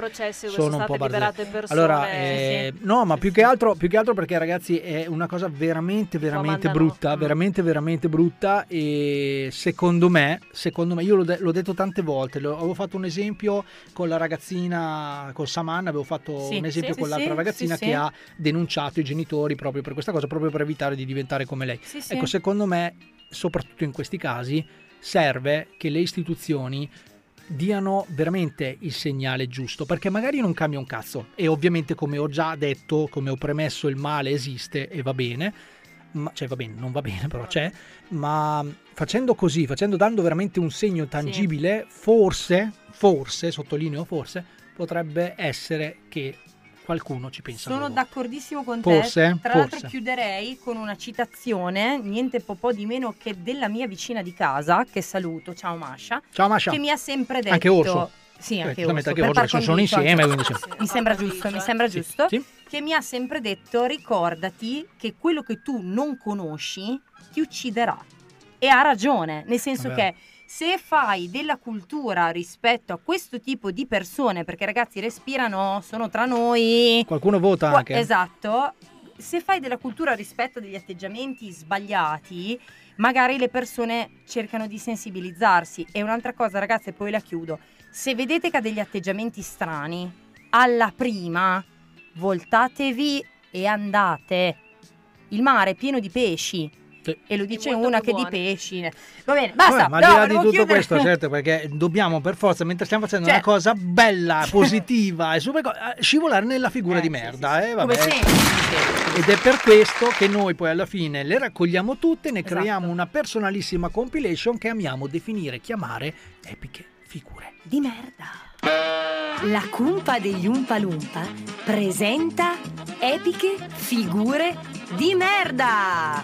dove sono sono un po' state liberate persone. Allora, no, ma più che altro perché, ragazzi, è una cosa veramente brutta, veramente brutta. E secondo me, io l'ho detto tante volte. Avevo fatto un esempio con la ragazzina, con Saman, avevo fatto un esempio con l'altra ragazzina che ha denunciato i genitori proprio per questa cosa, proprio per evitare di diventare come lei. Ecco, secondo me, soprattutto in questi casi, serve che le istituzioni diano veramente il segnale giusto, perché magari non cambia un cazzo, e ovviamente, come ho già detto, come ho premesso, il male esiste e va bene, cioè va bene, non va bene, però c'è, ma facendo così, dando veramente un segno tangibile, forse, sottolineo forse, potrebbe essere che qualcuno ci pensa. Sono d'accordissimo con te. Tra l'altro chiuderei con una citazione, niente po' di meno che della mia vicina di casa, che saluto, ciao Masha, che mi ha sempre detto... Anche Orso. Sì, anche Orso. Per Orso sono insieme, quindi mi sembra giusto. Sì. Che mi ha sempre detto, ricordati che quello che tu non conosci ti ucciderà. E ha ragione, nel senso che se fai della cultura rispetto a questo tipo di persone, perché ragazzi respirano, sono tra noi, qualcuno vota anche. Esatto, se fai della cultura rispetto a degli atteggiamenti sbagliati, magari le persone cercano di sensibilizzarsi. E un'altra cosa, ragazzi, e poi la chiudo, se vedete che ha degli atteggiamenti strani, alla prima voltatevi e andate. Il mare è pieno di pesci. E lo dice una che di pesci. Va bene, basta. Ma al di là di tutto questo, certo, perché dobbiamo per forza, mentre stiamo facendo una cosa bella, positiva e super, scivolare nella figura di merda. Vabbè. Ed è per questo che noi poi alla fine le raccogliamo tutte, ne creiamo una personalissima compilation che amiamo definire, chiamare epiche figure di merda. La cumpa degli Umpa Lumpa presenta epiche figure di merda.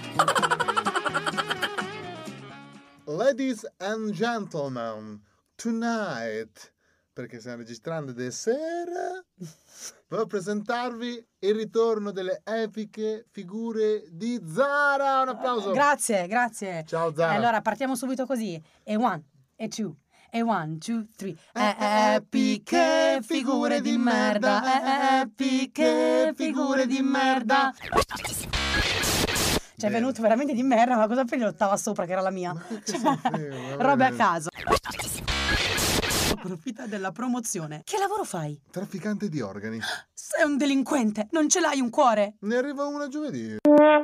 Ladies and gentlemen, tonight, perché stiamo registrando di sera, voglio presentarvi il ritorno delle epiche figure di Zara. Un applauso. Grazie. Ciao Zara. Allora partiamo subito così. E 1, e 2. E 1, 2, 3. Epiche figure di merda. Epiche figure di merda. Cioè è venuto veramente di merda, ma cosa prendi l'ottava sopra che era la mia? Robe a caso. Approfitta della promozione. Che lavoro fai? Trafficante di organi. Sei un delinquente, non ce l'hai un cuore? Ne arriva una giovedì.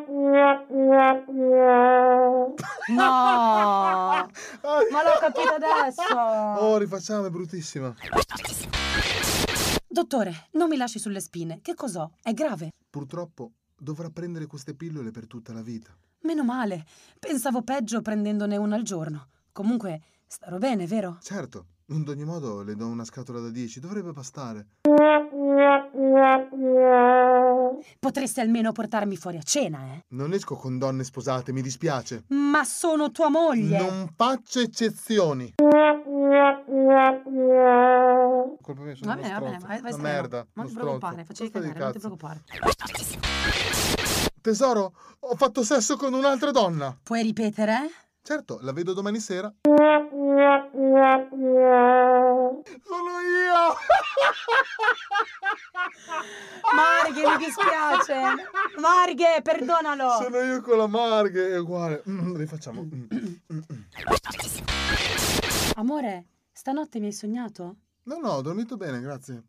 No, ma l'ho capito adesso. Oh, rifacciamo, è bruttissima. Dottore, non mi lasci sulle spine. Che cos'ho? È grave? Purtroppo dovrà prendere queste pillole per tutta la vita. Meno male. Pensavo peggio prendendone una al giorno. Comunque, starò bene, vero? Certo. Ad ogni modo le do una scatola da 10, dovrebbe bastare. Potresti almeno portarmi fuori a cena, eh? Non esco con donne sposate, mi dispiace. Ma sono tua moglie. Non faccio eccezioni. Colpa mia, sono va bene, vai una merda. Non ti preoccupare, facevi cagare, non ti preoccupare. Tesoro, ho fatto sesso con un'altra donna. Puoi ripetere? Certo, la vedo domani sera. Sono io! Marghe, mi dispiace. Marghe, perdonalo. Sono io con la Marghe, è uguale. Rifacciamo. Amore, stanotte mi hai sognato? No, ho dormito bene, grazie.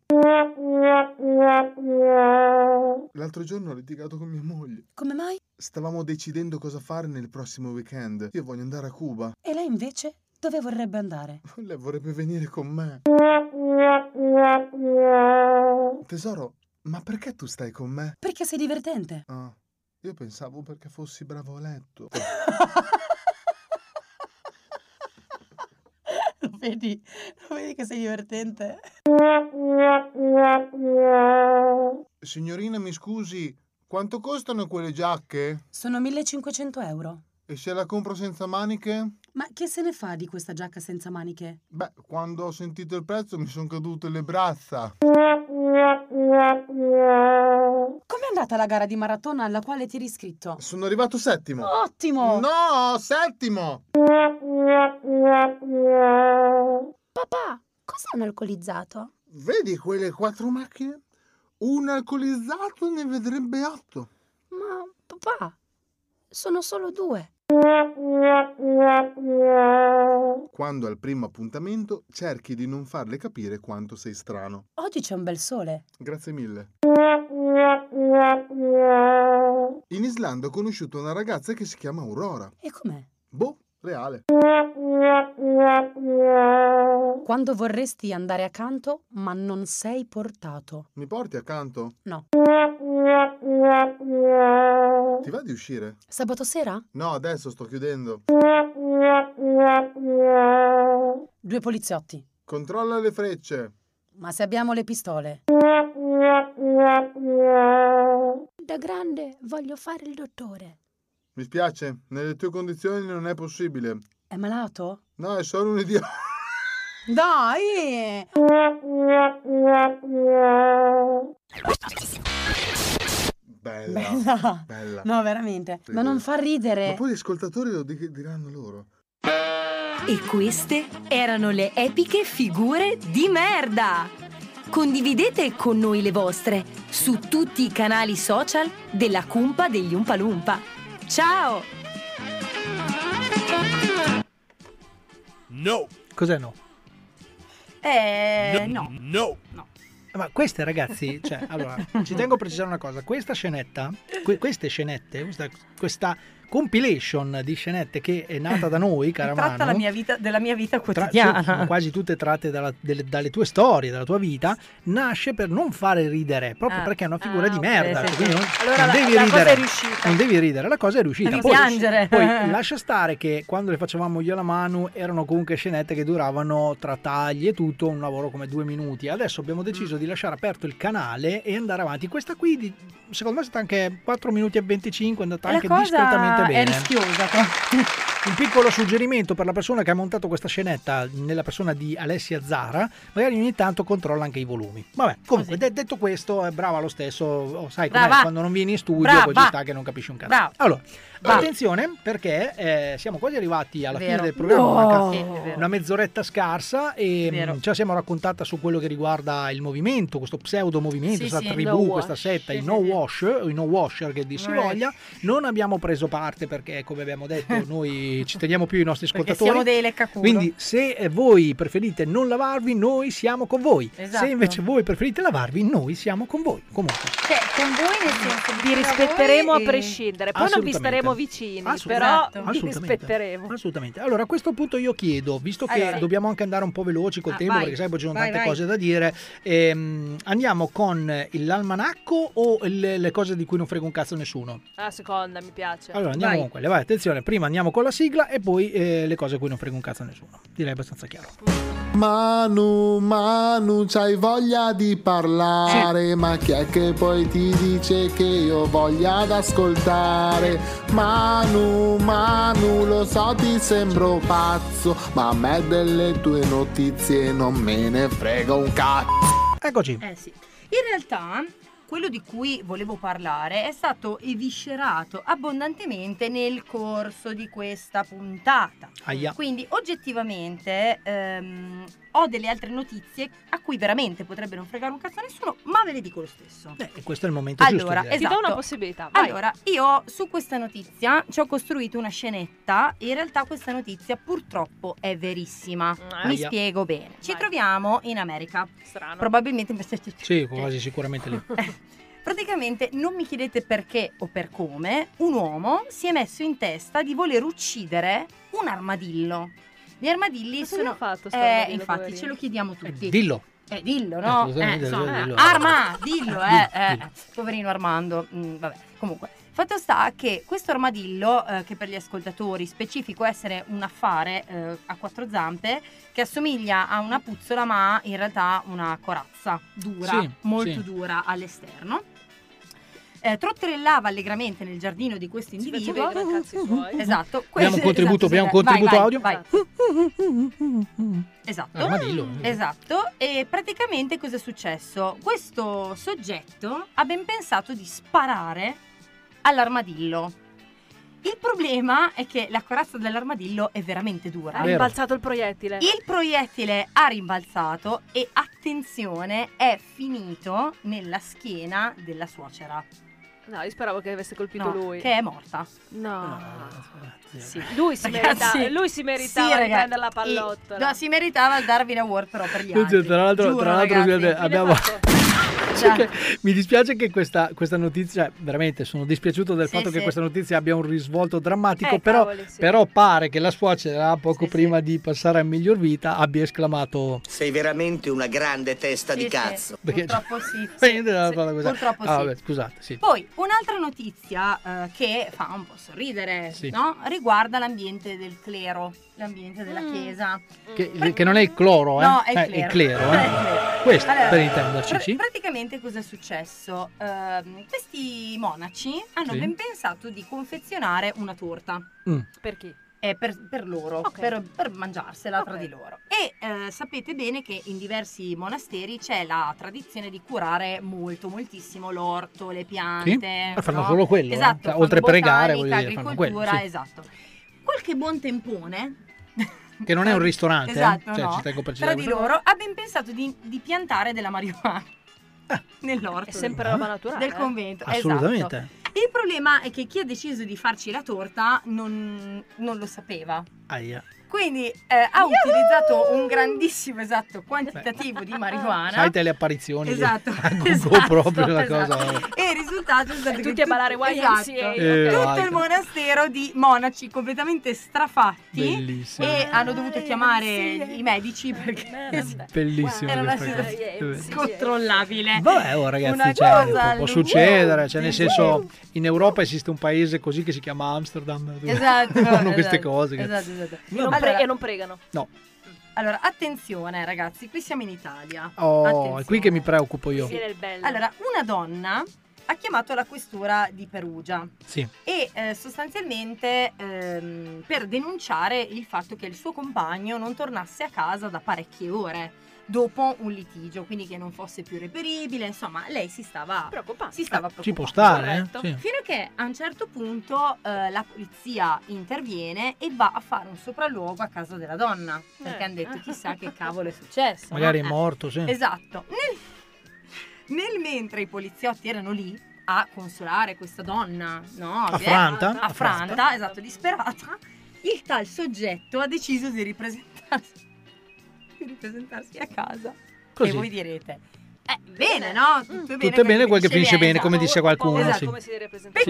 L'altro giorno ho litigato con mia moglie. Come mai? Stavamo decidendo cosa fare nel prossimo weekend. Io voglio andare a Cuba. E lei invece? Dove vorrebbe andare? Lei vorrebbe venire con me. Tesoro, ma perché tu stai con me? Perché sei divertente. Ah, io pensavo perché fossi bravo a letto. Lo vedi che sei divertente? Signorina, mi scusi, quanto costano quelle giacche? Sono 1.500 euro. E se la compro senza maniche? Ma che se ne fa di questa giacca senza maniche? Beh, quando ho sentito il prezzo mi sono cadute le braccia. Com'è andata la gara di maratona alla quale ti eri iscritto? Sono arrivato settimo. Ottimo! No, settimo! Papà, cos'è un alcolizzato? Vedi quelle 4 macchine? Un alcolizzato ne vedrebbe 8. Ma papà, sono solo 2. Quando al primo appuntamento cerchi di non farle capire quanto sei strano. Oggi c'è un bel sole. Grazie mille. In Islanda ho conosciuto una ragazza che si chiama Aurora. E com'è? Boh, reale. Quando vorresti andare accanto, ma non sei portato. Mi porti accanto? No. Ti va di uscire? Sabato sera? No, adesso sto chiudendo. 2 poliziotti. Controlla le frecce. Ma se abbiamo le pistole? Da grande voglio fare il dottore. Mi spiace, nelle tue condizioni non è possibile. È malato? No, è solo un idiota. Dai! Bella. No, veramente. Ma non fa ridere. Ma poi gli ascoltatori lo diranno loro. E queste erano le epiche figure di merda. Condividete con noi le vostre su tutti i canali social della Cumpa degli Umpalumpa. Ciao! No! Cos'è no? No. Ma queste ragazzi, cioè, allora, ci tengo a precisare una cosa, questa scenetta, queste scenette, questa compilation di scenette che è nata da noi, cara Tratta Manu, della mia vita quotidiana. sono quasi tutte tratte dalle tue storie, dalla tua vita, nasce per non fare ridere, proprio perché è una figura di merda. sì. Quindi Allora non devi la ridere, cosa è riuscita. non devi ridere, la cosa è riuscita. Devi piangere. Poi lascia stare che quando le facevamo io e la Manu erano comunque scenette che duravano tra tagli e tutto un lavoro come 2 minuti. Adesso abbiamo deciso di lasciare aperto il canale e andare avanti. Questa qui secondo me è stata anche 4 minuti e 25, è andata anche discretamente bene. È rischiosa. Un piccolo suggerimento per la persona che ha montato questa scenetta nella persona di Alessia Zara, magari ogni tanto controlla anche i volumi. Vabbè, comunque detto questo, è brava lo stesso, sai com'è, quando non vieni in studio poi ci sta che non capisci un cazzo. Brava. Allora, attenzione perché siamo quasi arrivati alla fine del programma, manca una mezz'oretta scarsa e ce la siamo raccontata su quello che riguarda il movimento, questo pseudo movimento, questa tribù, questa setta, i no wash o i no washer che dir si voglia. Non abbiamo preso parte perché, come abbiamo detto, noi ci teniamo più i nostri ascoltatori. Perché siamo dei leccaculo. Quindi se voi preferite non lavarvi, noi siamo con voi. Esatto. Se invece voi preferite lavarvi, noi siamo con voi. Comunque. Cioè, con voi nel senso Vi rispetteremo a voi prescindere. Poi non vi staremo vicini, però vi rispetteremo. Assolutamente. Allora, a questo punto io chiedo, visto che dobbiamo anche andare un po' veloci col tempo, vai. perché sai, poi ci sono tante cose da dire, andiamo con l'almanacco o le cose di cui non frega un cazzo nessuno? La seconda mi piace. Allora andiamo con quelle, vai, attenzione, prima andiamo con la sigla e poi le cose a cui non frega un cazzo a nessuno. Direi abbastanza chiaro. Manu, c'hai voglia di parlare, ma chi è che poi ti dice che io voglia ad ascoltare? Manu, lo so ti sembro pazzo, ma a me delle tue notizie non me ne frega un cazzo. Eccoci. Sì. In realtà quello di cui volevo parlare è stato eviscerato abbondantemente nel corso di questa puntata. Aia. Quindi oggettivamente ho delle altre notizie a cui veramente potrebbe non fregare un cazzo a nessuno, ma ve le dico lo stesso. E questo è il momento giusto. Allora, Ti do una possibilità. Vai. Allora, io su questa notizia ci ho costruito una scenetta e in realtà questa notizia purtroppo è verissima. Mi Aia. spiego bene. Ci troviamo in America. Strano. Probabilmente Sì, quasi sicuramente lì. Praticamente non mi chiedete perché o per come un uomo si è messo in testa di voler uccidere un armadillo. Gli armadilli Cosa sono gli ha fatto sto armadillo, infatti poverino? ce lo chiediamo tutti. Dillo. Dillo, no? Assolutamente, dillo. Dillo. Dillo. Poverino Armando. Vabbè, comunque. Fatto sta che questo armadillo, che per gli ascoltatori specifico essere un affare a 4 zampe, che assomiglia a una puzzola ma in realtà una corazza dura, molto dura all'esterno. Trotterellava allegramente nel giardino di questo individuo. Esatto. Abbiamo un contributo, audio. Vai. Esatto. Armadillo. Esatto. E praticamente cosa è successo? Questo soggetto ha ben pensato di sparare all'armadillo. Il problema è che la corazza dell'armadillo è veramente dura. Ha rimbalzato il proiettile. Il proiettile ha rimbalzato e, attenzione, è finito nella schiena della suocera. No, io speravo che avesse colpito No, lui. che è morta. No. Sì. Lui si meritava di prendere la pallottola. No, si meritava il Darwin Award però per gli altri. Tra l'altro, ragazzi, scusate, abbiamo... Mi dispiace che questa notizia, veramente sono dispiaciuto del fatto che questa notizia abbia un risvolto drammatico, però pare che la suocera poco prima di passare a miglior vita abbia esclamato: sei veramente una grande testa di cazzo. Perché purtroppo sì. Purtroppo sì. Vabbè, scusate, sì. Poi un'altra notizia che fa un po' sorridere, no? Riguarda l'ambiente del clero, l'ambiente della chiesa. Che non è il cloro, No, è il il clero. clero. Questo, Allora, per intenderci, sì. Praticamente cosa è successo? Questi monaci hanno ben pensato di confezionare una torta. Per chi? Per loro, per mangiarsela tra di loro. E sapete bene che in diversi monasteri c'è la tradizione di curare moltissimo l'orto, le piante. Sì, fanno solo quello, esatto, oltre a pregare, botanica, voglio dire, fanno quello, agricoltura, sì. esatto. Qualche buon tempone, che non è un ristorante, esatto, cioè, no, ci tengo per tra di loro ha ben pensato di piantare della marijuana nell'orto. È sempre roba naturale del convento. Assolutamente. Esatto. Il problema è che chi ha deciso di farci la torta non lo sapeva. Aia. Quindi ha utilizzato un grandissimo quantitativo di marijuana. Sai te le apparizioni. Esatto. Proprio la cosa. E il risultato è stato che tutti a ballare YMCA. Tutto il monastero di monaci completamente strafatti. Bellissimo. E hanno dovuto chiamare i medici perché Bellissimo. era una situazione scontrollabile. Vabbè, ragazzi, Una cioè, cosa può succedere, cioè, nel senso, in Europa esiste un paese così che si chiama Amsterdam, dove fanno queste cose. Esatto. E non pregano. No. Allora, attenzione ragazzi, qui siamo in Italia. È qui che mi preoccupo io. Allora, una donna ha chiamato la questura di Perugia. Sì. E sostanzialmente per denunciare il fatto che il suo compagno non tornasse a casa da parecchie ore dopo un litigio, quindi che non fosse più reperibile, insomma lei si stava preoccupando. Ci può stare, sì. Fino a che a un certo punto la polizia interviene e va a fare un sopralluogo a casa della donna, perché hanno detto chissà che cavolo è successo. Magari no? è morto, sì. Esatto. Nel mentre i poliziotti erano lì a consolare questa donna, no? Affranta, esatto, disperata, il tal soggetto ha deciso di ripresentarsi a casa. Così. E voi direte bene, no? Tutto è bene quel che finisce bene, come dice qualcuno. Esatto. Sì. Come si deve presentare.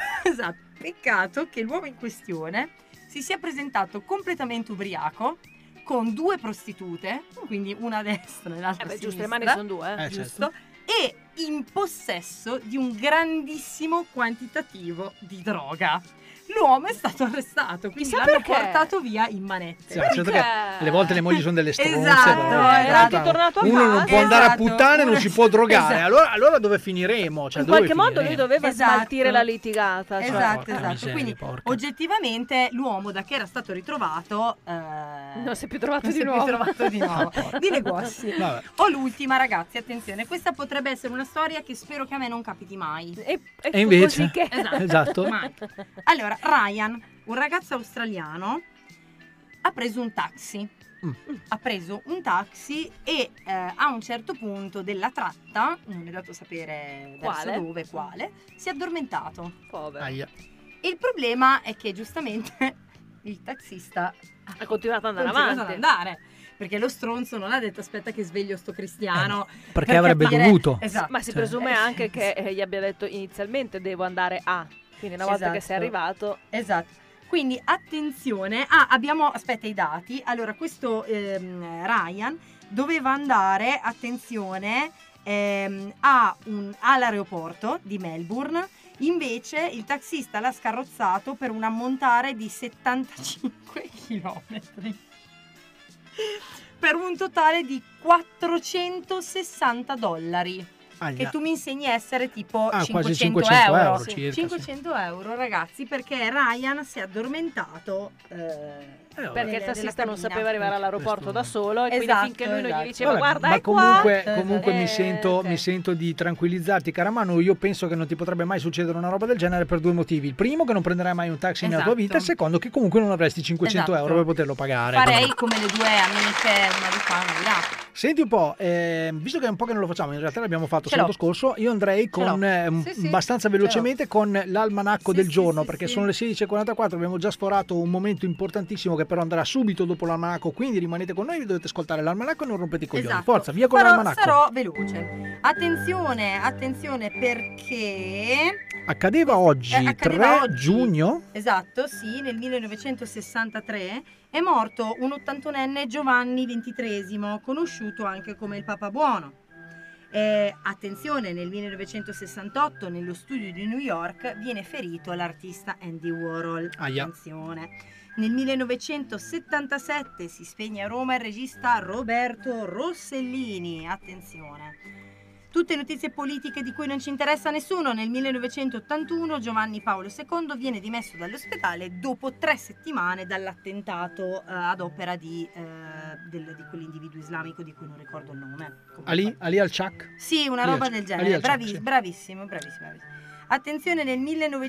Peccato che l'uomo in questione si sia presentato completamente ubriaco con 2 prostitute, quindi una a destra e l'altra a sinistra. Giusto, le mani sono 2, giusto? E in possesso di un grandissimo quantitativo di droga. L'uomo è stato arrestato, quindi l'hanno portato via in manette. Sì, certo che alle volte le mogli sono delle stronze. Esatto. Tornato a uno non può andare a puttane, non si può drogare. Esatto. Allora dove finiremo? Cioè, in qualche modo lui doveva smaltire la litigata. Esatto. Miseria, Quindi oggettivamente l'uomo, da che era stato ritrovato, non si è più trovato di nuovo. Di negozi. O l'ultima, ragazzi, attenzione, questa potrebbe essere una storia che spero che a me non capiti mai. E invece? Esatto. Mai. Allora, Ryan, un ragazzo australiano, ha preso un taxi. Ha preso un taxi e a un certo punto della tratta, non è dato sapere verso quale, si è addormentato. Povero. Il problema è che giustamente il taxista ha continuato ad andare avanti. Perché lo stronzo non ha detto aspetta che sveglio sto cristiano. Perché avrebbe dovuto. Esatto. Ma si presume anche che gli abbia detto inizialmente devo andare a. Quindi una volta che sei arrivato. Esatto. Quindi attenzione. Aspetta i dati. Allora questo Ryan doveva andare, attenzione, all'aeroporto di Melbourne. Invece il taxista l'ha scarrozzato per un ammontare di 75 chilometri. Per un totale di $460. che tu mi insegni a essere tipo quasi 500 500 euro. euro circa, 500 euro, ragazzi, perché Ryan si è addormentato. Perché il tassista non sapeva arrivare all'aeroporto da solo e Esatto, quindi finché lui non esatto. gli diceva Vabbè, guarda ma è qua. comunque mi sento di tranquillizzarti, cara Manu. Io penso che non ti potrebbe mai succedere una roba del genere per due motivi: il primo, che non prenderai mai un taxi nella tua vita; il secondo, che comunque non avresti 500 euro per poterlo pagare. Farei come le due amiche, una di qua, una di là. Senti un po', visto che è un po' che non lo facciamo, in realtà l'abbiamo fatto Ce l'ho. sabato scorso, io andrei con abbastanza velocemente con l'almanacco del giorno, perché sono le 16:44, abbiamo già sforato un momento importantissimo che però andrà subito dopo l'almanacco, quindi rimanete con noi, vi dovete ascoltare l'almanacco e non rompete i coglioni. Esatto. Forza, via con l'almanacco. Sarò veloce. Attenzione perché Accadeva oggi, 3 giugno. Esatto, sì, nel 1963 è morto un 81enne Giovanni XXIII, conosciuto anche come il Papa Buono. Attenzione, nel 1968 nello studio di New York viene ferito l'artista Andy Warhol. Aia. Attenzione. Nel 1977 si spegne a Roma il regista Roberto Rossellini. Attenzione. Tutte notizie politiche di cui non ci interessa nessuno. Nel 1981 Giovanni Paolo II viene dimesso dall'ospedale dopo 3 settimane dall'attentato ad opera di quell'individuo islamico di cui non ricordo il nome. Ali al-Chak? Sì, una Ali roba al-Chak. del genere. Ali al-Chak, sì. Bravissimo. Attenzione, nel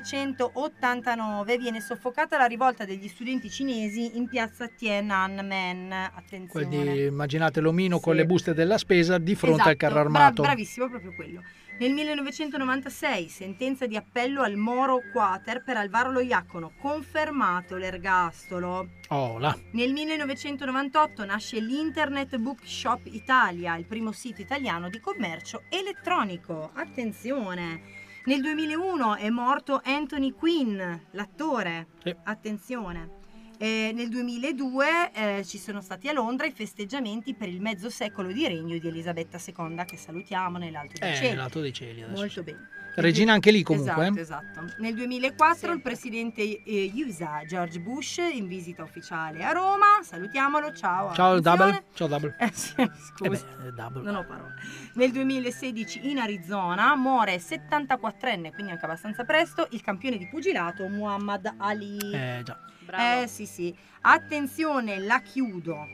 1989 viene soffocata la rivolta degli studenti cinesi in piazza Tiananmen. Attenzione. Quindi immaginate l'omino con le buste della spesa di fronte al carro armato. Bravissimo, proprio quello. Nel 1996 sentenza di appello al Moro Quater per Alvaro Loiacono, confermato l'ergastolo. Oh là. Nel 1998 nasce l'Internet Bookshop Italia, il primo sito italiano di commercio elettronico. Attenzione. Nel 2001 è morto Anthony Quinn, l'attore. Sì. Attenzione. Nel 2002 ci sono stati a Londra i festeggiamenti per il mezzo secolo di regno di Elisabetta II, che salutiamo nell'Alto dei Cieli. Nell'Alto dei Cieli adesso. Molto bene. Regina anche lì comunque. Esatto. Nel 2004 il presidente USA George Bush in visita ufficiale a Roma. Salutiamolo, ciao. Ciao attenzione. Double. Scusa, non ho parole. Nel 2016 in Arizona muore 74enne, quindi anche abbastanza presto, il campione di pugilato Muhammad Ali. Già. Bravo. Sì. Attenzione, la chiudo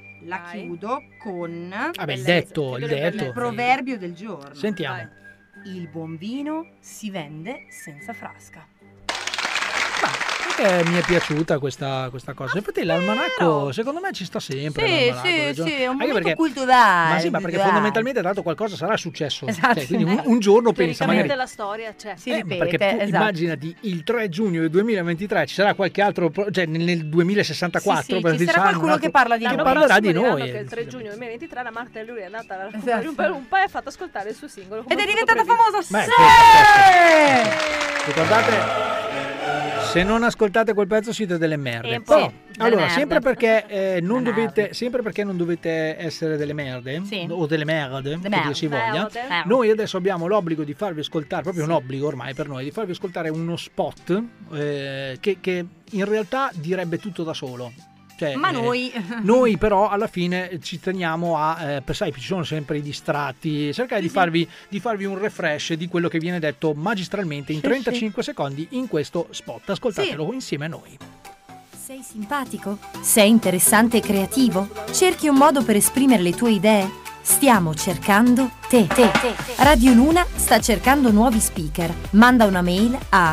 con il detto. il proverbio del giorno. Sentiamo. Vai. Il buon vino si vende senza frasca. Mi è piaciuta questa cosa. Infatti l'almanacco secondo me ci sta sempre. Sì, è un momento culturale. Ma sì, ma perché fondamentalmente tanto qualcosa sarà successo. Esatto. Cioè, quindi un giorno pensa magari. la storia c'è. Si ripete, perché tu immaginati il 3 giugno del 2023 ci sarà qualche altro, cioè nel 2064 ci sarà qualcuno che parla di che noi. parlerà di noi. Che il 3 giugno 2023 la Marta e lui è andata alla Lumpa e ha fatto ascoltare il suo singolo. Ed è diventata famosa. Ricordate, se non ascoltate quel pezzo siete delle merde. Però, allora, sempre perché non dovete essere delle merde o delle merde, che dir si voglia, noi adesso abbiamo l'obbligo di farvi ascoltare, proprio un obbligo ormai per noi, di farvi ascoltare uno spot che in realtà direbbe tutto da solo. Cioè, ma noi però alla fine ci teniamo a sai, ci sono sempre i distratti, cercare di farvi un refresh di quello che viene detto magistralmente in 35 secondi in questo spot. Ascoltatelo insieme a noi. Sei simpatico? Sei interessante e creativo? Cerchi un modo per esprimere le tue idee? Stiamo cercando te. Radio Luna sta cercando nuovi speaker. Manda una mail a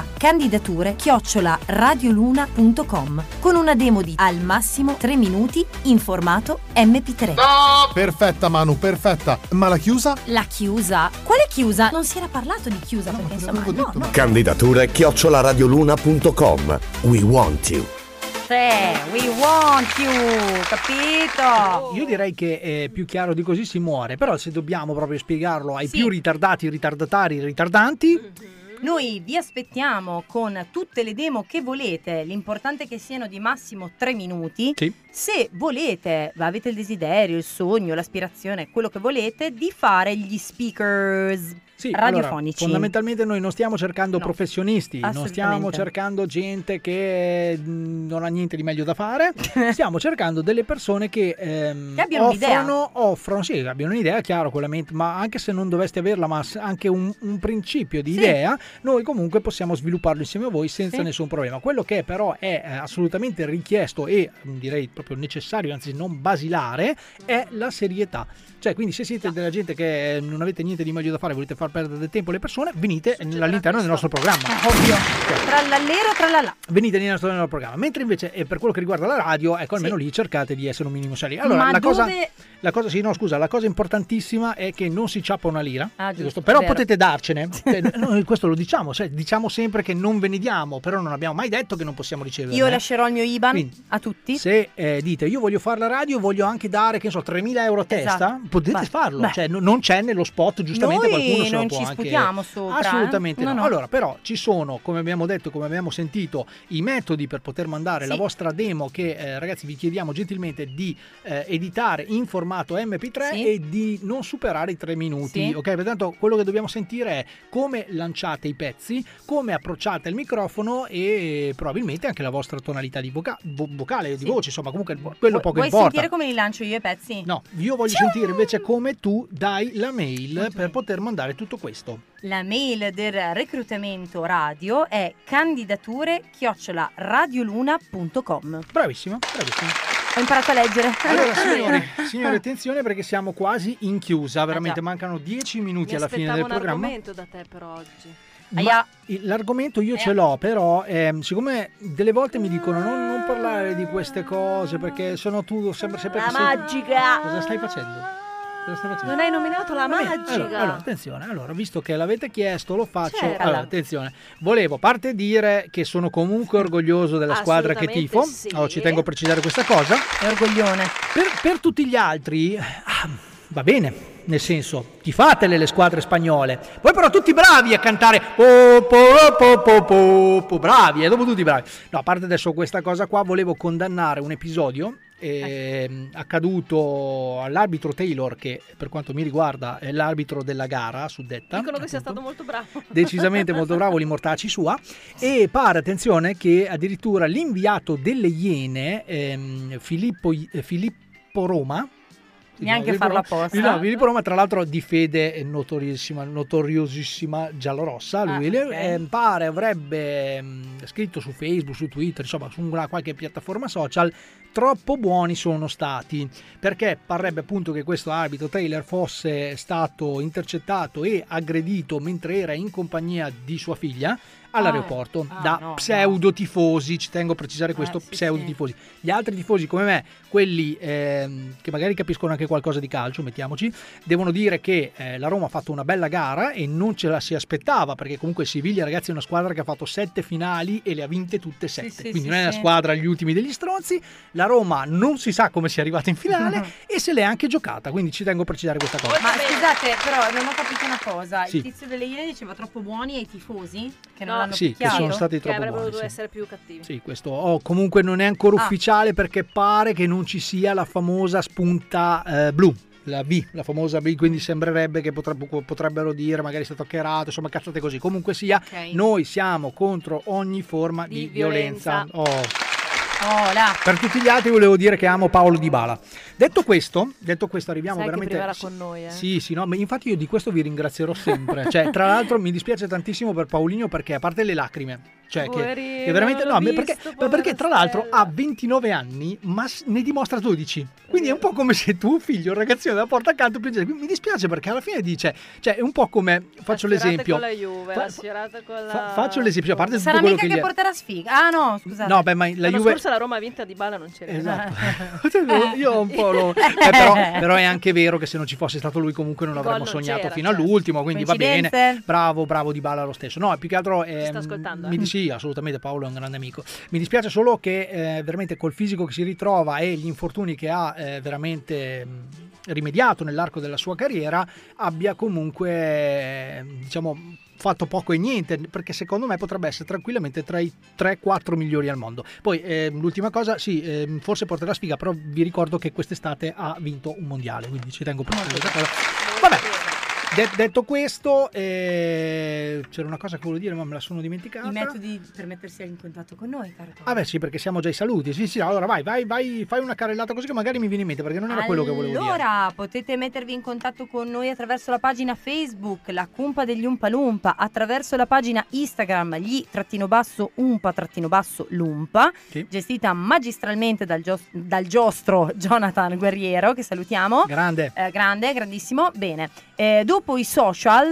candidature@radioluna.com con una demo di al massimo 3 minuti in formato MP3. No! Perfetta Manu, perfetta. Ma la chiusa? La chiusa? Quale chiusa? Non si era parlato di chiusa perché insomma no. Candidature@radioluna.com. We want you. We want you, capito? Io direi che più chiaro di così si muore, però se dobbiamo proprio spiegarlo ai più ritardati, ritardatari, ritardanti, Noi vi aspettiamo con tutte le demo che volete, l'importante è che siano di massimo 3 minuti. Sì. Se volete, avete il desiderio, il sogno, l'aspirazione, quello che volete, di fare gli speakers radiofonici. Allora, fondamentalmente noi non stiamo cercando professionisti, non stiamo cercando gente che non ha niente di meglio da fare, stiamo cercando delle persone che abbiano abbiano un'idea, chiaro, ma anche se non doveste averla, ma anche un principio di idea, noi comunque possiamo svilupparlo insieme a voi senza nessun problema. Quello che però è assolutamente richiesto e direi proprio necessario, anzi non basilare, è la serietà. Cioè, quindi se siete della gente che non avete niente di meglio da fare, volete far perdere del tempo alle persone, venite all'interno del nostro programma. Ovvio. Trallallero, trallallà. Venite all'interno del nostro programma. Mentre invece per quello che riguarda la radio, ecco, almeno lì cercate di essere un minimo seri. Allora, la cosa importantissima è che non si ciappa una lira. Giusto, però potete darcene. Noi questo lo diciamo, diciamo sempre che non ve ne diamo, però non abbiamo mai detto che non possiamo ricevere. Io lascerò il mio IBAN a tutti. Se dite io voglio fare la radio, voglio anche dare, che so, 3.000 euro a testa, potete farlo. Cioè, non c'è nello spot, giustamente qualcuno se lo può anche. Noi non ci sputiamo sopra. Assolutamente no. Allora, però ci sono, come abbiamo detto, come abbiamo sentito, i metodi per poter mandare la vostra demo che ragazzi vi chiediamo gentilmente di editare in formato MP3 e di non superare i 3 minuti. Ok, pertanto quello che dobbiamo sentire è come lanciate i pezzi, come approcciate il microfono e probabilmente anche la vostra tonalità di vocale, di voce, insomma, comunque quello poco Vuoi importa. sentire come li lancio io i pezzi? No, io voglio sentire invece come tu dai la mail per poter mandare tutto questo. La mail del reclutamento radio è candidature@radioluna.com. Bravissimo. Ho imparato a leggere. Allora, signori, attenzione perché siamo quasi in chiusa, veramente mancano 10 minuti alla fine del programma. Un argomento da te per oggi. L'argomento io ce l'ho, però siccome delle volte mi dicono non parlare di queste cose perché sono tu sempre la magica. Cosa stai facendo? Non hai nominato la magica. Allora, attenzione, visto che l'avete chiesto, lo faccio. Certo. Allora, attenzione. Volevo, a parte dire che sono comunque orgoglioso della squadra che tifo, ci tengo a precisare questa cosa. È orgoglione. Per tutti gli altri, va bene, nel senso, tifatele le squadre spagnole. Poi però tutti bravi a cantare, bravi, dopo tutti bravi. No, a parte adesso questa cosa qua, volevo condannare un episodio accaduto all'arbitro Taylor, che per quanto mi riguarda è l'arbitro della gara suddetta. Dicono che sia stato molto bravo. Decisamente molto bravo, li mortacci sua. E pare, attenzione, che addirittura l'inviato delle Iene, Filippo Roma, neanche farlo apposta. No, Filippo Roma, tra l'altro di fede notoriosissima giallorossa, lui pare avrebbe scritto su Facebook, su Twitter, insomma su una qualche piattaforma social: troppo buoni sono stati, perché parrebbe appunto che questo arbitro Taylor fosse stato intercettato e aggredito mentre era in compagnia di sua figlia all'aeroporto da pseudotifosi. Ci tengo a precisare questo, pseudotifosi. Gli altri tifosi come me, quelli che magari capiscono anche qualcosa di calcio, mettiamoci, devono dire che la Roma ha fatto una bella gara e non ce la si aspettava, perché comunque Siviglia, ragazzi, è una squadra che ha fatto 7 finali e le ha vinte tutte 7, quindi non è una squadra agli ultimi degli stronzi. La Roma non si sa come sia arrivata in finale e se l'è anche giocata, quindi ci tengo a precisare questa cosa. Ma scusate, però non ho capito una cosa, il tizio delle Iene diceva troppo buoni ai tifosi che non l'hanno che sono stati troppo buoni. Che avrebbero dovuto essere più cattivi. Sì, questo comunque non è ancora ufficiale, perché pare che non ci sia la famosa spunta blu, la V, la famosa V, quindi sembrerebbe che potrebbero dire magari è stato hackerato, insomma cazzate così. Comunque sia, noi siamo contro ogni forma di violenza. Per tutti gli altri volevo dire che amo Paolo Dybala. Detto questo arriviamo sai veramente. Che prima era con noi, Sì, no, ma infatti io di questo vi ringrazierò sempre. Cioè, tra l'altro mi dispiace tantissimo per Paulinho, perché a parte le lacrime, cioè che veramente perché tra l'altro ha 29 anni, ma ne dimostra 12. Quindi è un po' come se tu, figlio, un ragazzino della porta accanto, mi dispiace, perché alla fine dice, cioè è un po' come, faccio l'esempio. Con la Juve, la sfierata con la faccio l'esempio, a parte sarà tutto quello mica che porterà sfiga. Ah no, scusate. No, ma la Juve scorsa la Roma ha vinto, a Dybala non c'era. Esatto. Io un po' però è anche vero che se non ci fosse stato lui comunque non avremmo sognato fino all'ultimo, quindi va bene. Bravo Dybala lo stesso. No, più che altro mi sì, assolutamente, Paolo è un grande amico. Mi dispiace solo che veramente col fisico che si ritrova e gli infortuni che ha veramente rimediato nell'arco della sua carriera abbia comunque diciamo fatto poco e niente, perché secondo me potrebbe essere tranquillamente tra i 3-4 migliori al mondo. Poi l'ultima cosa, sì, forse porterà sfiga, però vi ricordo che quest'estate ha vinto un mondiale, quindi ci tengo per questa cosa. Vabbè, detto questo, c'era una cosa che volevo dire ma me la sono dimenticata. I metodi per mettersi in contatto con noi, caro Tony. Ah beh sì, perché siamo già ai saluti. Sì, allora vai, fai una carrellata così che magari mi viene in mente, perché non era quello che volevo dire. Allora, potete mettervi in contatto con noi attraverso la pagina Facebook, La Cumpa degli Umpa Lumpa, attraverso la pagina Instagram, gli_umpa_lumpa, sì, gestita magistralmente dal giostro Jonathan Guerriero, che salutiamo. Grande, grandissimo. Bene. Dopo i social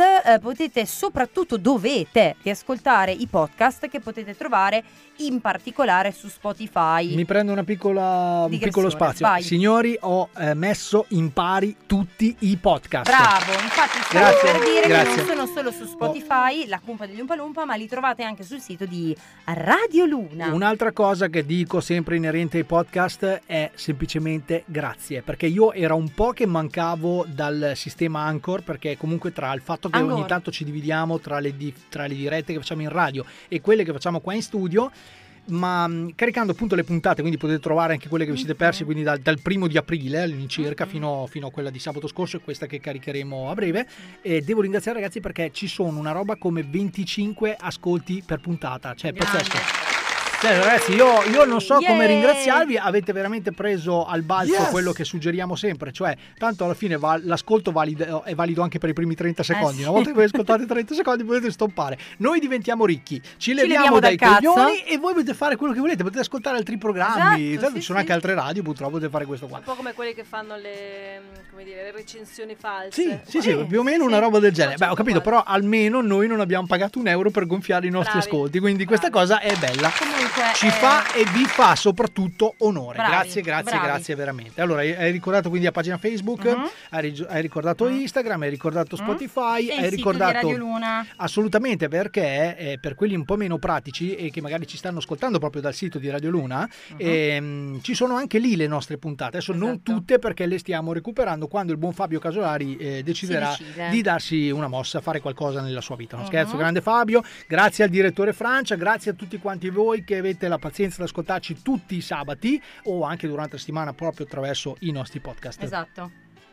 dovete riascoltare i podcast che potete trovare in particolare su Spotify. Mi prendo un piccolo spazio. Vai. Signori, ho messo in pari tutti i podcast. Bravo, infatti stavo per dire grazie. che non sono solo su Spotify, La Cumpa degli Umpa Lumpa, ma li trovate anche sul sito di Radio Luna. Un'altra cosa che dico sempre inerente ai podcast è semplicemente grazie, perché io era un po' che mancavo dal sistema Anchor, perché comunque tra il fatto che ogni tanto ci dividiamo tra le dirette che facciamo in radio e quelle che facciamo qua in studio, ma caricando appunto le puntate, quindi potete trovare anche quelle che vi siete persi, quindi dal 1° di aprile all'incirca fino a quella di sabato scorso e questa che caricheremo a breve. E devo ringraziare ragazzi perché ci sono una roba come 25 ascolti per puntata, cioè pazzesco. Ragazzi, io non so come ringraziarvi, avete veramente preso al balzo quello che suggeriamo sempre, cioè tanto alla fine l'ascolto è valido anche per i primi 30 secondi, sì. Una volta che voi ascoltate 30 secondi potete stoppare, noi diventiamo ricchi, ci leviamo dai coglioni e voi potete fare quello che volete, potete ascoltare altri programmi, Esatto, ci sono anche altre radio, purtroppo potete fare questo qua. Un po' come quelli che fanno le recensioni false. Sì, più o meno una roba del genere. Beh, ho capito, però almeno noi non abbiamo pagato €1 per gonfiare i nostri ascolti, quindi questa cosa è bella. Comunque, ci fa e vi fa soprattutto onore. Bravi. Grazie veramente. Allora, hai ricordato quindi la pagina Facebook, hai ricordato Instagram, hai ricordato Spotify, e hai il ricordato sito di Radio Luna. Assolutamente, perché per quelli un po' meno pratici e che magari ci stanno ascoltando proprio dal sito di Radio Luna, ci sono anche lì le nostre puntate. Adesso non tutte, perché le stiamo recuperando quando il buon Fabio Casolari deciderà di darsi una mossa, fare qualcosa nella sua vita. Non scherzo, grande Fabio, grazie al direttore Francia, grazie a tutti quanti voi che avete la pazienza di ascoltarci tutti i sabati o anche durante la settimana proprio attraverso i nostri podcast. Esatto.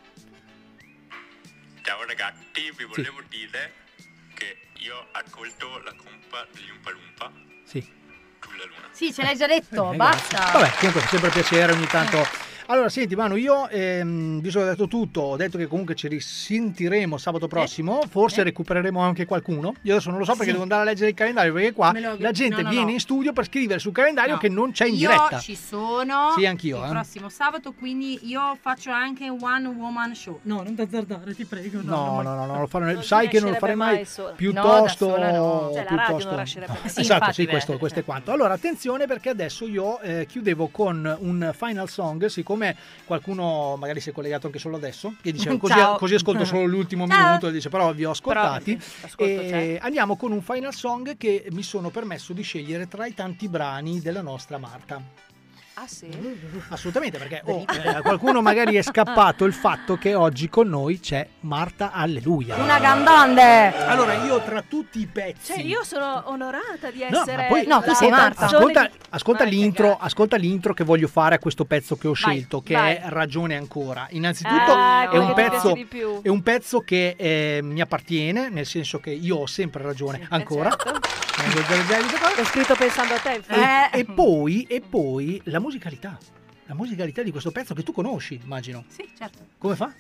Ciao ragazzi, vi volevo dire che io ascolto La Cumpa degli Umpa Lumpa. Sì. Sulla Luna. Sì, ce l'hai già detto, basta. Vabbè, comunque fa sempre piacere ogni tanto. Allora, senti Manu, io visto che ho detto tutto, ho detto che comunque ci risentiremo sabato prossimo, forse recupereremo anche qualcuno. Io adesso non lo so perché devo andare a leggere il calendario, perché qua la gente viene in studio per scrivere sul calendario che non c'è in diretta. Io ci sono. Sì, anch'io. Il prossimo sabato, quindi io faccio anche One Woman Show. No, non t'azzardare, ti prego. No, lo farò. Sai che non lo farei mai. Piuttosto. Cioè, la radio non lascerebbe mai. Esatto, sì, questo è quanto. Allora, attenzione, perché adesso io chiudevo con un final song, siccome qualcuno magari si è collegato anche solo adesso, che dice così ascolto solo l'ultimo minuto, e dice però vi ho ascoltati, e andiamo con un final song che mi sono permesso di scegliere tra i tanti brani della nostra Marta. Ah sì? Assolutamente, perché qualcuno magari è scappato il fatto che oggi con noi c'è Marta Alleluia. Una cantante! Allora, io tra tutti i pezzi... Cioè, io sono onorata di essere... tu sei Marta. Ascolta l'intro che voglio fare a questo pezzo che ho scelto, che è Ragione Ancora. Innanzitutto è un pezzo che mi appartiene, nel senso che io ho sempre ragione ancora. L'ho scritto pensando a te. E poi la musicalità di questo pezzo che tu conosci, immagino. Sì, certo. Come fa?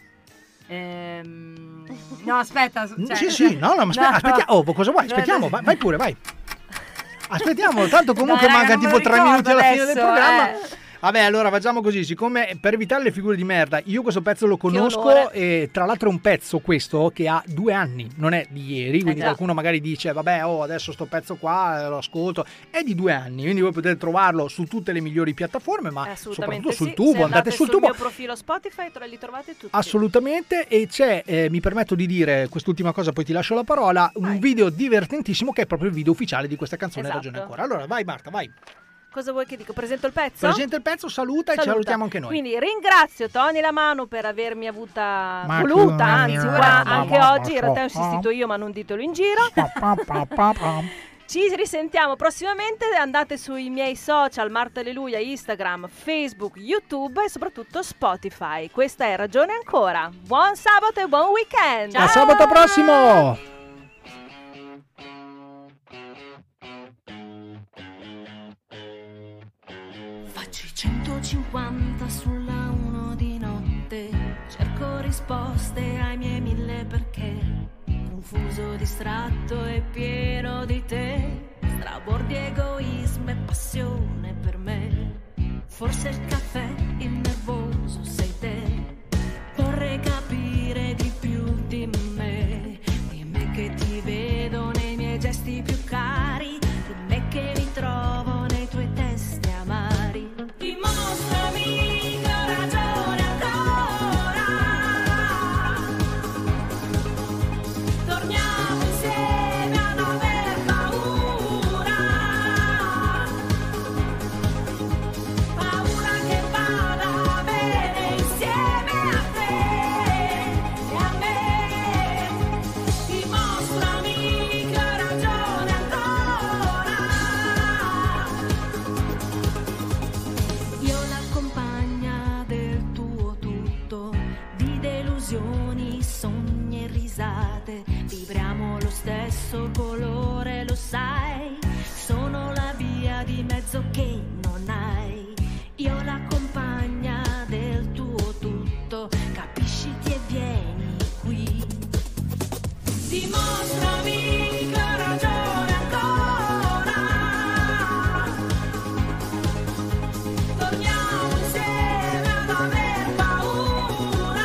No, aspetta. Ma aspettiamo. Oh, cosa vuoi? Aspettiamo, vai pure, vai. Aspettiamo, tanto comunque manca tipo 3 minuti alla fine del programma. Vabbè, allora facciamo così, siccome per evitare le figure di merda, io questo pezzo lo conosco onore. e tra l'altro è un pezzo questo che ha 2 anni, non è di ieri, quindi già. qualcuno magari dice vabbè, adesso sto pezzo qua lo ascolto, è di 2 anni, quindi voi potete trovarlo su tutte le migliori piattaforme, ma soprattutto sul tubo, Se andate sul sul tubo. mio profilo Spotify li trovate tutti. Assolutamente, e c'è, mi permetto di dire quest'ultima cosa, poi ti lascio la parola, un video divertentissimo che è proprio il video ufficiale di questa canzone, Esatto. Ragione Ancora. Allora vai Marta, vai. Cosa vuoi che dico? Presento il pezzo? Presenta il pezzo, saluta e ci salutiamo anche noi. Quindi ringrazio Tony Lamanu per avermi avuta Ma voluta, che anzi merda, qua anche ma oggi, in realtà ho insistito io ma non ditelo in giro. Ci risentiamo prossimamente, andate sui miei social Marta Alleluia, Instagram, Facebook, YouTube e soprattutto Spotify. Questa è Ragione Ancora. Buon sabato e buon weekend! A sabato prossimo! Faccio i 150 sulla 1 di notte, cerco risposte ai miei 1000 perché, confuso, distratto e pieno di te, strabordi, egoismo e passione per me. Forse il caffè, il nervoso sei te, vorrei capire di più di me che ti vedo nei miei gesti più cari, di me che mi trovo nei tuoi testi amari. Dimostrami che ho ragione ancora, torniamo insieme a non aver paura, paura che vada bene insieme a te e a me. Dimostrami che ho ragione ancora. Io la compagna del tuo tutto, di delusioni, sogni e risate, vibriamo lo stesso colore, lo sai, sono la via di mezzo che non hai. Io la compagna del tuo tutto, capisciti e vieni qui. Dimostrami che ho ragione ancora, torniamo insieme a non aver paura,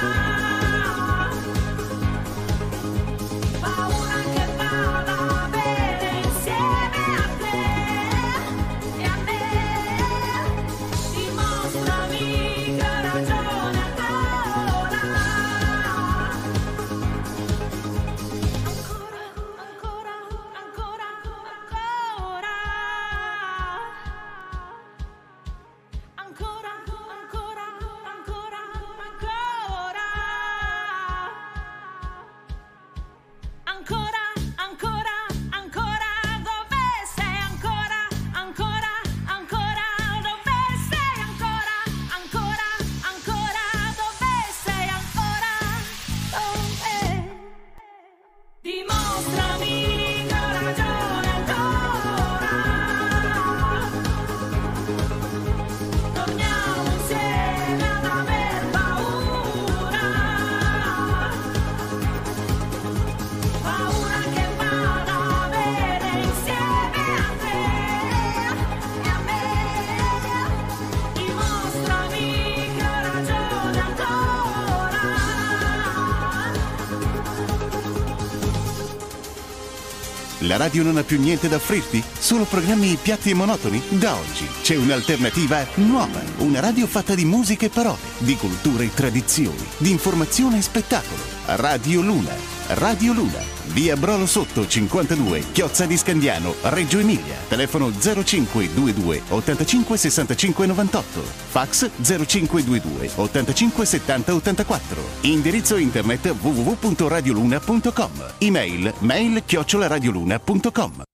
paura che vada bene insieme a te e a me. Dimostrami che ho ragione ancora. Ancora, ancora, ancora, dove sei ancora, ancora, ancora, dove sei ancora, ancora, ancora, dove sei ancora, dove? Dimostrami che ho ragione ancora, torniamo insieme a non aver paura, paura che vada bene insieme a te e a me. Dimostrami che ho ragione ancora. La radio non ha più niente da offrirti? Solo programmi piatti e monotoni? Da oggi c'è un'alternativa nuova. Una radio fatta di musica e parole, di cultura e tradizioni, di informazione e spettacolo. Radio Luna. Radio Luna, via Brolo Sotto 52, Chiozza di Scandiano, Reggio Emilia. Telefono 0522 85 65 98. Fax 0522 85 70 84. Indirizzo internet www.radioluna.com. Email mail@radioluna.com.